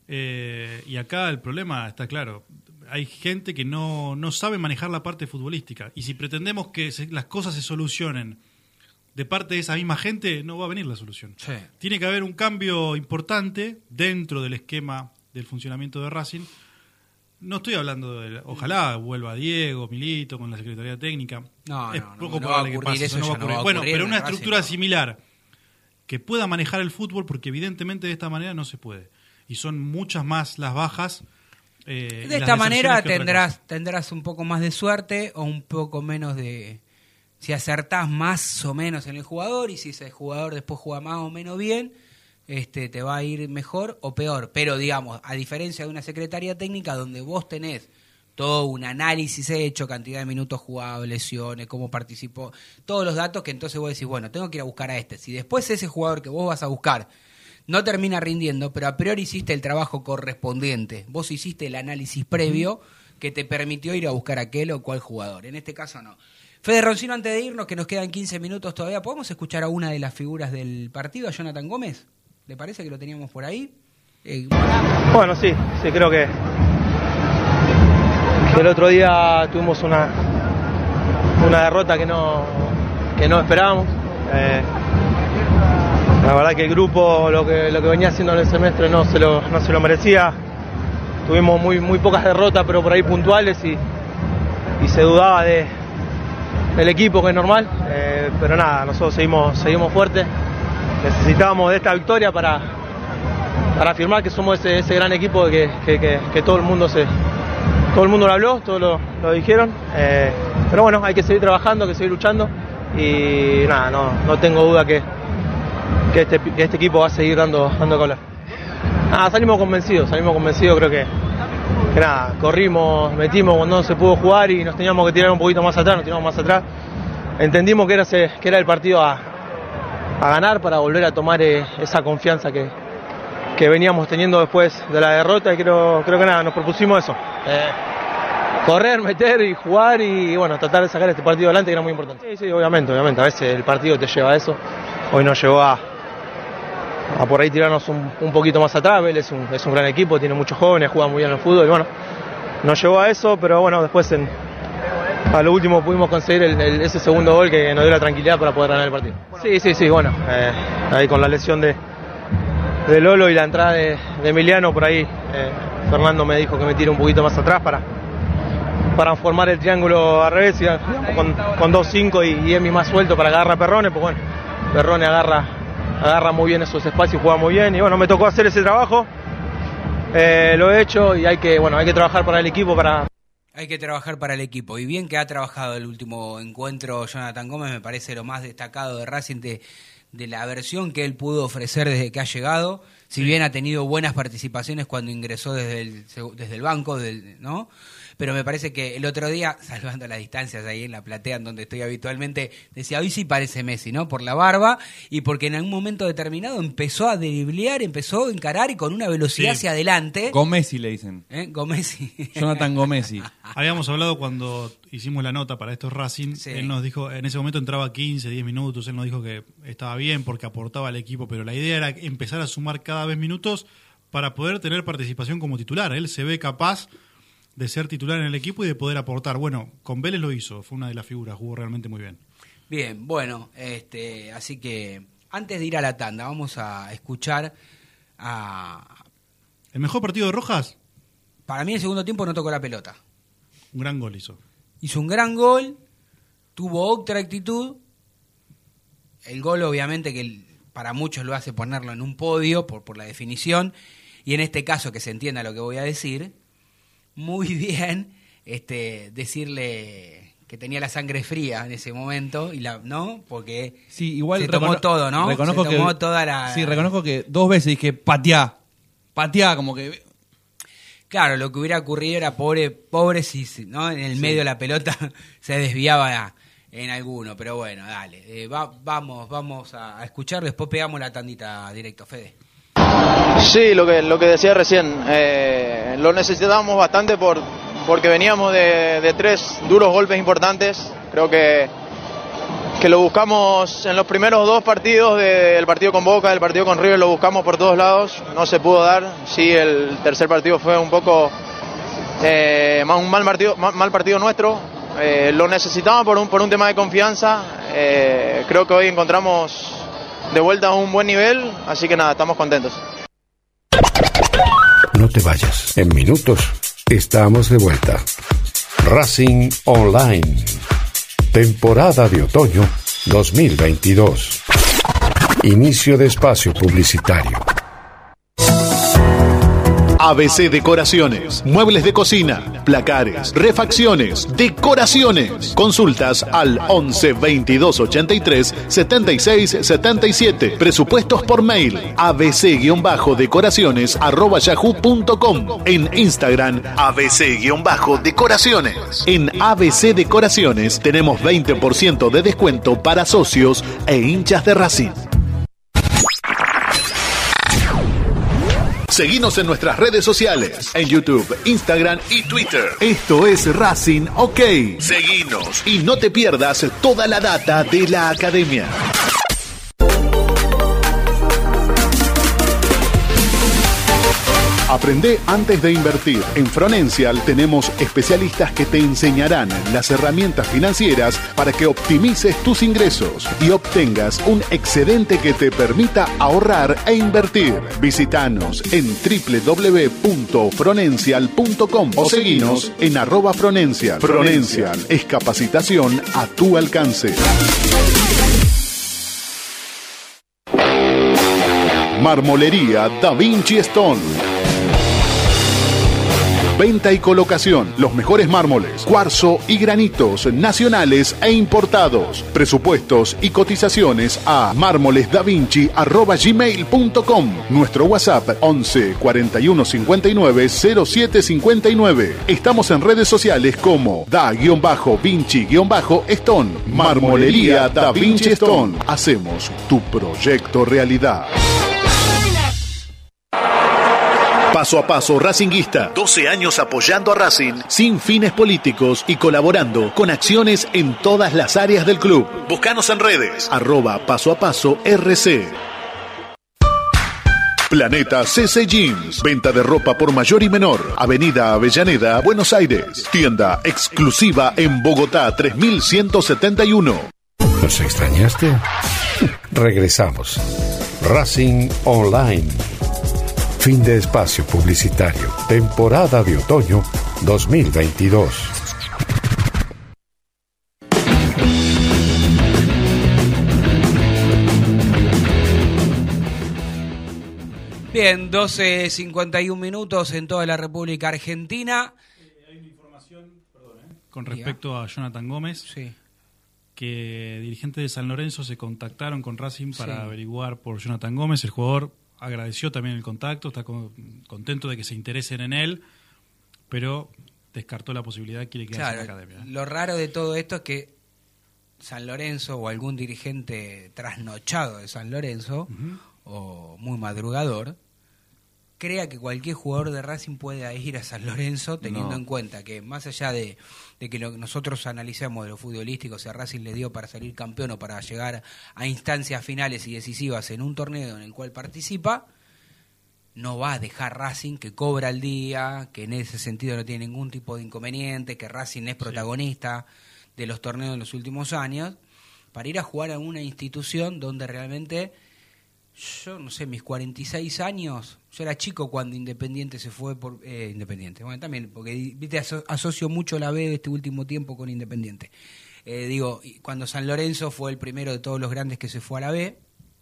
Eh, y acá el problema está claro. Hay gente que no, no sabe manejar la parte futbolística. Y si pretendemos que se- las cosas se solucionen de parte de esa misma gente, no va a venir la solución. Sí. Tiene que haber un cambio importante dentro del esquema del funcionamiento de Racing. No estoy hablando de... Ojalá vuelva Diego, Milito, con la Secretaría Técnica. No, es no, no, poco no va a probable que ocurrir, pase, eso no va a ya no ocurrir. va a Bueno, ocurrir pero en una Racing, estructura no. similar que pueda manejar el fútbol, porque evidentemente de esta manera no se puede. Y son muchas más las bajas. eh, y De las esta manera deserciones que otra tendrás tendrás un poco más de suerte o un poco menos de... Si acertás más o menos en el jugador y si ese jugador después juega más o menos bien, este te va a ir mejor o peor. Pero digamos, a diferencia de una secretaría técnica donde vos tenés todo un análisis hecho, cantidad de minutos jugados, lesiones, cómo participó, todos los datos que entonces vos decís, bueno, tengo que ir a buscar a este. Si después ese jugador que vos vas a buscar no termina rindiendo, pero a priori hiciste el trabajo correspondiente. Vos hiciste el análisis previo que te permitió ir a buscar a aquel o cual jugador. En este caso no. Fede Roncino, antes de irnos, que nos quedan quince minutos todavía, ¿podemos escuchar a una de las figuras del partido, a Jonathan Gómez? ¿Le parece que lo teníamos por ahí? Eh, bueno, sí, sí, creo que, que el otro día tuvimos una, una derrota que no, que no esperábamos. Eh, La verdad que el grupo, lo que, lo que venía haciendo en el semestre no se lo, no se lo merecía. Tuvimos muy, muy pocas derrotas, pero por ahí puntuales, y, y se dudaba de, del equipo, que es normal. Eh, pero nada, nosotros seguimos, seguimos fuertes. Necesitábamos de esta victoria para, para afirmar que somos ese, ese gran equipo que, que, que, que todo el mundo se, todo el mundo lo habló, todos lo, lo dijeron. Eh, pero bueno, hay que seguir trabajando, hay que seguir luchando. Y nada, no, no tengo duda que Que este, que este equipo va a seguir dando, dando cola. Ah, salimos convencidos, salimos convencidos, creo que, que nada, corrimos, metimos cuando no se pudo jugar y nos teníamos que tirar un poquito más atrás, nos tiramos más atrás. Entendimos que era, ese, que era el partido a, a ganar para volver a tomar eh, esa confianza que, que veníamos teniendo después de la derrota, y creo, creo que nada, nos propusimos eso. Eh, correr, meter y jugar y bueno, tratar de sacar este partido adelante, que era muy importante. Sí, sí, obviamente, obviamente, a veces el partido te lleva a eso. Hoy nos llevó a, a por ahí tirarnos un, un poquito más atrás. Vélez es un, es un gran equipo, tiene muchos jóvenes, juega muy bien al fútbol, y bueno, nos llevó a eso, pero bueno, después en, a lo último pudimos conseguir el, el, ese segundo gol que nos dio la tranquilidad para poder ganar el partido. Sí, sí, sí, bueno, eh, ahí con la lesión de, de Lolo y la entrada de, de Emiliano, por ahí eh, Fernando me dijo que me tire un poquito más atrás para, para formar el triángulo al revés, y, con, con dos cinco y, y Emi más suelto para agarrar a Perrone, pues bueno, Perrone agarra, agarra muy bien esos espacios, juega muy bien, y bueno, me tocó hacer ese trabajo, eh, lo he hecho, y hay que, bueno, hay que trabajar para el equipo, para... Hay que trabajar para el equipo, y bien que ha trabajado el último encuentro Jonathan Gómez, me parece lo más destacado de Racing, de, de la versión que él pudo ofrecer desde que ha llegado, si bien ha tenido buenas participaciones cuando ingresó desde el, desde el banco, del, ¿no? Pero me parece que el otro día, salvando las distancias ahí en la platea en donde estoy habitualmente, decía, hoy sí parece Messi, ¿no? Por la barba y porque en algún momento determinado empezó a driblear, empezó a encarar y con una velocidad sí. hacia adelante. Gomesi le dicen. ¿Eh? Gomesi. Jonathan Gomesi. Habíamos hablado cuando hicimos la nota para estos Racing, sí. él nos dijo, en ese momento entraba quince, diez minutos, él nos dijo que estaba bien porque aportaba al equipo, pero la idea era empezar a sumar cada vez minutos para poder tener participación como titular. Él se ve capaz de ser titular en el equipo y de poder aportar. Bueno, con Vélez lo hizo, fue una de las figuras, jugó realmente muy bien. Bien, bueno, este, así que antes de ir a la tanda vamos a escuchar a... ¿El mejor partido de Rojas? Para mí el segundo tiempo no tocó la pelota. Un gran gol hizo. Hizo un gran gol, tuvo otra actitud. El gol obviamente que para muchos lo hace ponerlo en un podio por, por la definición, y en este caso, que se entienda lo que voy a decir, muy bien este decirle que tenía la sangre fría en ese momento, y la no porque sí, igual se tomó todo, ¿no? Reconozco se tomó que, toda la... Sí, reconozco que dos veces dije pateá, pateá, como que... Claro, lo que hubiera ocurrido era pobre, pobre si, ¿no? En el sí. medio de la pelota se desviaba en alguno, pero bueno, dale, eh, va, vamos, vamos a, a escuchar, después pegamos la tandita directo, Fede. Sí, lo que lo que decía recién, eh, lo necesitábamos bastante por porque veníamos de, de tres duros golpes importantes. Creo que que lo buscamos en los primeros dos partidos, del partido con Boca, del partido con River, lo buscamos por todos lados, no se pudo dar. Sí, el tercer partido fue un poco eh, un mal partido, mal, mal partido nuestro. Eh, lo necesitábamos por un por un tema de confianza. Eh, creo que hoy encontramos de vuelta a un buen nivel, así que nada, estamos contentos. No te vayas. En minutos estamos de vuelta. Racing Online. Temporada de otoño dos mil veintidós. Inicio de espacio publicitario. A B C Decoraciones, muebles de cocina, placares, refacciones, decoraciones. Consultas al once veintidós ochenta y tres setenta y seis setenta y siete. Presupuestos por mail abc-decoraciones arroba yahoo punto com. En Instagram abc-decoraciones. En A B C Decoraciones tenemos veinte por ciento de descuento para socios e hinchas de Racing. Seguinos en nuestras redes sociales, en YouTube, Instagram y Twitter. Esto es Racing OK. Seguinos y no te pierdas toda la data de la academia. Aprende antes de invertir. En Fronencial tenemos especialistas que te enseñarán las herramientas financieras para que optimices tus ingresos y obtengas un excedente que te permita ahorrar e invertir. Visítanos en doble u doble u doble u punto fronencial punto com o seguinos en arroba Fronencial. Fronencial es capacitación a tu alcance. Marmolería Da Vinci Stone. Venta y colocación, los mejores mármoles, cuarzo y granitos nacionales e importados. Presupuestos y cotizaciones a mármolesdavinci arroba gmail punto com. Nuestro WhatsApp once cuarenta y uno cincuenta y nueve cero siete cincuenta y nueve. Estamos en redes sociales como Da-Vinci-Stone. Marmolería Da Vinci Stone. Hacemos tu proyecto realidad. Paso a paso Racinguista, doce años apoyando a Racing sin fines políticos y colaborando con acciones en todas las áreas del club. Búscanos en redes, arroba paso a paso R C. Planeta C C Jeans, venta de ropa por mayor y menor, Avenida Avellaneda, Buenos Aires. Tienda exclusiva en Bogotá tres mil ciento setenta y uno. ¿Nos extrañaste? Regresamos. Racing Online. Fin de espacio publicitario. Temporada de otoño dos mil veintidós. Bien, doce cincuenta y un minutos en toda la República Argentina. Hay una información, perdón, ¿eh? Con respecto a Jonathan Gómez, sí. Que dirigentes de San Lorenzo se contactaron con Racing para Sí. averiguar por Jonathan Gómez. El jugador agradeció también el contacto, está con, contento de que se interesen en él, pero descartó la posibilidad, quiere quedarse Claro, en la academia. lo raro de todo esto es que San Lorenzo o algún dirigente trasnochado de San Lorenzo Uh-huh. o muy madrugador crea que cualquier jugador de Racing puede ir a San Lorenzo, teniendo No. en cuenta que más allá de, de que lo que nosotros analizamos de lo futbolístico, si a Racing le dio para salir campeón o para llegar a instancias finales y decisivas en un torneo en el cual participa, no va a dejar Racing, que cobra al día, que en ese sentido no tiene ningún tipo de inconveniente, que Racing es protagonista de los torneos de los últimos años, para ir a jugar a una institución donde realmente, yo no sé, mis cuarenta y seis años, yo era chico cuando Independiente se fue por... Eh, Independiente, bueno, también, porque viste aso- asocio mucho la B de este último tiempo con Independiente. Eh, digo, y cuando San Lorenzo fue el primero de todos los grandes que se fue a la B,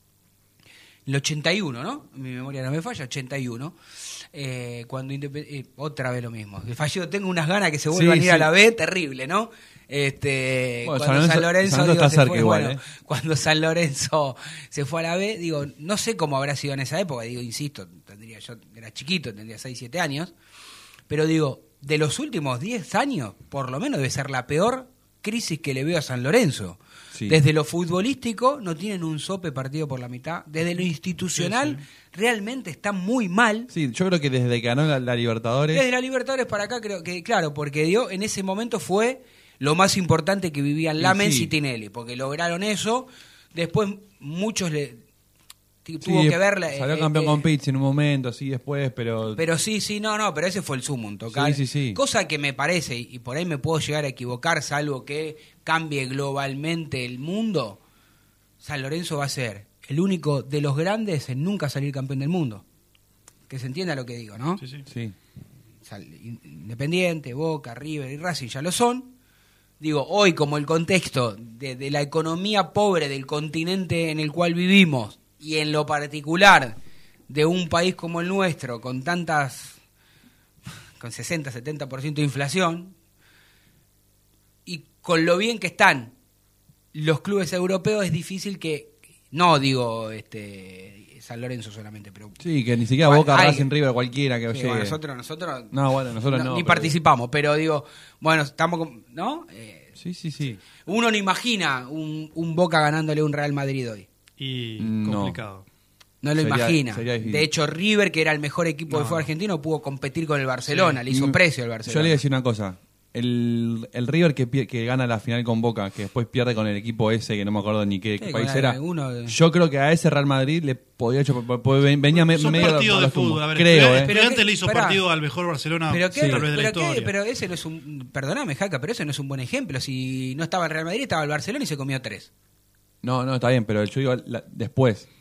el ochenta y uno, ¿no? Mi memoria no me falla, ochenta y uno. Eh, cuando Independ- eh, otra vez lo mismo. El fallido, tengo unas ganas que se vuelvan Sí, a ir a sí. la B, terrible, ¿no? Este, Bueno, cuando San San Lorenzo- Lorenzo, San Lorenzo digo, está se cerca fue, igual, bueno, ¿eh? cuando San Lorenzo se fue a la B, digo, no sé cómo habrá sido en esa época, digo, insisto, tendría, yo era chiquito, tendría seis, siete años, pero digo, de los últimos diez años, por lo menos debe ser la peor crisis que le veo a San Lorenzo. Sí. Desde lo futbolístico no tienen un sope partido por la mitad, desde lo institucional Sí, realmente está muy mal. Sí, yo creo que desde que ganó la, la Libertadores. Desde la Libertadores para acá creo que, claro, porque dio, en ese momento fue lo más importante que vivían Sí, Lamens sí. y Tinelli, porque lograron eso, después muchos le t- Sí, tuvo que ver la- salió eh, campeón eh, con Pizzi en un momento, así después, pero. pero sí, sí, no, no, pero ese fue el sumum total. Sí, sí, sí. Cosa que me parece, y y por ahí me puedo llegar a equivocar, salvo que cambie globalmente el mundo, San Lorenzo va a ser el único de los grandes en nunca salir campeón del mundo. Que se entienda lo que digo, ¿no? Sí, sí. Sí. Sal- Independiente, Boca, River y Racing ya lo son. Digo, hoy como el contexto de, de la economía pobre del continente en el cual vivimos y en lo particular de un país como el nuestro con tantas, con sesenta, setenta por ciento de inflación y con lo bien que están los clubes europeos, es difícil que, no digo este San Lorenzo solamente, pero Sí, que ni siquiera Cual- Boca, hay- Racing, River, cualquiera que Sí, llegue. bueno, nosotros, nosotros, No, bueno, nosotros no, ni pero- participamos, pero digo, bueno, estamos, con- ¿no? Eh, Sí, sí, sí. uno no imagina un, un Boca ganándole a un Real Madrid hoy. Y No. complicado. No lo Sería- imagina. sería difícil. De hecho, River, que era el mejor equipo No. de fútbol argentino, pudo competir con el Barcelona, Sí. le hizo Mm, precio al Yo Barcelona. le voy a decir una cosa. El, el River que, pie- que gana la final con Boca, que después pierde con el equipo ese, que no me acuerdo ni qué, Sí, qué con país el- era. alguno de- Yo creo que a ese Real Madrid le podía hecho, po- po- venía me- Son medio partidos a de los tumbos. fútbol. A ver, creo, Estudiantes- eh. Estudiantes qué- le hizo pará. partido al mejor Barcelona Pero, qué, tal vez de la pero, qué, historia. pero ese no es un... Perdóname, Jaca, pero ese no es un buen ejemplo. Si no estaba el Real Madrid, estaba el Barcelona y se comió tres. No, no, está bien, pero yo digo la- después.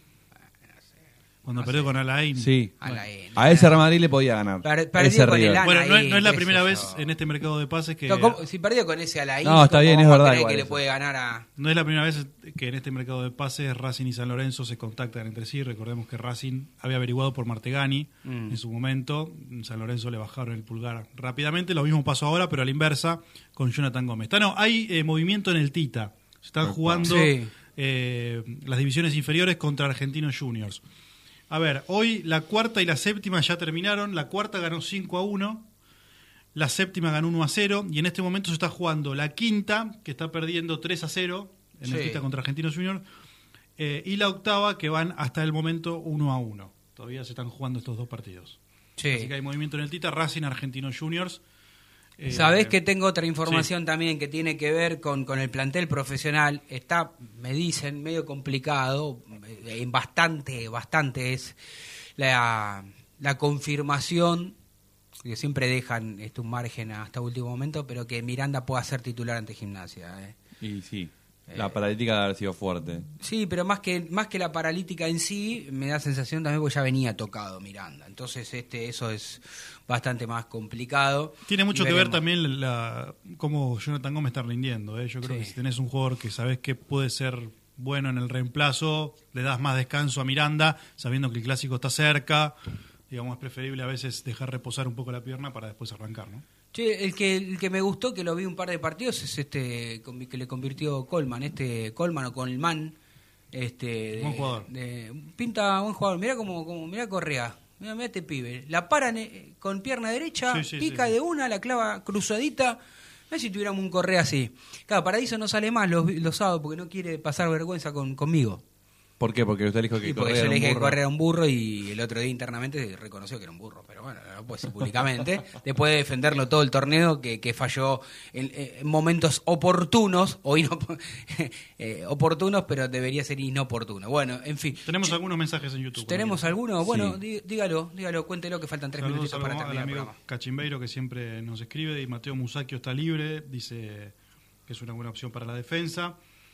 Cuando perdió con Alain. Sí. Alain. A ese Real Madrid le podía ganar. Per- perdió ese con el River. Ana Bueno, no, es- ahí, no es la qué primera sé vez yo. en este mercado de pases que... No, ¿cómo? Si perdió con ese Alain, No, está ¿cómo bien, es vamos a verdad creer igual que le eso. puede ganar a... No es la primera vez que en este mercado de pases Racing y San Lorenzo se contactan entre sí. Recordemos que Racing había averiguado por Martegani Mm. en su momento. San Lorenzo le bajaron el pulgar rápidamente. Lo mismo pasó ahora, pero a la inversa con Jonathan Gómez. Tano, hay eh, movimiento en el Tita. Se están Opa. jugando Sí. eh, las divisiones inferiores contra Argentinos Juniors. A ver, hoy la cuarta y la séptima ya terminaron. La cuarta ganó cinco a uno. La séptima ganó uno a cero. Y en este momento se está jugando la quinta, que está perdiendo tres a cero en el Sí. Tita contra Argentinos Juniors. Eh, y la octava, que van hasta el momento uno a uno. Todavía se están jugando estos dos partidos. Sí. Así que hay movimiento en el Tita. Racing, Argentinos Juniors. Eh, Sabés que tengo otra información también que tiene que ver con, con el plantel profesional. Está, me dicen, medio complicado, eh, en bastante, bastante es la, la confirmación, que siempre dejan este, un margen hasta último momento, pero que Miranda pueda ser titular ante Gimnasia. eh. Y sí, la paralítica debe haber sido fuerte. Sí, pero más que más que la paralítica en sí, me da sensación también porque ya venía tocado Miranda. Entonces este eso es bastante más complicado. Tiene mucho Y que ver veremos. también la, cómo Jonathan Gómez está rindiendo. ¿eh? Yo creo Sí. que si tenés un jugador que sabés que puede ser bueno en el reemplazo, le das más descanso a Miranda, sabiendo que el clásico está cerca. Digamos, es preferible a veces dejar reposar un poco la pierna para después arrancar, ¿no? Che, el que el que me gustó, que lo vi un par de partidos, es este con- que le convirtió Coleman, este Coleman o Colman, este Buen jugador. de- pinta buen jugador. Mirá como, como mirá Correa. Mirá, mirá este pibe. La paran eh, con pierna derecha, Sí, sí, pica sí. de una, la clava cruzadita. No sé si tuviéramos un Correa así. Claro, Paradiso no sale más los, los sábados porque no quiere pasar vergüenza con, conmigo. ¿Por qué? Porque usted dijo que Y porque Correa yo era le un dije que burro. Correa era un burro y el otro día internamente reconoció que era un burro. Pero bueno, no lo puedo decir públicamente. Después de defenderlo todo el torneo, que, que falló en, en momentos oportunos, o ino- eh, oportunos, pero debería ser inoportuno. Bueno, en fin. Tenemos algunos mensajes en YouTube. ¿Tenemos Bueno, alguno? Bueno, Sí. dí- dígalo, dígalo, cuéntelo que faltan tres Saludos minutitos para al terminar el amigo programa. Cachimbeiro, que siempre nos escribe, y Mateo Musacchio está libre, dice que es una buena opción para la defensa.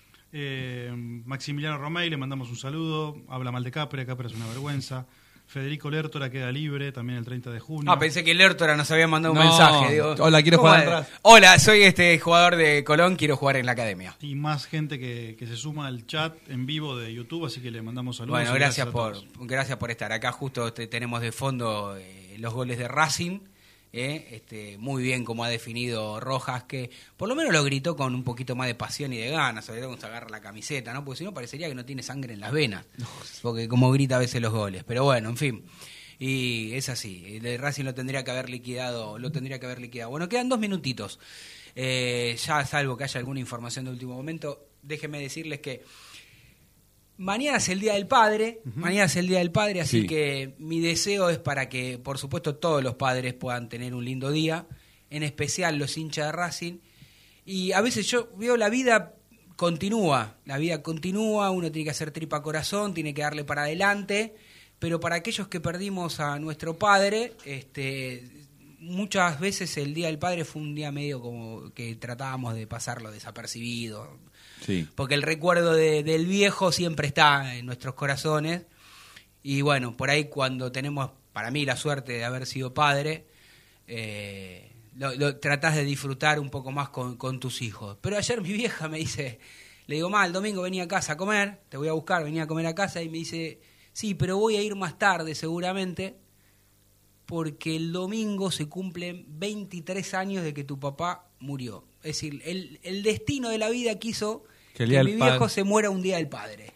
Eh, Maximiliano Romay, le mandamos un saludo. Habla mal de Capre, Capre es una vergüenza. Federico Lertora queda libre también el treinta de junio. Ah, pensé que Lertora nos había mandado un No. mensaje. Digo, Hola, quiero ¿cómo jugar es? en Raz. Hola, soy este jugador de Colón, quiero jugar en la academia. Y más gente que, que se suma al chat en vivo de YouTube, así que le mandamos saludos. Bueno, y gracias a por todos. gracias por estar acá. Justo te- tenemos de fondo eh, los goles de Racing. eh, este, muy bien como ha definido Rojas, que por lo menos lo gritó con un poquito más de pasión y de ganas, sobre todo cuando se agarra la camiseta, ¿no? Porque si no parecería que no tiene sangre en las venas, porque como grita a veces los goles. Pero bueno, en fin. Y es así, el de Racing lo tendría que haber liquidado, lo tendría que haber liquidado. Bueno, quedan dos minutitos. Eh, ya salvo que haya alguna información de último momento, déjenme decirles que mañana es el Día del Padre, mañana es el Día del Padre, así Sí. que mi deseo es para que, por supuesto, todos los padres puedan tener un lindo día, en especial los hinchas de Racing. Y a veces yo veo la vida continúa, la vida continúa, uno tiene que hacer tripa corazón, tiene que darle para adelante, pero para aquellos que perdimos a nuestro padre, este, muchas veces el Día del Padre fue un día medio como que tratábamos de pasarlo desapercibido, Sí. porque el recuerdo de- del viejo siempre está en nuestros corazones. Y bueno, por ahí cuando tenemos, para mí, la suerte de haber sido padre, eh, lo, lo tratás de disfrutar un poco más con, con tus hijos. Pero ayer mi vieja me dice, le digo, ma, el domingo venía a casa a comer, te voy a buscar, venía a comer a casa, y me dice, sí, pero voy a ir más tarde seguramente, porque el domingo se cumplen veintitrés años de que tu papá murió. Es decir, el, el destino de la vida quiso Que que, el día mi del viejo padre- se muera un día del padre.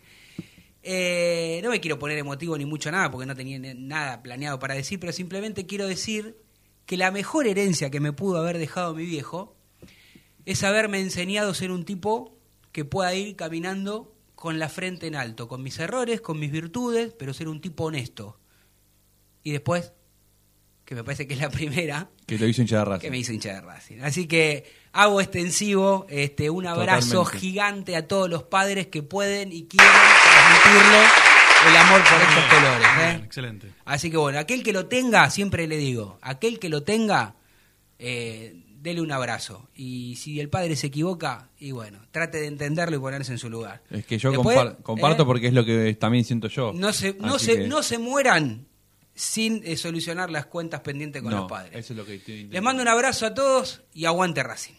Eh, no me quiero poner emotivo ni mucho nada, porque no tenía ni- nada planeado para decir, pero simplemente quiero decir que la mejor herencia que me pudo haber dejado mi viejo es haberme enseñado a ser un tipo que pueda ir caminando con la frente en alto, con mis errores, con mis virtudes, pero ser un tipo honesto. Y después, que me parece que es la primera, que te hizo hincha de Racing. Que me hizo hincha de Racing. Así que hago extensivo este, un abrazo Totalmente. gigante a todos los padres que pueden y quieren transmitirle el amor por estos colores. ¿eh? Bien, excelente. Así que bueno, aquel que lo tenga, siempre le digo, aquel que lo tenga, eh, dele un abrazo. Y si el padre se equivoca, y bueno, trate de entenderlo y ponerse en su lugar. Es que yo Después, compar- comparto eh, porque es lo que también siento yo. No se, no Así se, que- no se mueran sin eh, solucionar las cuentas pendientes con No, los padres. eso es lo que estoy Les mando un abrazo a todos y aguante Racing.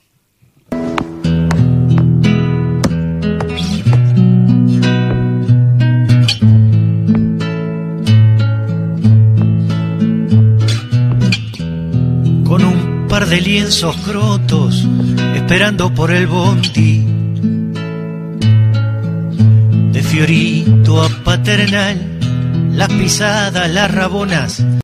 Con un par de lienzos crotos, esperando por el bondi. De Fiorito a Paternal, las pisadas, las rabonas.